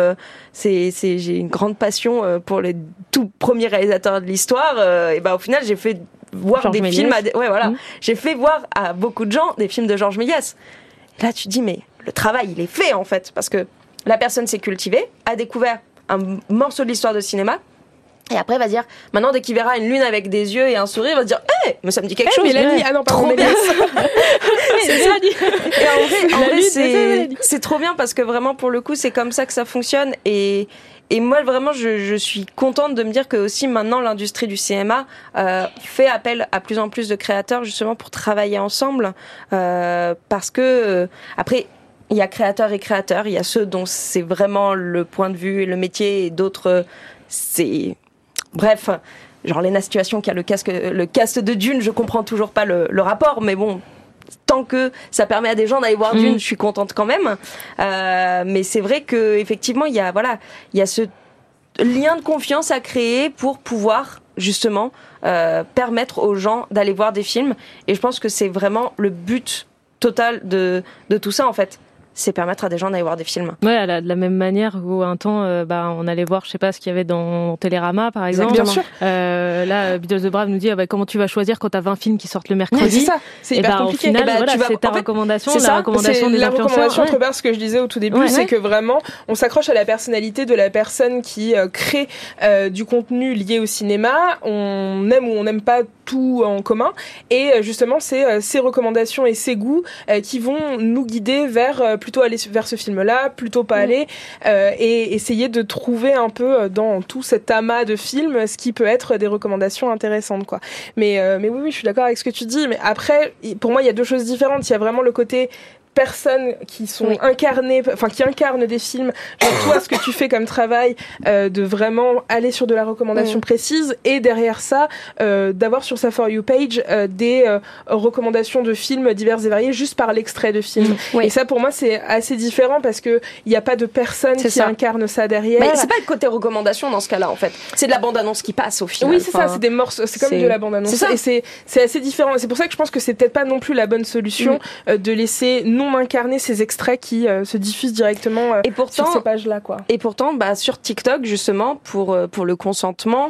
J'ai une grande passion pour les tout premiers réalisateurs de l'histoire. Et au final, j'ai fait voir Georges Méliès. Films. J'ai fait voir à beaucoup de gens des films de Georges Méliès. Là, tu te dis, mais le travail, il est fait, en fait, parce que la personne s'est cultivée, a découvert un morceau de l'histoire de cinéma, et après, va dire, maintenant, dès qu'il verra une lune avec des yeux et un sourire, il va se dire, mais ça me dit quelque chose. Mélanie, trop bien. C'est ça. Et en vrai, c'est trop bien, parce que vraiment, pour le coup, c'est comme ça que ça fonctionne, et Et moi, vraiment, je suis contente de me dire que aussi maintenant, l'industrie du cinéma fait appel à plus en plus de créateurs justement pour travailler ensemble, parce que après, il y a créateurs et créateurs, il y a ceux dont c'est vraiment le point de vue et le métier, et d'autres, c'est... Bref, genre Lena Situation qui a le cast de Dune, je comprends toujours pas le rapport, mais bon... Tant que ça permet à des gens d'aller voir Dune, je suis contente quand même. Mais c'est vrai que effectivement, il y a ce lien de confiance à créer pour pouvoir justement permettre aux gens d'aller voir des films. Et je pense que c'est vraiment le but total de tout ça en fait. C'est permettre à des gens d'aller voir des films. Ouais, de la même manière où un temps, on allait voir, je sais pas, ce qu'il y avait dans Télérama, par exemple. Bien sûr. Là, Beatles the Brave nous dit, comment tu vas choisir quand t'as 20 films qui sortent le mercredi? Ouais, c'est ça. C'est hyper compliqué. Au final, c'est ta recommandation, la recommandation des influenceurs. La recommandation entre ce que je disais au tout début, c'est que vraiment, on s'accroche à la personnalité de la personne qui crée du contenu lié au cinéma. On aime ou on n'aime pas tout en commun. Et justement, c'est ces recommandations et ces goûts qui vont nous guider vers plutôt aller vers ce film-là, plutôt pas aller, et essayer de trouver un peu dans tout cet amas de films ce qui peut être des recommandations intéressantes, quoi. Mais oui, je suis d'accord avec ce que tu dis. Mais après, pour moi, il y a deux choses différentes. Il y a vraiment le côté personnes qui sont incarnées, enfin qui incarnent des films, genre toi ce que tu fais comme travail, de vraiment aller sur de la recommandation précise, et derrière ça d'avoir sur sa For You page des recommandations de films divers et variés juste par l'extrait de film. Et ça pour moi c'est assez différent parce que il n'y a pas de personne qui incarne ça derrière. Mais c'est pas le côté recommandation dans ce cas-là en fait, c'est de la bande-annonce qui passe au final. Oui c'est ça, c'est des morceaux, c'est comme de la bande-annonce, et c'est assez différent. C'est pour ça que je pense que c'est peut-être pas non plus la bonne solution de laisser incarner ces extraits qui se diffusent directement sur ces pages-là, quoi. Et pourtant, sur TikTok, justement, pour le consentement,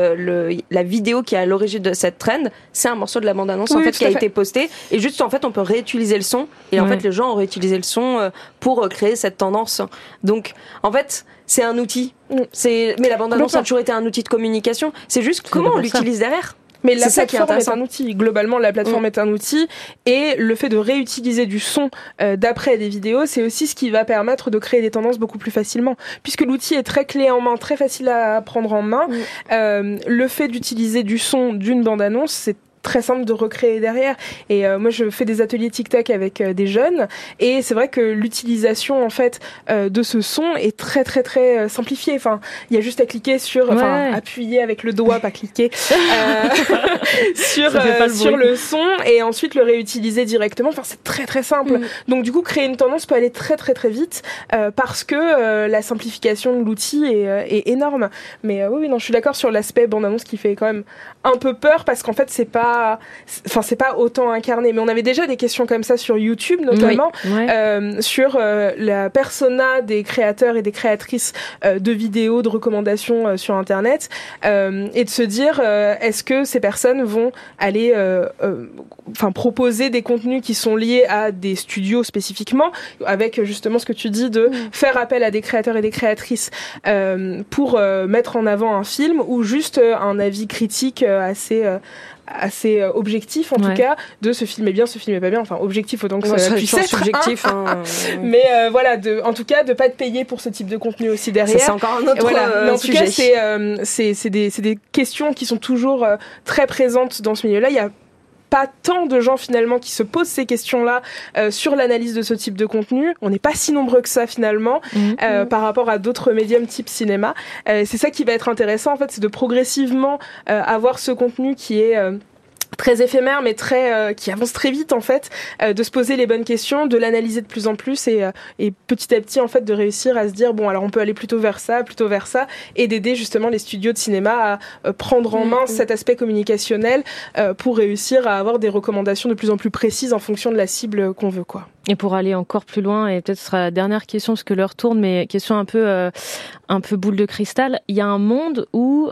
la vidéo qui est à l'origine de cette trend, c'est un morceau de la bande-annonce en fait qui a été posté. Et juste, en fait, on peut réutiliser le son. Et en fait, les gens ont réutilisé le son pour créer cette tendance. Donc, en fait, c'est un outil. Mais la bande-annonce a toujours été un outil de communication. C'est juste comment on l'utilise derrière. Mais la plateforme est un outil. Globalement, la plateforme est un outil. Et le fait de réutiliser du son d'après des vidéos, c'est aussi ce qui va permettre de créer des tendances beaucoup plus facilement. Puisque l'outil est très clé en main, très facile à prendre en main, le fait d'utiliser du son d'une bande-annonce, c'est très simple de recréer derrière. Et moi je fais des ateliers TikTok avec des jeunes, et c'est vrai que l'utilisation en fait de ce son est très très très simplifiée. Enfin, il y a juste à cliquer sur, appuyer avec le doigt, pas cliquer sur le son, et ensuite le réutiliser directement. Enfin, c'est très très simple. Donc du coup, créer une tendance peut aller très très très vite parce que la simplification de l'outil est énorme. Mais oui, non, je suis d'accord sur l'aspect bande-annonce qui fait quand même un peu peur, parce qu'en fait c'est pas autant incarné. Mais on avait déjà des questions comme ça sur YouTube notamment, sur la persona des créateurs et des créatrices de vidéos, de recommandations sur internet, et de se dire est-ce que ces personnes vont aller proposer des contenus qui sont liés à des studios spécifiquement, avec justement ce que tu dis de faire appel à des créateurs et des créatrices pour mettre en avant un film, ou juste un avis critique assez objectif en tout cas, de ce film est bien, ce film est pas bien, enfin objectif autant que ça puisse être subjectif, mais voilà, en tout cas de pas être payé pour ce type de contenu aussi derrière. Ça, c'est encore un autre mais en sujet. tout cas c'est des questions qui sont toujours très présentes dans ce milieu-là. Il y a pas tant de gens finalement qui se posent ces questions-là sur l'analyse de ce type de contenu. On n'est pas si nombreux que ça finalement par rapport à d'autres médiums type cinéma. C'est ça qui va être intéressant en fait, c'est de progressivement avoir ce contenu qui est très éphémère, mais qui avance très vite en fait, de se poser les bonnes questions, de l'analyser de plus en plus, et petit à petit en fait de réussir à se dire bon, alors on peut aller plutôt vers ça, et d'aider justement les studios de cinéma à prendre en main cet aspect communicationnel pour réussir à avoir des recommandations de plus en plus précises en fonction de la cible qu'on veut, quoi. Et pour aller encore plus loin, et peut-être ce sera la dernière question parce que l'heure tourne, mais question un peu boule de cristal, il y a un monde où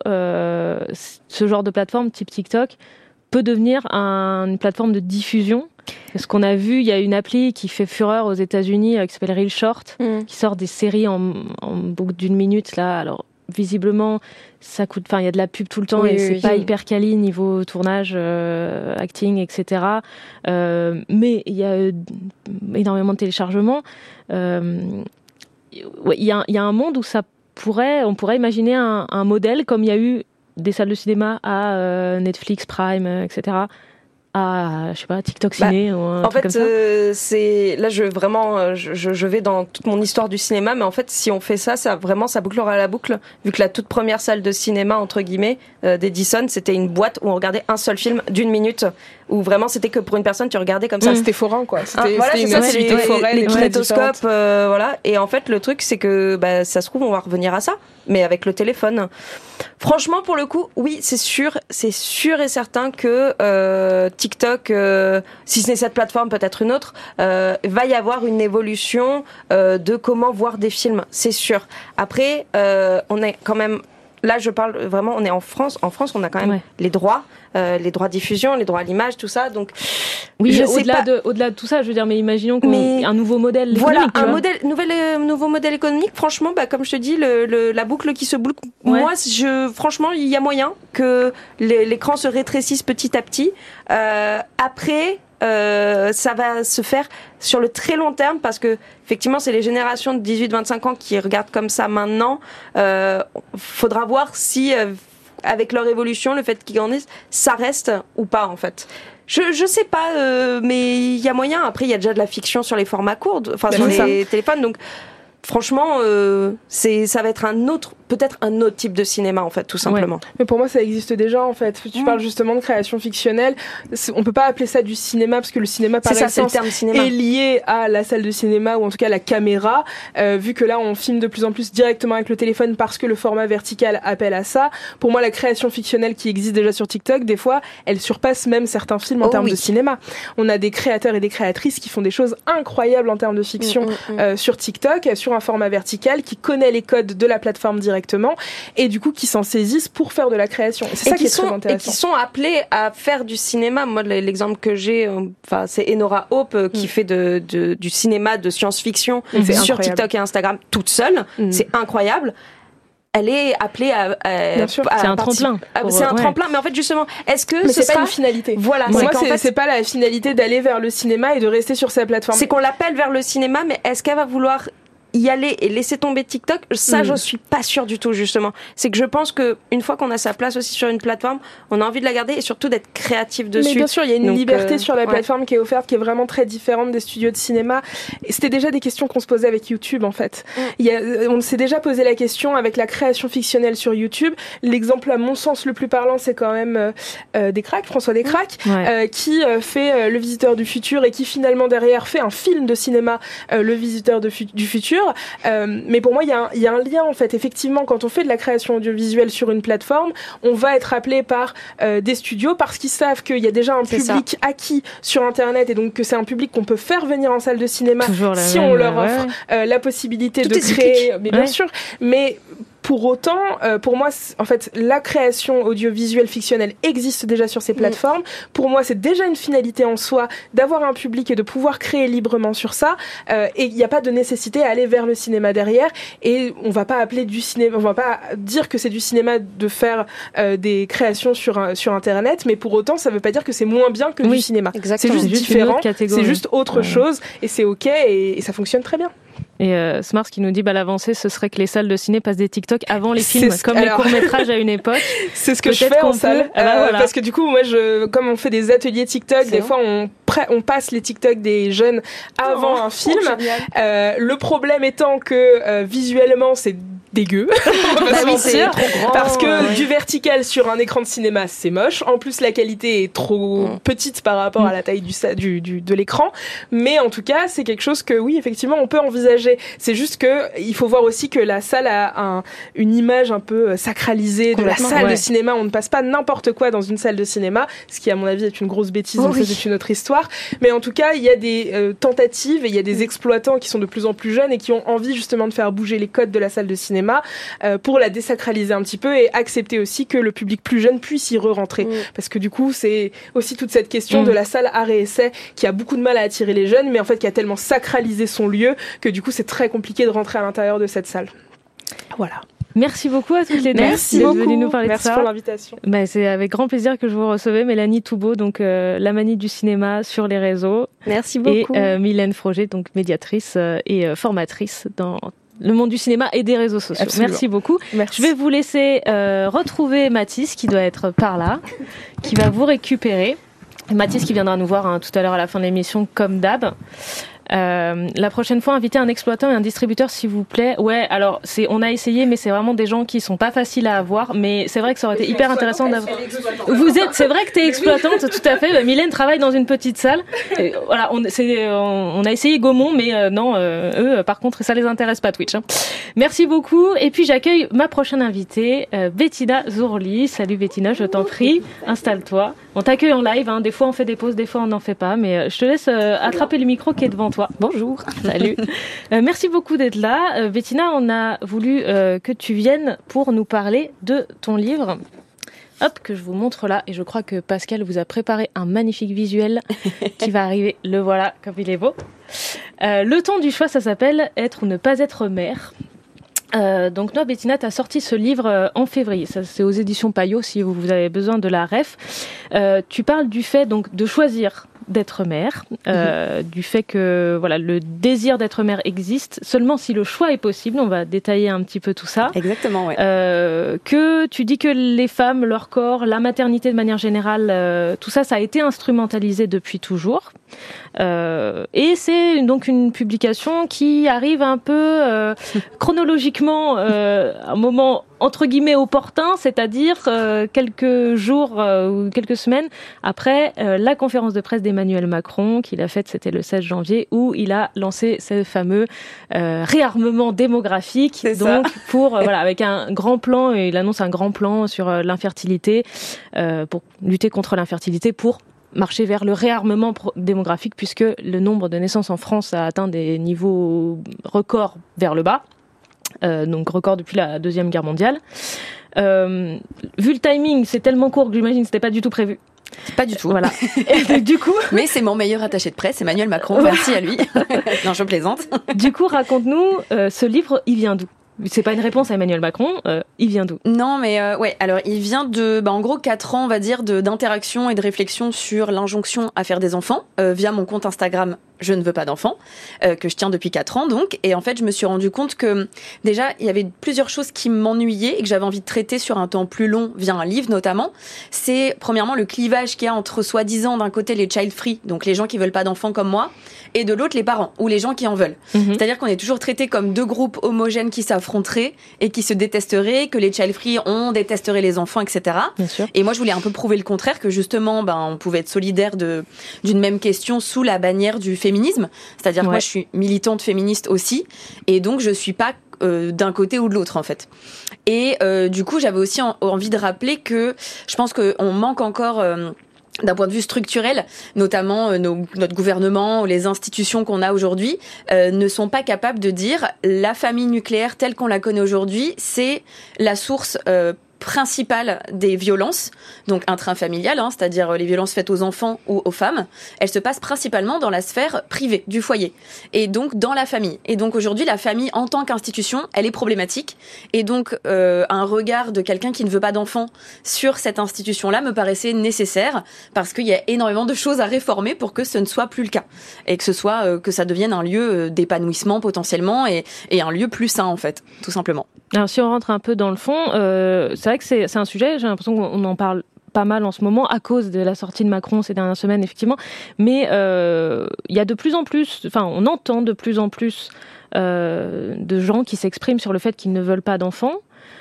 ce genre de plateforme type TikTok peut devenir une plateforme de diffusion. Parce qu'on a vu, il y a une appli qui fait fureur aux États-Unis qui s'appelle Real Short, qui sort des séries en boucle d'1 minute là. Alors visiblement, ça coûte. Enfin, il y a de la pub tout le temps et c'est pas hyper quali niveau tournage, acting, etc. Mais il y a énormément de téléchargements. Il y a un monde où ça on pourrait imaginer un modèle comme il y a eu des salles de cinéma à Netflix, Prime, etc., à, je sais pas, TikTok Ciné ou un truc comme ça. C'est là je vais dans toute mon histoire du cinéma, mais en fait si on fait ça bouclera la boucle, vu que la toute première salle de cinéma entre guillemets d'Edison, c'était une boîte où on regardait un seul film d'1 minute, où vraiment c'était que pour une personne tu regardais comme ça. C'était forain quoi. C'était une activité foraine, les kinétoscopes, voilà. Et en fait le truc c'est que ça se trouve on va revenir à ça, mais avec le téléphone. Franchement, pour le coup, oui, c'est sûr et certain que TikTok, si ce n'est cette plateforme, peut-être une autre, va y avoir une évolution de comment voir des films, c'est sûr. Après, on est quand même, là je parle vraiment, on est en France. En France, on a quand même les droits de diffusion, les droits à l'image, tout ça. Donc, oui, au-delà de tout ça, je veux dire, mais imaginons qu'un nouveau modèle économique. Voilà, nouveau modèle économique. Franchement, comme je te dis, la boucle qui se boucle. Ouais. Moi, franchement, il y a moyen que l'écran se rétrécisse petit à petit. Après, ça va se faire sur le très long terme, parce que effectivement, c'est les générations de 18-25 ans qui regardent comme ça maintenant. Faudra voir si avec leur évolution, le fait qu'ils grandissent, ça reste ou pas en fait. Je sais pas, mais il y a moyen. Après, il y a déjà de la fiction sur les formats courts, sur les téléphones, donc franchement, ça va être peut-être un autre type de cinéma en fait, tout simplement. Mais pour moi, ça existe déjà en fait. Tu parles justement de création fictionnelle. On peut pas appeler ça du cinéma, parce que le cinéma par essence est lié à la salle de cinéma, ou en tout cas à la caméra. Vu que là, on filme de plus en plus directement avec le téléphone parce que le format vertical appelle à ça. Pour moi, la création fictionnelle qui existe déjà sur TikTok, des fois, elle surpasse même certains films en termes de cinéma. On a des créateurs et des créatrices qui font des choses incroyables en termes de fiction sur TikTok, sur un format vertical, qui connaît les codes de la plateforme directement, et du coup qui s'en saisissent pour faire de la création. C'est ça qui est très intéressant. Et qui sont appelés à faire du cinéma. Moi, l'exemple que j'ai, c'est Enora Hope qui fait du cinéma de science-fiction sur TikTok et Instagram toute seule. C'est incroyable. Elle est appelée à bien sûr, c'est un tremplin. C'est un tremplin, mais en fait justement, est-ce que c'est pas une finalité? Voilà, pour moi, c'est pas la finalité d'aller vers le cinéma et de rester sur sa plateforme. C'est qu'on l'appelle vers le cinéma, mais est-ce qu'elle va vouloir y aller et laisser tomber TikTok? Ça, je suis pas sûre du tout, justement. C'est que je pense que une fois qu'on a sa place aussi sur une plateforme, on a envie de la garder et surtout d'être créatif dessus. Mais bien sûr, il y a une liberté sur la plateforme qui est offerte, qui est vraiment très différente des studios de cinéma. Et c'était déjà des questions qu'on se posait avec YouTube, en fait. On s'est déjà posé la question avec la création fictionnelle sur YouTube. L'exemple, à mon sens, le plus parlant, c'est quand même Descraques, François Descraques, qui fait Le Visiteur du Futur, et qui finalement derrière fait un film de cinéma, Le Visiteur du Futur. Mais pour moi, il y a un lien en fait. Effectivement, quand on fait de la création audiovisuelle sur une plateforme, on va être appelé par des studios parce qu'ils savent qu'il y a déjà un public acquis sur Internet, et donc que c'est un public qu'on peut faire venir en salle de cinéma si on leur offre la possibilité de créer. Mais bien sûr, mais pour autant, pour moi, en fait, la création audiovisuelle fictionnelle existe déjà sur ces plateformes. Pour moi, c'est déjà une finalité en soi d'avoir un public et de pouvoir créer librement sur ça. Et il n'y a pas de nécessité à aller vers le cinéma derrière. Et on va pas appeler du cinéma, on va pas dire que c'est du cinéma de faire des créations sur Internet. Mais pour autant, ça veut pas dire que c'est moins bien que du cinéma. C'est juste différent. C'est juste autre chose. Et c'est ok. Et ça fonctionne très bien. Et Smars qui nous dit l'avancée, ce serait que les salles de ciné passent des TikTok avant les films, comme les courts-métrages à une époque. C'est ce que je fais en salle, parce que du coup, moi, comme on fait des ateliers TikTok, des fois on passe les TikTok des jeunes avant un film. Le problème étant que visuellement, c'est dégueu, on va pas se mentir, parce que du vertical sur un écran de cinéma, c'est moche. En plus, la qualité est trop petite par rapport à la taille de l'écran. Mais en tout cas, c'est quelque chose que, oui, effectivement, on peut envisager. C'est juste que il faut voir aussi que la salle a une image un peu sacralisée de la salle de cinéma. On ne passe pas n'importe quoi dans une salle de cinéma, ce qui, à mon avis, est une grosse bêtise. Donc ça, c'est une autre histoire. Mais en tout cas, il y a des tentatives et il y a des exploitants qui sont de plus en plus jeunes et qui ont envie justement de faire bouger les codes de la salle de cinéma pour la désacraliser un petit peu et accepter aussi que le public plus jeune puisse y re-rentrer. Parce que du coup, c'est aussi toute cette question de la salle art et essai qui a beaucoup de mal à attirer les jeunes, mais en fait qui a tellement sacralisé son lieu que du coup, c'est très compliqué de rentrer à l'intérieur de cette salle. Voilà. Merci beaucoup à toutes les deux. Merci beaucoup. Venue nous parler Merci de ça. pour l'invitation. C'est avec grand plaisir que je vous recevais. Mélanie Toubeau, donc la manie du cinéma sur les réseaux. Merci beaucoup. Et Mylène Froger, donc médiatrice et formatrice dans le monde du cinéma et des réseaux sociaux. Absolument. Merci beaucoup. Merci. Je vais vous laisser retrouver Mathis, qui doit être par là, qui va vous récupérer. Mathis qui viendra nous voir tout à l'heure à la fin de l'émission, comme d'hab. La prochaine fois, invitez un exploitant et un distributeur, s'il vous plaît. Ouais, alors on a essayé, mais c'est vraiment des gens qui sont pas faciles à avoir. Mais c'est vrai que ça aurait été hyper intéressant d'avoir. C'est vrai que t'es exploitante, tout à fait. Mylène travaille dans une petite salle. Et voilà, on a essayé Gaumont, mais non, eux, par contre, ça les intéresse pas Twitch. Merci beaucoup. Et puis j'accueille ma prochaine invitée, Bettina Zourli. Salut Bettina, je t'en prie, installe-toi. On t'accueille en live. Des fois on fait des pauses, des fois on n'en fait pas. Mais je te laisse attraper le micro qui est devant toi. Bonjour. Salut. Merci beaucoup d'être là. Bettina, on a voulu que tu viennes pour nous parler de ton livre. Hop, que je vous montre là. Et je crois que Pascal vous a préparé un magnifique visuel qui va arriver. Le voilà, comme il est beau. Le temps du choix, ça s'appelle « Être ou ne pas être mère ». Donc toi, Bettina, tu as sorti ce livre en février. Ça, c'est aux éditions Payot, si vous avez besoin de la ref. Tu parles du fait donc de choisir d'être mère, du fait que voilà, le désir d'être mère existe seulement si le choix est possible. On va détailler un petit peu tout ça. Exactement, ouais. Que tu dis que les femmes, leur corps, la maternité de manière générale, tout ça, ça a été instrumentalisé depuis toujours. Et c'est donc une publication qui arrive un peu chronologiquement à un moment entre guillemets opportun, c'est-à-dire quelques jours ou quelques semaines après la conférence de presse d'Emmanuel Macron qu'il a faite, c'était le 16 janvier, où il a lancé ce fameux réarmement démographique. C'est donc ça. pour voilà, avec un grand plan, et il annonce un grand plan sur l'infertilité pour lutter contre l'infertilité, pour marcher vers le réarmement démographique, puisque le nombre de naissances en France a atteint des niveaux records vers le bas, donc record depuis la Deuxième Guerre mondiale. Vu le timing, c'est tellement court que j'imagine que c'était pas du tout prévu. Pas du tout. Voilà. Et du coup, mais c'est mon meilleur attaché de presse, Emmanuel Macron. Merci à lui. Non, je plaisante. Du coup, raconte-nous, ce livre, il vient d'où ? C'est pas une réponse à Emmanuel Macron, il vient d'où ? Non, mais ouais, alors il vient de, en gros, 4 ans, on va dire, d'interaction et de réflexion sur l'injonction à faire des enfants, via mon compte Instagram Je ne veux pas d'enfants, que je tiens depuis 4 ans donc. Et en fait, je me suis rendu compte que déjà, il y avait plusieurs choses qui m'ennuyaient et que j'avais envie de traiter sur un temps plus long via un livre notamment. C'est premièrement le clivage qu'il y a entre soi-disant d'un côté les child free, donc les gens qui veulent pas d'enfants comme moi, et de l'autre les parents ou les gens qui en veulent. C'est-à-dire qu'on est toujours traités comme deux groupes homogènes qui s'affronteraient et qui se détesteraient, que les child free on détesterait les enfants, etc. Bien sûr. Et moi, je voulais un peu prouver le contraire, que justement, on pouvait être solidaire d'une même question sous la bannière du féminisme. C'est-à-dire que moi, je suis militante féministe aussi, et donc je suis pas d'un côté ou de l'autre en fait. Et du coup, j'avais aussi envie de rappeler que je pense qu'on manque encore d'un point de vue structurel, notamment notre gouvernement ou les institutions qu'on a aujourd'hui, ne sont pas capables de dire la famille nucléaire telle qu'on la connaît aujourd'hui, c'est la source principale des violences, donc intrafamiliales, c'est-à-dire les violences faites aux enfants ou aux femmes, elles se passent principalement dans la sphère privée du foyer, et donc dans la famille. Et donc aujourd'hui, la famille en tant qu'institution, elle est problématique, et donc un regard de quelqu'un qui ne veut pas d'enfants sur cette institution-là me paraissait nécessaire, parce qu'il y a énormément de choses à réformer pour que ce ne soit plus le cas, et que ce soit que ça devienne un lieu d'épanouissement potentiellement, et un lieu plus sain en fait, tout simplement. Alors si on rentre un peu dans le fond, c'est vrai que c'est un sujet, j'ai l'impression qu'on en parle pas mal en ce moment à cause de la sortie de Macron ces dernières semaines, effectivement, mais il y a de plus en plus, on entend de plus en plus de gens qui s'expriment sur le fait qu'ils ne veulent pas d'enfants.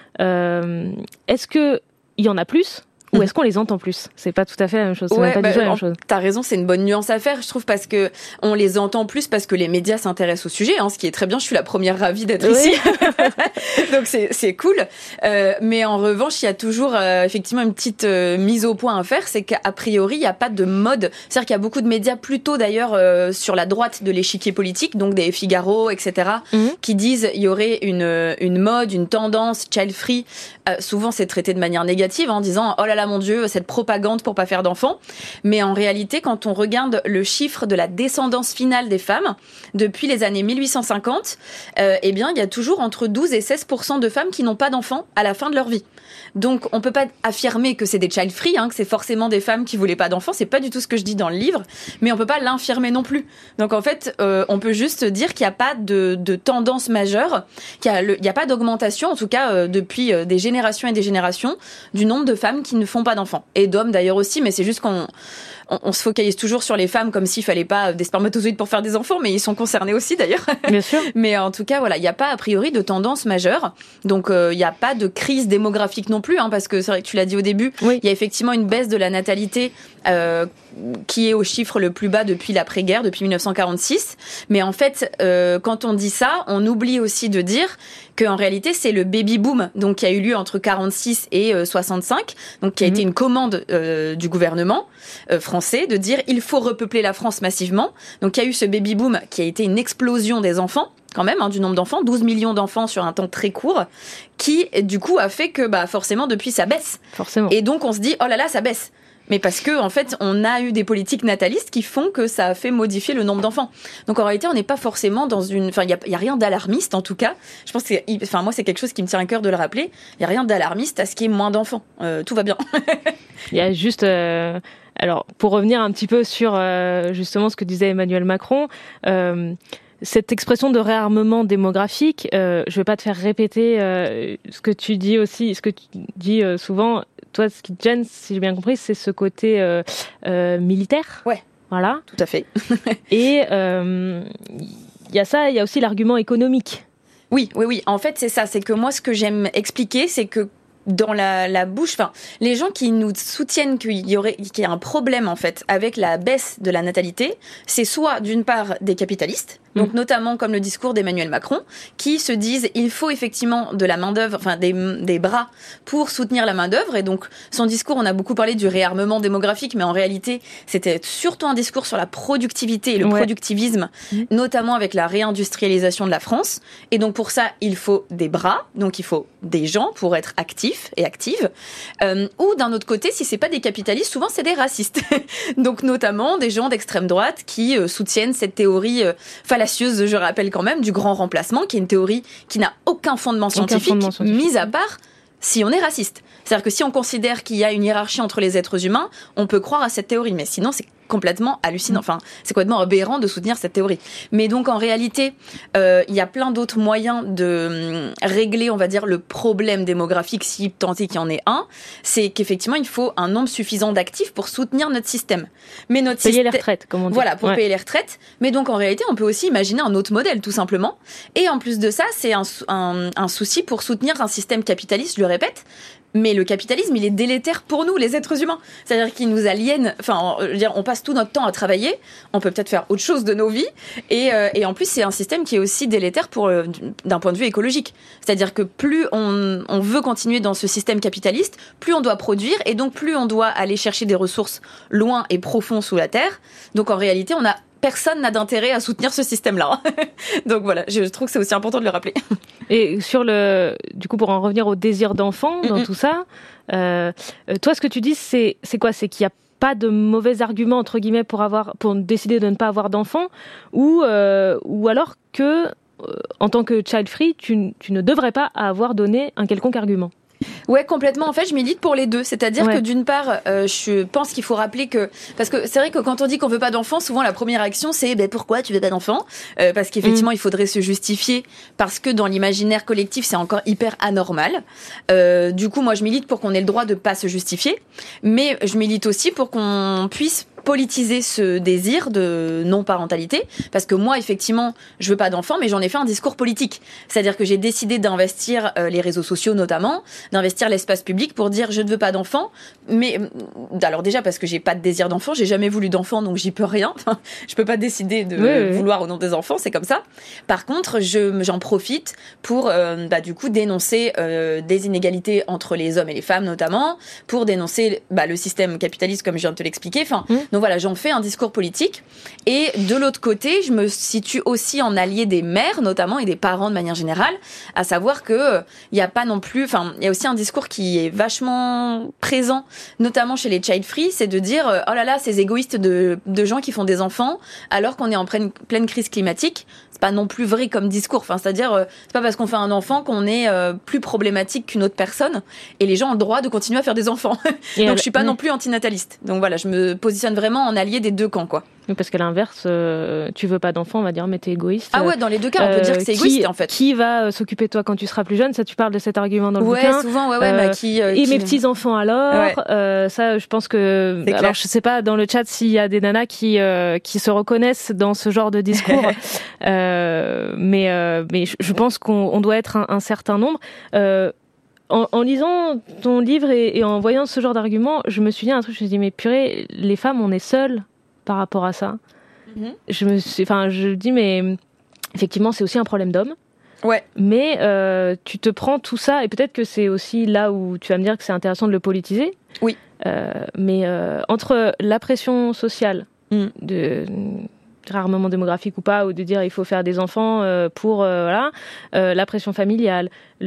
Est-ce qu'il y en a plus ? Ou est-ce qu'on les entend plus ? C'est pas tout à fait la même chose. C'est même pas du tout la même chose. T'as raison, c'est une bonne nuance à faire, je trouve, parce que on les entend plus parce que les médias s'intéressent au sujet, ce qui est très bien. Je suis la première ravie d'être ici, donc c'est cool. Mais en revanche, il y a toujours effectivement une petite mise au point à faire, c'est qu'a priori, il n'y a pas de mode. C'est-à-dire qu'il y a beaucoup de médias, plutôt d'ailleurs sur la droite de l'échiquier politique, donc des Figaro, etc., qui disent il y aurait une mode, une tendance child free. Souvent, c'est traité de manière négative, en disant oh là là, mon Dieu, cette propagande pour pas faire d'enfants. Mais en réalité, quand on regarde le chiffre de la descendance finale des femmes, depuis les années 1850, il y a toujours entre 12 et 16% de femmes qui n'ont pas d'enfants à la fin de leur vie. Donc on peut pas affirmer que c'est des child free, que c'est forcément des femmes qui voulaient pas d'enfants. C'est pas du tout ce que je dis dans le livre, mais on peut pas l'infirmer non plus. Donc en fait, on peut juste dire qu'il n'y a pas de tendance majeure, qu'il y a pas d'augmentation, en tout cas depuis des générations et des générations, du nombre de femmes qui ne font pas d'enfants. Et d'hommes d'ailleurs aussi, mais c'est juste qu'on se focalise toujours sur les femmes comme s'il fallait pas des spermatozoïdes pour faire des enfants, mais ils sont concernés aussi d'ailleurs. Bien sûr. Mais en tout cas, voilà, il n'y a pas a priori de tendance majeure. Donc il n'y a pas de crise démographique non plus, parce que c'est vrai que tu l'as dit au début, il y a effectivement une baisse de la natalité qui est au chiffre le plus bas depuis l'après-guerre, depuis 1946. Mais en fait, quand on dit ça, on oublie aussi de dire qu'en réalité, c'est le baby-boom, donc qui a eu lieu entre 46 et 65, donc qui a été une commande du gouvernement français de dire il faut repeupler la France massivement. Donc il y a eu ce baby-boom qui a été une explosion des enfants, quand même, du nombre d'enfants, 12 millions d'enfants sur un temps très court, qui du coup a fait que forcément depuis ça baisse. Forcément. Et donc on se dit oh là là, ça baisse. Mais parce que en fait, on a eu des politiques natalistes qui font que ça a fait modifier le nombre d'enfants. Donc en réalité, on n'est pas forcément dans une... Enfin, il y a rien d'alarmiste en tout cas. Je pense que moi, c'est quelque chose qui me tient à cœur de le rappeler. Il y a rien d'alarmiste à ce qu'il y ait moins d'enfants. Tout va bien. Il y a juste... Alors, pour revenir un petit peu sur justement ce que disait Emmanuel Macron... cette expression de réarmement démographique, je vais pas te faire répéter ce que tu dis aussi, ce que tu dis souvent. Toi, ce qui te gêne, si j'ai bien compris, c'est ce côté militaire. Ouais. Voilà. Tout à fait. Et il y a ça, il y a aussi l'argument économique. Oui. En fait, c'est ça. C'est que moi, ce que j'aime expliquer, c'est que dans la bouche, les gens qui nous soutiennent qu'il y a un problème en fait avec la baisse de la natalité, c'est soit d'une part des capitalistes, donc notamment comme le discours d'Emmanuel Macron, qui se disent il faut effectivement de la main-d'œuvre, des bras pour soutenir la main-d'œuvre. Et donc son discours, on a beaucoup parlé du réarmement démographique, mais en réalité c'était surtout un discours sur la productivité et le productivisme, notamment avec la réindustrialisation de la France. Et donc pour ça il faut des bras, donc il faut des gens pour être actifs et actives, ou d'un autre côté, si c'est pas des capitalistes, souvent c'est des racistes. Donc notamment des gens d'extrême droite qui soutiennent cette théorie fallacieuse, je rappelle quand même, du grand remplacement, qui est une théorie qui n'a aucun fondement scientifique, mis à part si on est raciste. C'est-à-dire que si on considère qu'il y a une hiérarchie entre les êtres humains, on peut croire à cette théorie, mais sinon c'est complètement hallucinant. Enfin, c'est complètement aberrant de soutenir cette théorie. Mais donc, en réalité, il y a plein d'autres moyens de régler, on va dire, le problème démographique, si tant est qu'il y en ait un. C'est qu'effectivement, il faut un nombre suffisant d'actifs pour soutenir notre système. Mais notre payer les retraites, comme on dit. Voilà, pour payer les retraites. Mais donc, en réalité, on peut aussi imaginer un autre modèle, tout simplement. Et en plus de ça, c'est un souci pour soutenir un système capitaliste, je le répète. Mais le capitalisme, il est délétère pour nous, les êtres humains. C'est-à-dire qu'il nous aliène. Enfin, on passe tout notre temps à travailler. On peut peut-être faire autre chose de nos vies. Et en plus, c'est un système qui est aussi délétère d'un point de vue écologique. C'est-à-dire que plus on veut continuer dans ce système capitaliste, plus on doit produire et donc plus on doit aller chercher des ressources loin et profond sous la terre. Donc en réalité, personne n'a d'intérêt à soutenir ce système-là. Donc voilà, je trouve que c'est aussi important de le rappeler. Et du coup, pour en revenir au désir d'enfant dans tout ça, toi, ce que tu dis, c'est quoi? C'est qu'il n'y a pas de mauvais arguments, entre guillemets, pour décider de ne pas avoir d'enfant, ou alors que, en tant que child free, tu ne devrais pas avoir donné un quelconque argument. Ouais, complètement. En fait, je milite pour les deux. C'est-à-dire que d'une part, je pense qu'il faut rappeler que... Parce que c'est vrai que quand on dit qu'on veut pas d'enfants, souvent la première réaction, c'est pourquoi tu veux pas d'enfants? Parce qu'effectivement, il faudrait se justifier parce que dans l'imaginaire collectif, c'est encore hyper anormal. Du coup, moi, je milite pour qu'on ait le droit de pas se justifier. Mais je milite aussi pour qu'on puisse politiser ce désir de non-parentalité, parce que moi, effectivement, je veux pas d'enfants, mais j'en ai fait un discours politique. C'est-à-dire que j'ai décidé d'investir les réseaux sociaux notamment, d'investir l'espace public pour dire je ne veux pas d'enfants, mais alors déjà parce que j'ai pas de désir d'enfant, j'ai jamais voulu d'enfant, donc j'y peux rien. Je peux pas décider de vouloir ou non des enfants, c'est comme ça. Par contre, j'en profite pour du coup dénoncer des inégalités entre les hommes et les femmes notamment, pour dénoncer le système capitaliste comme je viens de te l'expliquer. Enfin, Donc voilà, j'en fais un discours politique. Et de l'autre côté, je me situe aussi en allié des mères, notamment, et des parents de manière générale, à savoir que il y a pas non plus, enfin, il y a aussi un discours qui est vachement présent, notamment chez les child free, c'est de dire, oh là là, ces égoïstes de gens qui font des enfants, alors qu'on est en pleine crise climatique. C'est pas non plus vrai comme discours. Enfin, c'est-à-dire, c'est pas parce qu'on fait un enfant qu'on est plus problématique qu'une autre personne. Et les gens ont le droit de continuer à faire des enfants. Donc, je suis pas non plus antinataliste. Donc voilà, je me positionne vraiment en allié des deux camps, quoi. Parce qu'à l'inverse, tu veux pas d'enfant, on va dire, mais t'es égoïste. Ah ouais, dans les deux cas, on peut dire que c'est égoïste, en fait. Qui va s'occuper de toi quand tu seras plus jeune? Ça, tu parles de cet argument dans le bouquin. Ouais, souvent, ouais. Et mes petits-enfants alors? Ça, je pense que... Alors, je sais pas, dans le chat, s'il y a des nanas qui se reconnaissent dans ce genre de discours. Mais je pense qu'on doit être un certain nombre. En lisant ton livre et en voyant ce genre d'argument, je me suis dit un truc, je me suis dit, mais purée, les femmes, on est seules par rapport à ça. Je dis, mais effectivement, c'est aussi un problème d'homme. Ouais. Mais tu te prends tout ça, et peut-être que c'est aussi là où tu vas me dire que c'est intéressant de le politiser. Oui. Mais entre la pression sociale de réarmement démographique ou pas, ou de dire il faut faire des enfants pour la pression familiale,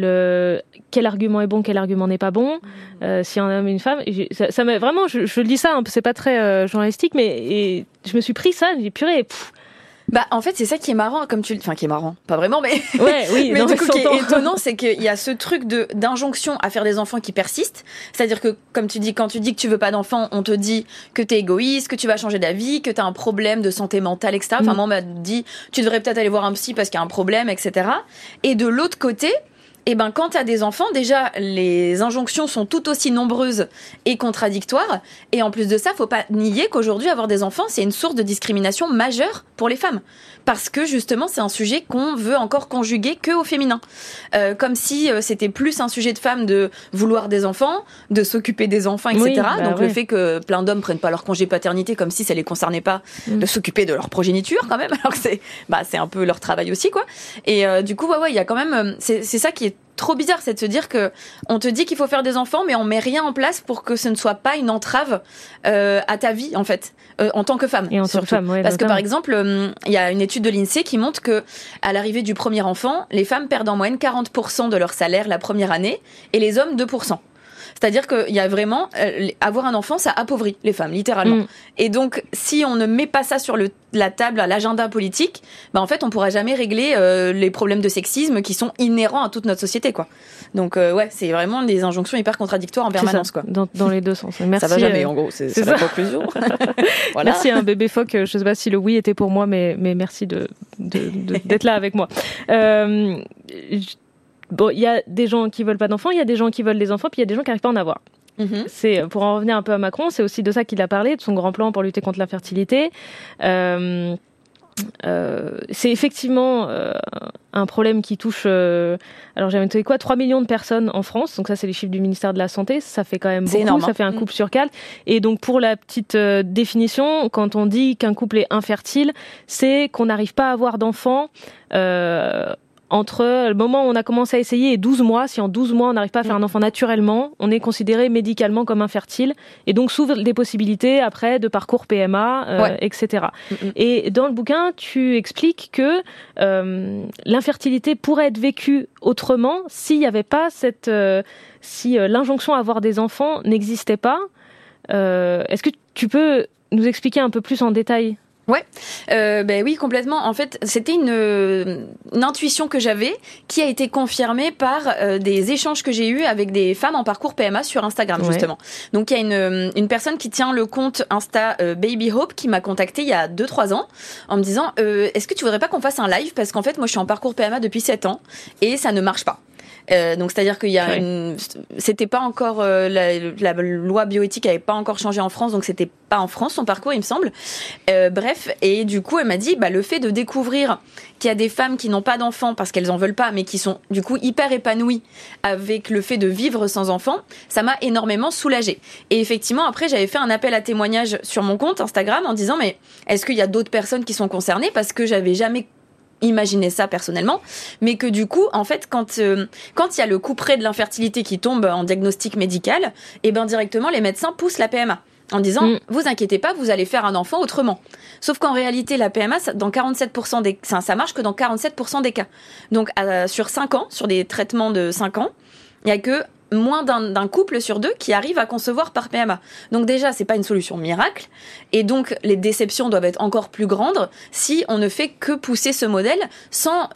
quel argument est bon, quel argument n'est pas bon, si un homme et une femme, ça m'a vraiment, je dis ça, c'est pas très journalistique, mais je me suis pris ça, j'ai dit purée. Bah, en fait, c'est ça qui est marrant, qui est marrant, pas vraiment, mais, oui, mais du coup, qui est étonnant, c'est qu'il y a ce truc d'injonction à faire des enfants qui persiste. C'est-à-dire que, comme tu dis, quand tu dis que tu veux pas d'enfants, on te dit que t'es égoïste, que tu vas changer d'avis, que t'as un problème de santé mentale, etc. Enfin, moi, on m'a dit, tu devrais peut-être aller voir un psy parce qu'il y a un problème, etc. Et de l'autre côté, quand t'as des enfants, déjà, les injonctions sont tout aussi nombreuses et contradictoires. Et en plus de ça, faut pas nier qu'aujourd'hui, avoir des enfants, c'est une source de discrimination majeure pour les femmes. Parce que, justement, c'est un sujet qu'on veut encore conjuguer que au féminin. Comme si c'était plus un sujet de femme de vouloir des enfants, de s'occuper des enfants, etc. Donc, le fait que plein d'hommes prennent pas leur congé paternité comme si ça les concernait pas de s'occuper de leur progéniture, quand même. Alors que c'est un peu leur travail aussi, quoi. Et du coup, il y a quand même, c'est ça qui est trop bizarre, c'est de se dire que on te dit qu'il faut faire des enfants, mais on met rien en place pour que ce ne soit pas une entrave à ta vie, en fait, en tant que femme. Et en tant que femme, parce que par exemple, il y a une étude de l'INSEE qui montre que à l'arrivée du premier enfant, les femmes perdent en moyenne 40% de leur salaire la première année, et les hommes 2%. C'est-à-dire qu'il y a vraiment avoir un enfant, ça appauvrit les femmes, littéralement. Et donc, si on ne met pas ça sur la table, à l'agenda politique, en fait, on pourra jamais régler les problèmes de sexisme qui sont inhérents à toute notre société, quoi. Donc, c'est vraiment des injonctions hyper contradictoires en permanence, quoi. Dans les deux sens. Merci. Ça va jamais, en gros. C'est ça la conclusion. Voilà. Merci, bébé phoque. Je sais pas si le oui était pour moi, mais merci d'être là avec moi. Bon, il y a des gens qui veulent pas d'enfants, il y a des gens qui veulent des enfants, puis il y a des gens qui n'arrivent pas à en avoir. C'est, pour en revenir un peu à Macron, c'est aussi de ça qu'il a parlé, de son grand plan pour lutter contre l'infertilité. C'est effectivement un problème qui touche, alors j'avais noté 3 millions de personnes en France, donc ça c'est les chiffres du ministère de la Santé, ça fait quand même beaucoup, énorme, ça fait un couple sur 4. Et donc pour la petite définition, quand on dit qu'un couple est infertile, c'est qu'on n'arrive pas à avoir d'enfants entre le moment où on a commencé à essayer et 12 mois, si en 12 mois on n'arrive pas à faire un enfant naturellement, on est considéré médicalement comme infertile, et donc s'ouvrent des possibilités après de parcours PMA, etc. Et dans le bouquin, tu expliques que l'infertilité pourrait être vécue autrement s'il n'y avait pas si l'injonction à avoir des enfants n'existait pas. Est-ce que tu peux nous expliquer un peu plus en détail ? Ouais, oui, complètement. En fait, c'était une intuition que j'avais qui a été confirmée par des échanges que j'ai eus avec des femmes en parcours PMA sur Instagram, justement. Donc, il y a une personne qui tient le compte Insta Baby Hope qui m'a contactée il y a 2-3 ans en me disant est-ce que tu voudrais pas qu'on fasse un live, parce qu'en fait, moi, je suis en parcours PMA depuis 7 ans et ça ne marche pas. Donc c'est-à-dire qu'il y a c'était pas encore la loi bioéthique avait pas encore changé en France, donc c'était pas en France son parcours, il me semble. Bref, et du coup elle m'a dit le fait de découvrir qu'il y a des femmes qui n'ont pas d'enfants parce qu'elles en veulent pas, mais qui sont du coup hyper épanouies avec le fait de vivre sans enfants, ça m'a énormément soulagée. Et effectivement après j'avais fait un appel à témoignages sur mon compte Instagram en disant mais est-ce qu'il y a d'autres personnes qui sont concernées, parce que j'avais jamais imaginer ça personnellement, mais que du coup, en fait, quand il y a le couperet de l'infertilité qui tombe en diagnostic médical, directement les médecins poussent la PMA. en disant vous inquiétez pas, vous allez faire un enfant autrement. Sauf qu'en réalité, la PMA, dans 47% ça marche que dans 47% des cas. Donc sur 5 ans, sur des traitements de 5 ans, il y a que moins d'un couple sur 2 qui arrive à concevoir par PMA. Donc déjà, c'est pas une solution miracle, et donc les déceptions doivent être encore plus grandes si on ne fait que pousser ce modèle sans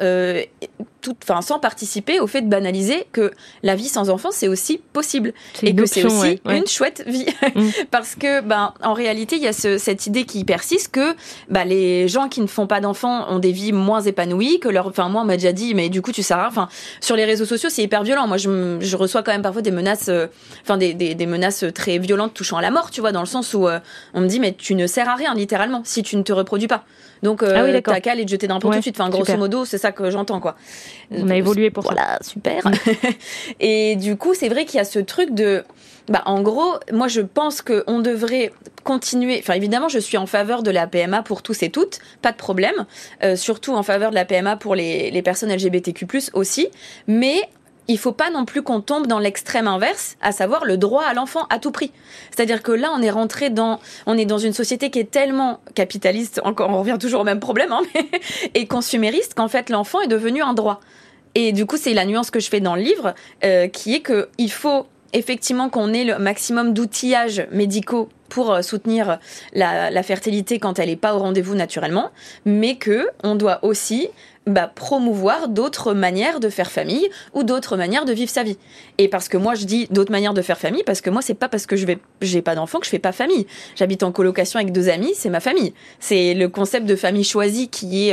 participer au fait de banaliser que la vie sans enfant c'est aussi possible et que c'est aussi une chouette vie. Parce que en réalité il y a cette idée qui persiste que les gens qui ne font pas d'enfants ont des vies moins épanouies, que moi on m'a déjà dit mais du coup tu sers à rien. Sur les réseaux sociaux c'est hyper violent. Moi je reçois quand même parfois des menaces des menaces très violentes touchant à la mort, tu vois, dans le sens où on me dit mais tu ne sers à rien littéralement si tu ne te reproduis pas. Donc t'as qu'à aller te jeter d'un pont tout de suite. Grosso modo, c'est ça que j'entends, quoi. On a évolué pour ça. Voilà, super. Et du coup, c'est vrai qu'il y a ce truc de... en gros, moi, je pense qu'on devrait continuer... évidemment, je suis en faveur de la PMA pour tous et toutes, pas de problème. Surtout en faveur de la PMA pour les personnes LGBTQ+, aussi. Mais... il faut pas non plus qu'on tombe dans l'extrême inverse, à savoir le droit à l'enfant à tout prix. C'est-à-dire que là, on est dans une société qui est tellement capitaliste, encore, on revient toujours au même problème, et consumériste, qu'en fait, l'enfant est devenu un droit. Et du coup, c'est la nuance que je fais dans le livre, qui est que il faut effectivement qu'on ait le maximum d'outillages médicaux pour soutenir la fertilité quand elle n'est pas au rendez-vous naturellement, mais que on doit aussi promouvoir d'autres manières de faire famille ou d'autres manières de vivre sa vie. Et parce que moi je dis d'autres manières de faire famille, parce que moi c'est pas parce que j'ai pas d'enfant que je fais pas famille. J'habite en colocation avec 2 amis, c'est ma famille. C'est le concept de famille choisie qui est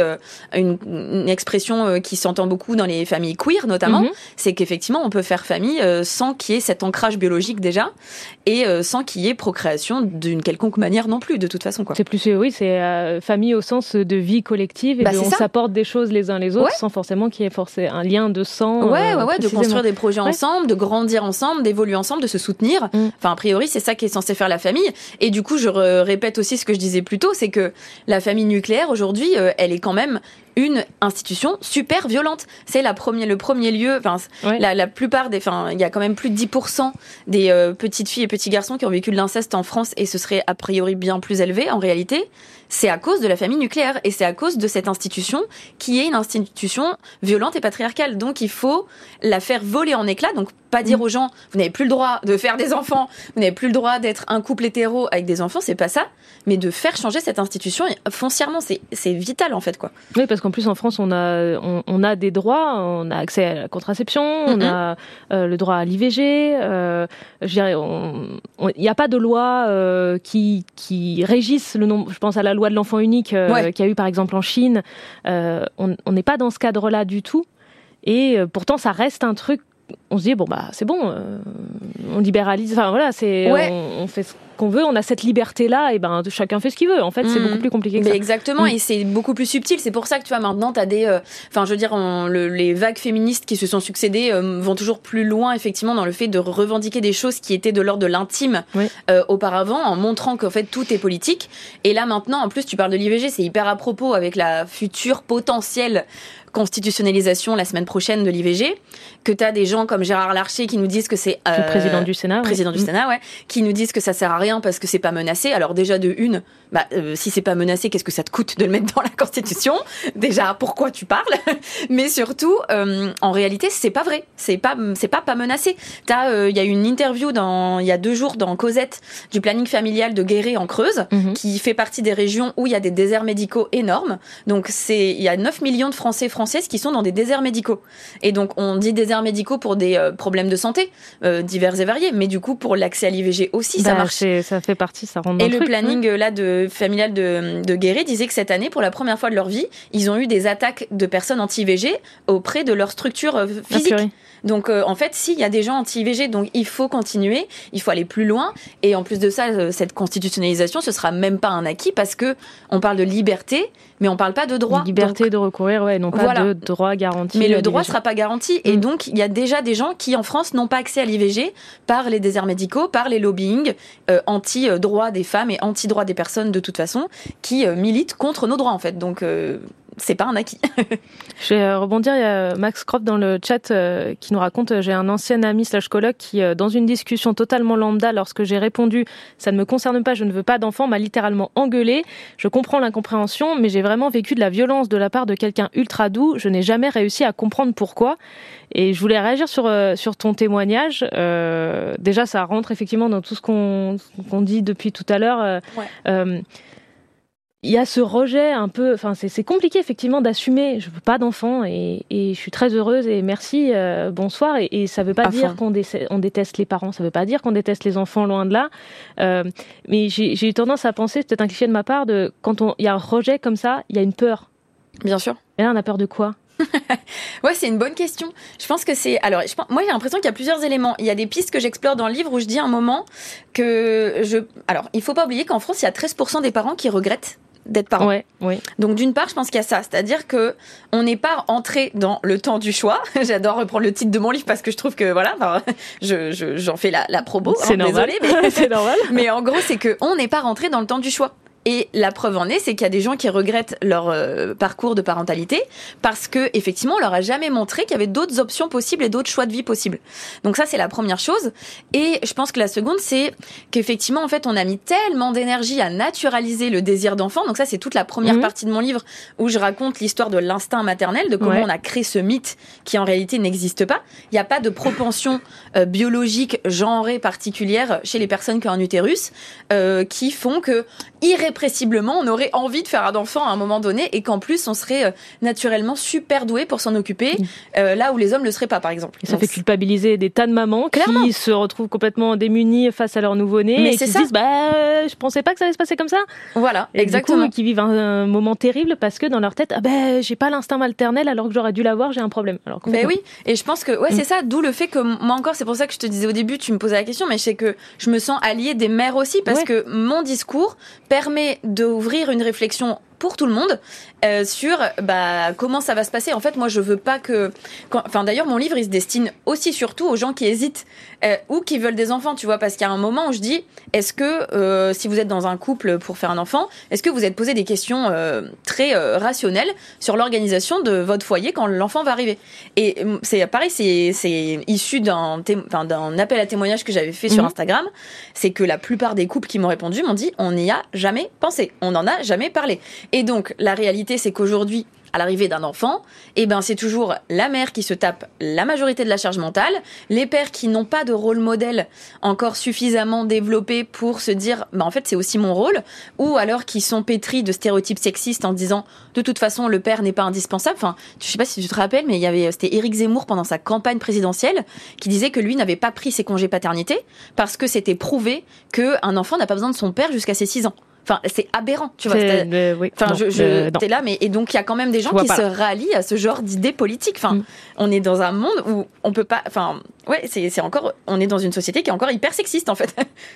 une expression qui s'entend beaucoup dans les familles queer notamment. C'est qu'effectivement on peut faire famille sans qu'il y ait cet ancrage biologique déjà, et sans qu'il y ait procréation d'une quelconque manière non plus, de toute façon, quoi. C'est plus, c'est famille au sens de vie collective, et on s'apporte des choses les uns les autres sans forcément qu'il y ait un lien de sang. De construire des projets ensemble, de grandir ensemble, d'évoluer ensemble, de se soutenir. A priori, c'est ça qui est censé faire la famille. Et du coup, je répète aussi ce que je disais plus tôt, c'est que la famille nucléaire, aujourd'hui, elle est quand même une institution super violente. C'est le premier lieu, la plupart il y a quand même plus de 10% des petites filles et petits garçons qui ont vécu de l'inceste en France, et ce serait a priori bien plus élevé en réalité. C'est à cause de la famille nucléaire, et c'est à cause de cette institution qui est une institution violente et patriarcale. Donc il faut la faire voler en éclats. Donc pas dire aux gens vous n'avez plus le droit de faire des enfants, vous n'avez plus le droit d'être un couple hétéro avec des enfants, c'est pas ça, mais de faire changer cette institution foncièrement. C'est vital en fait, quoi. Oui, parce qu'en plus en France on a des droits, on a accès à la contraception, on a le droit à l'IVG. Je dirais, il n'y a pas de loi qui régisse le nombre. Je pense à la loi de l'enfant unique qu'il y a eu par exemple en Chine. On n'est pas dans ce cadre-là du tout, et pourtant ça reste un truc. On se dit c'est bon, on libéralise. On fait ce qu'on veut, on a cette liberté-là, et chacun fait ce qu'il veut. En fait, c'est beaucoup plus compliqué que ça. Exactement, et c'est beaucoup plus subtil. C'est pour ça que tu vois maintenant, t'as des, les vagues féministes qui se sont succédées vont toujours plus loin, effectivement, dans le fait de revendiquer des choses qui étaient de l'ordre de l'intime auparavant, en montrant qu'en fait tout est politique. Et là maintenant, en plus, tu parles de l'IVG, c'est hyper à propos avec la future potentielle constitutionnalisation la semaine prochaine de l'IVG, que t'as des gens comme Gérard Larcher qui nous disent que c'est le président du Sénat, qui nous disent que ça sert à rien parce que c'est pas menacé. Alors déjà de une, si c'est pas menacé, qu'est-ce que ça te coûte de le mettre dans la Constitution? Déjà, pourquoi tu parles? Mais surtout, en réalité, c'est pas vrai. C'est pas menacé. Il y a eu une interview il y a 2 jours dans Cosette du planning familial de Guéret en Creuse, qui fait partie des régions où il y a des déserts médicaux énormes. Donc il y a 9 millions de Françaises qui sont dans des déserts médicaux. Et donc on dit déserts médicaux pour des problèmes de santé divers et variés, mais du coup pour l'accès à l'IVG aussi, ça marche. Ça fait partie, ça rentre dans le truc. Et le planning familial de Guéret disait que cette année, pour la première fois de leur vie, ils ont eu des attaques de personnes anti-IVG auprès de leur structure physique. Donc en fait, il y a des gens anti-IVG, donc il faut continuer, il faut aller plus loin. Et en plus de ça, cette constitutionnalisation, ce sera même pas un acquis, parce que on parle de liberté, mais on parle pas de droit. Liberté de recourir, non pas de droit garanti. Mais le droit sera pas garanti. Et donc il y a déjà des gens qui en France n'ont pas accès à l'IVG par les déserts médicaux, par les lobbying anti-droit des femmes et anti-droit des personnes de toute façon, qui militent contre nos droits en fait. Donc c'est pas un acquis. Je vais rebondir, il y a Max Croft dans le chat qui nous raconte, j'ai un ancien ami / coloc qui, dans une discussion totalement lambda, lorsque j'ai répondu « ça ne me concerne pas, je ne veux pas d'enfant », m'a littéralement engueulé. Je comprends l'incompréhension, mais j'ai vraiment vécu de la violence de la part de quelqu'un ultra doux. Je n'ai jamais réussi à comprendre pourquoi. Et je voulais réagir sur ton témoignage. Déjà, ça rentre effectivement dans tout ce qu'on dit depuis tout à l'heure. Il y a ce rejet un peu, enfin c'est compliqué effectivement d'assumer. Je veux pas d'enfant et je suis très heureuse et merci, bonsoir. Et ça veut pas dire qu'on déteste les parents, ça veut pas dire qu'on déteste les enfants, loin de là. Mais j'ai eu tendance à penser, c'est peut-être un cliché de ma part, quand il y a un rejet comme ça, il y a une peur. Bien sûr. Et là, on a peur de quoi? Ouais, c'est une bonne question. Je pense que c'est... Alors, moi, j'ai l'impression qu'il y a plusieurs éléments. Il y a des pistes que j'explore dans le livre où je dis à un moment que Alors, il faut pas oublier qu'en France, il y a 13% des parents qui regrettent d'être parents. Ouais, oui. Donc d'une part, je pense qu'il y a ça, c'est-à-dire que on n'est pas entré dans le temps du choix. J'adore reprendre le titre de mon livre parce que je trouve que voilà, j'en fais la promo. C'est normal. Désolée, mais c'est normal. Mais en gros, c'est que on n'est pas rentré dans le temps du choix. Et la preuve en est, c'est qu'il y a des gens qui regrettent leur parcours de parentalité parce que effectivement, on leur a jamais montré qu'il y avait d'autres options possibles et d'autres choix de vie possibles. Donc ça, c'est la première chose. Et je pense que la seconde, c'est qu'effectivement, en fait, on a mis tellement d'énergie à naturaliser le désir d'enfant. Donc ça, c'est toute la première partie de mon livre où je raconte l'histoire de l'instinct maternel, de comment on a créé ce mythe qui en réalité n'existe pas. Il n'y a pas de propension biologique, genrée particulière chez les personnes qui ont un utérus qui font que irrépressiblement, on aurait envie de faire un enfant à un moment donné et qu'en plus, on serait naturellement super doué pour s'en occuper, là où les hommes ne le seraient pas, par exemple. Et ça fait culpabiliser des tas de mamans qui se retrouvent complètement démunies face à leur nouveau-né et qui se disent je pensais pas que ça allait se passer comme ça. Voilà, et exactement. Du coup, qui vivent un moment terrible parce que dans leur tête, j'ai pas l'instinct maternel alors que j'aurais dû l'avoir, j'ai un problème. Alors oui, et je pense que c'est ça, d'où le fait que moi encore, c'est pour ça que je te disais au début, tu me posais la question, mais je sais que je me sens alliée des mères aussi parce que mon discours permet d'ouvrir une réflexion pour tout le monde sur comment ça va se passer. En fait, moi, je veux pas que... d'ailleurs, mon livre, il se destine aussi surtout aux gens qui hésitent ou qui veulent des enfants, tu vois, parce qu'il y a un moment où je dis, est-ce que, si vous êtes dans un couple pour faire un enfant, est-ce que vous êtes posé des questions très rationnelles sur l'organisation de votre foyer quand l'enfant va arriver? Et c'est pareil, c'est issu d'un appel à témoignage que j'avais fait sur Instagram, c'est que la plupart des couples qui m'ont répondu m'ont dit, on n'y a jamais pensé, on n'en a jamais parlé. Et donc, la réalité, c'est qu'aujourd'hui, à l'arrivée d'un enfant, c'est toujours la mère qui se tape la majorité de la charge mentale, les pères qui n'ont pas de rôle modèle encore suffisamment développé pour se dire, en fait, c'est aussi mon rôle, ou alors qui sont pétris de stéréotypes sexistes en disant, de toute façon, le père n'est pas indispensable. Enfin, je sais pas si tu te rappelles, mais c'était Éric Zemmour pendant sa campagne présidentielle qui disait que lui n'avait pas pris ses congés paternité parce que c'était prouvé qu'un enfant n'a pas besoin de son père jusqu'à ses 6 ans. Enfin, c'est aberrant, tu vois. T'es là, mais et donc il y a quand même des gens qui se rallient à ce genre d'idées politiques. Enfin, on est dans un monde où on peut pas. Enfin, c'est encore. On est dans une société qui est encore hyper sexiste en fait.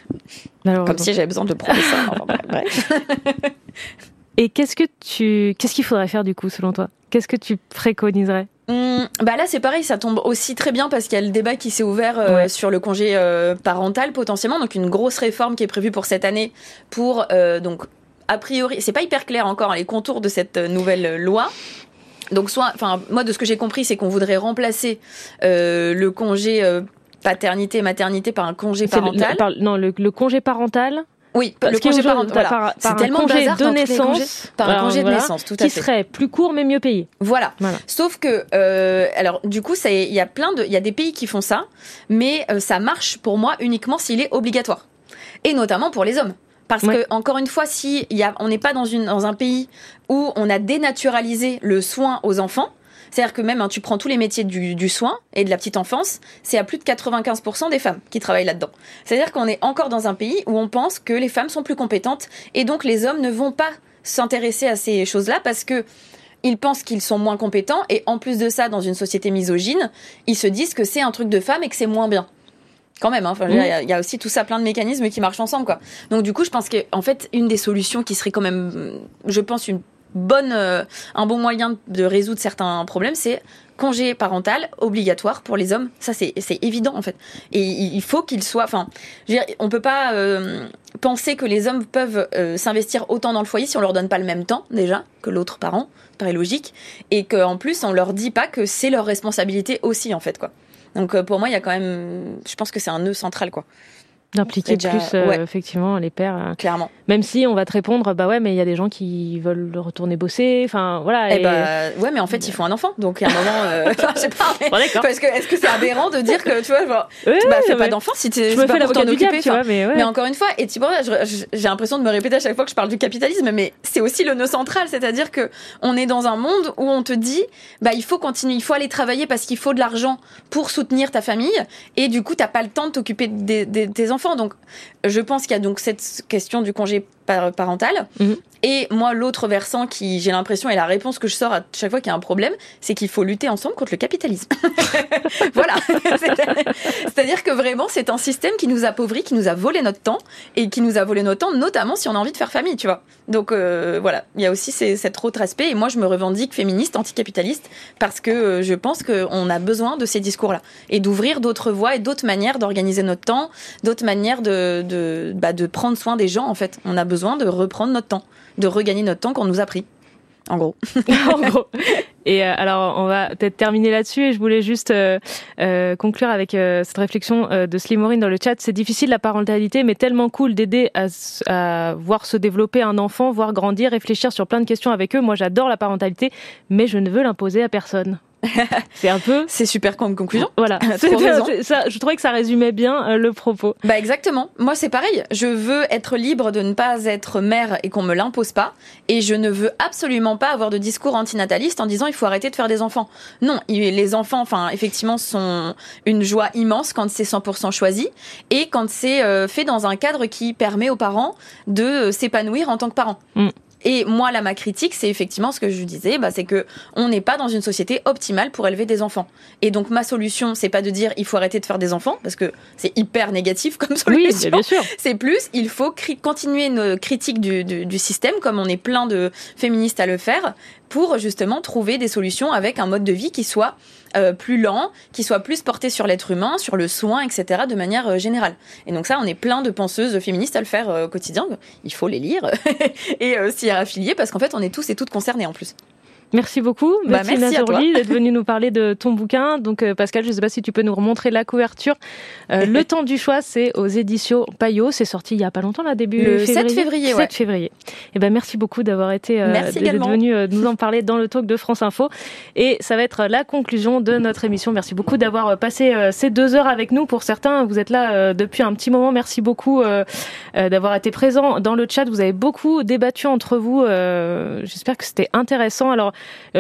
Comme si j'avais besoin de prouver ça. Enfin, bref. Et qu'est-ce qu'il faudrait faire du coup, selon toi? Qu'est-ce que tu préconiserais? Là c'est pareil, ça tombe aussi très bien parce qu'il y a le débat qui s'est ouvert sur le congé parental potentiellement, donc une grosse réforme qui est prévue pour cette année pour donc a priori, c'est pas hyper clair encore les contours de cette nouvelle loi. Donc moi de ce que j'ai compris, c'est qu'on voudrait remplacer le congé paternité-maternité par un congé parental. Le congé parental. Oui, le congé parental. C'est tellement congé de naissance, par un congé de naissance, tout à fait. Qui serait plus court mais mieux payé. Voilà. Sauf que, alors du coup, il y a des pays qui font ça, mais ça marche pour moi uniquement s'il est obligatoire, et notamment pour les hommes. Parce que encore une fois, on n'est pas dans un pays où on a dénaturalisé le soin aux enfants. C'est-à-dire que même, tu prends tous les métiers du soin et de la petite enfance, c'est à plus de 95% des femmes qui travaillent là-dedans. C'est-à-dire qu'on est encore dans un pays où on pense que les femmes sont plus compétentes et donc les hommes ne vont pas s'intéresser à ces choses-là parce que ils pensent qu'ils sont moins compétents et en plus de ça, dans une société misogyne, ils se disent que c'est un truc de femme et que c'est moins bien. Quand même, il y a aussi tout ça, plein de mécanismes qui marchent ensemble, quoi. Donc du coup, je pense qu'en fait, une des solutions qui serait quand même, je pense, une un bon moyen de résoudre certains problèmes, c'est congé parental obligatoire pour les hommes. Ça, c'est évident, en fait. Et il faut qu'il soit... Enfin, je veux dire, on peut pas penser que les hommes peuvent s'investir autant dans le foyer si on leur donne pas le même temps, déjà, que l'autre parent. Ça paraît logique. Et qu'en plus, on leur dit pas que c'est leur responsabilité aussi, en fait, quoi. Donc, pour moi, il y a quand même... Je pense que c'est un nœud central, quoi. D'impliquer plus, effectivement, les pères. Clairement. Même si on va te répondre, bah ouais, mais il y a des gens qui veulent retourner bosser, enfin, voilà. Ouais, mais en fait, ils font un enfant, donc à un moment, je sais pas, mais, parce que est-ce que c'est aberrant de dire que, tu vois, genre, fais pas d'enfant si tu me fais l'avocat du diable, tu vois, mais encore une fois, et tu vois, j'ai l'impression de me répéter à chaque fois que je parle du capitalisme, mais c'est aussi le nœud central, c'est-à-dire que on est dans un monde où on te dit, bah, il faut continuer, il faut aller travailler parce qu'il faut de l'argent pour soutenir ta famille, et du coup, t'as pas le temps de t'occuper de tes enfants. Donc, je pense qu'il y a donc cette question du congé parental. Et moi, l'autre versant qui, j'ai l'impression, est la réponse que je sors à chaque fois qu'il y a un problème, c'est qu'il faut lutter ensemble contre le capitalisme. Voilà. C'est-à-dire que vraiment, c'est un système qui nous appauvrit, qui nous a volé notre temps, et qui nous a volé notre temps, notamment si on a envie de faire famille, tu vois. Donc, voilà. Il y a aussi cet autre aspect, et moi, je me revendique féministe, anticapitaliste, parce que je pense qu'on a besoin de ces discours-là, et d'ouvrir d'autres voies et d'autres manières d'organiser notre temps, d'autres manières de prendre soin des gens, en fait. On a besoin de reprendre notre temps, de regagner notre temps qu'on nous a pris. En gros. En gros. Et alors, on va peut-être terminer là-dessus. Et je voulais juste conclure avec cette réflexion de Slimorine dans le chat. C'est difficile la parentalité, mais tellement cool d'aider à voir se développer un enfant, voir grandir, réfléchir sur plein de questions avec eux. Moi, j'adore la parentalité, mais je ne veux l'imposer à personne. C'est un peu... C'est super comme conclusion. Voilà. Ça, je trouvais que ça résumait bien le propos. Bah exactement. Moi, c'est pareil. Je veux être libre de ne pas être mère et qu'on me l'impose pas. Et je ne veux absolument pas avoir de discours antinataliste en disant il faut arrêter de faire des enfants. Non, les enfants, enfin, effectivement, sont une joie immense quand c'est 100% choisi et quand c'est fait dans un cadre qui permet aux parents de s'épanouir en tant que parents. Et moi, là, ma critique, c'est effectivement ce que je disais, c'est que on n'est pas dans une société optimale pour élever des enfants. Et donc, ma solution, c'est pas de dire il faut arrêter de faire des enfants, parce que c'est hyper négatif comme solution. Oui, bien sûr. C'est plus, il faut continuer une critique du système, comme on est plein de féministes à le faire, pour justement trouver des solutions avec un mode de vie qui soit plus lent, qui soit plus porté sur l'être humain, sur le soin, etc., de manière générale. Et donc ça, on est plein de penseuses féministes à le faire au quotidien. Il faut les lire et s'y affilier, parce qu'en fait, on est tous et toutes concernés en plus. Merci beaucoup, Betty Nazorli, d'être venue nous parler de ton bouquin. Donc, Pascal, je ne sais pas si tu peux nous remontrer la couverture. Le temps du choix, c'est aux éditions Payot. C'est sorti il n'y a pas longtemps, là, début février. 7 février, 7 février. Et ben, merci beaucoup d'avoir été, d'être venu nous en parler dans le talk de France Info. Et ça va être la conclusion de notre émission. Merci beaucoup d'avoir passé ces 2 heures avec nous. Pour certains, vous êtes là depuis un petit moment. Merci beaucoup d'avoir été présents dans le chat. Vous avez beaucoup débattu entre vous. J'espère que c'était intéressant. Alors,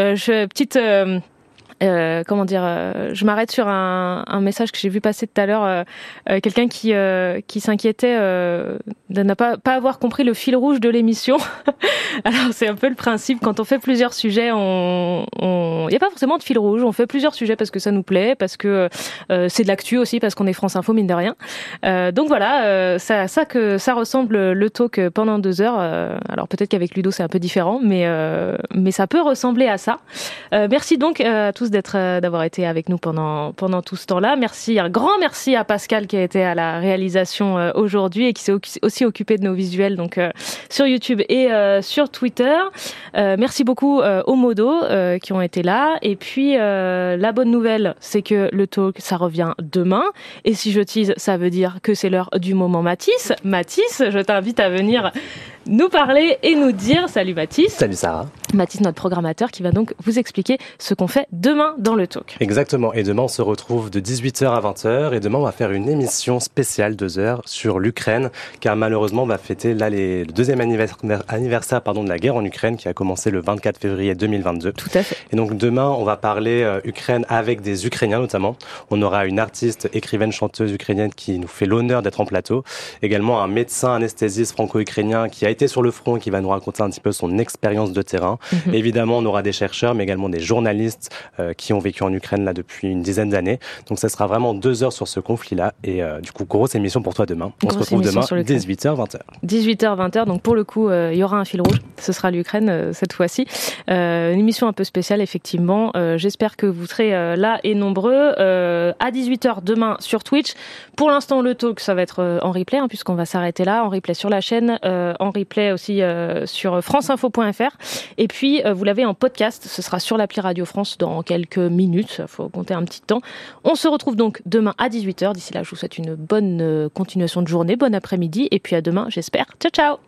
je m'arrête sur un message que j'ai vu passer tout à l'heure, quelqu'un qui s'inquiétait de ne pas avoir compris le fil rouge de l'émission. Alors c'est un peu le principe, quand on fait plusieurs sujets, il n'y a pas forcément de fil rouge, on fait plusieurs sujets parce que ça nous plaît, parce que c'est de l'actu aussi, parce qu'on est France Info mine de rien. Donc voilà, ça ressemble le talk pendant 2 heures. Alors peut-être qu'avec Ludo c'est un peu différent, mais ça peut ressembler à ça. Merci donc à tous d'avoir été avec nous pendant tout ce temps-là. Merci, un grand merci à Pascal qui a été à la réalisation aujourd'hui et qui s'est aussi occupé de nos visuels donc sur YouTube et sur Twitter. Merci beaucoup aux modos qui ont été là. Et puis la bonne nouvelle, c'est que le talk ça revient demain. Et si je tease, ça veut dire que c'est l'heure du moment Mathis. Mathis, je t'invite à venir nous parler et nous dire. Salut Mathis. Salut Sarah. Mathis, notre programmateur, qui va donc vous expliquer ce qu'on fait demain dans le talk. Exactement. Et demain, on se retrouve de 18h à 20h. Et demain, on va faire une émission spéciale 2 heures sur l'Ukraine, car malheureusement, on va fêter là le 2e anniversaire de la guerre en Ukraine, qui a commencé le 24 février 2022. Tout à fait. Et donc demain, on va parler Ukraine avec des Ukrainiens notamment. On aura une artiste, écrivaine, chanteuse ukrainienne qui nous fait l'honneur d'être en plateau. Également un médecin anesthésiste franco-ukrainien qui a été sur le front et qui va nous raconter un petit peu son expérience de terrain. Évidemment, on aura des chercheurs, mais également des journalistes qui ont vécu en Ukraine là depuis une dizaine d'années. Donc ça sera vraiment 2 heures sur ce conflit-là. Et du coup, grosse émission pour toi demain. On se retrouve demain, 18h, 20h. 18h, 20h. Donc pour le coup, il y aura un fil rouge. Ce sera l'Ukraine cette fois-ci. Une émission un peu spéciale, effectivement. J'espère que vous serez là et nombreux. À 18h demain sur Twitch. Pour l'instant, le talk, ça va être en replay, puisqu'on va s'arrêter là. En replay sur la chaîne. En replay aussi sur franceinfo.fr. Et puis, vous l'avez en podcast. Ce sera sur l'appli Radio France dans quelques minutes. Il faut compter un petit temps. On se retrouve donc demain à 18h. D'ici là, je vous souhaite une bonne continuation de journée, bon après-midi. Et puis à demain, j'espère. Ciao, ciao!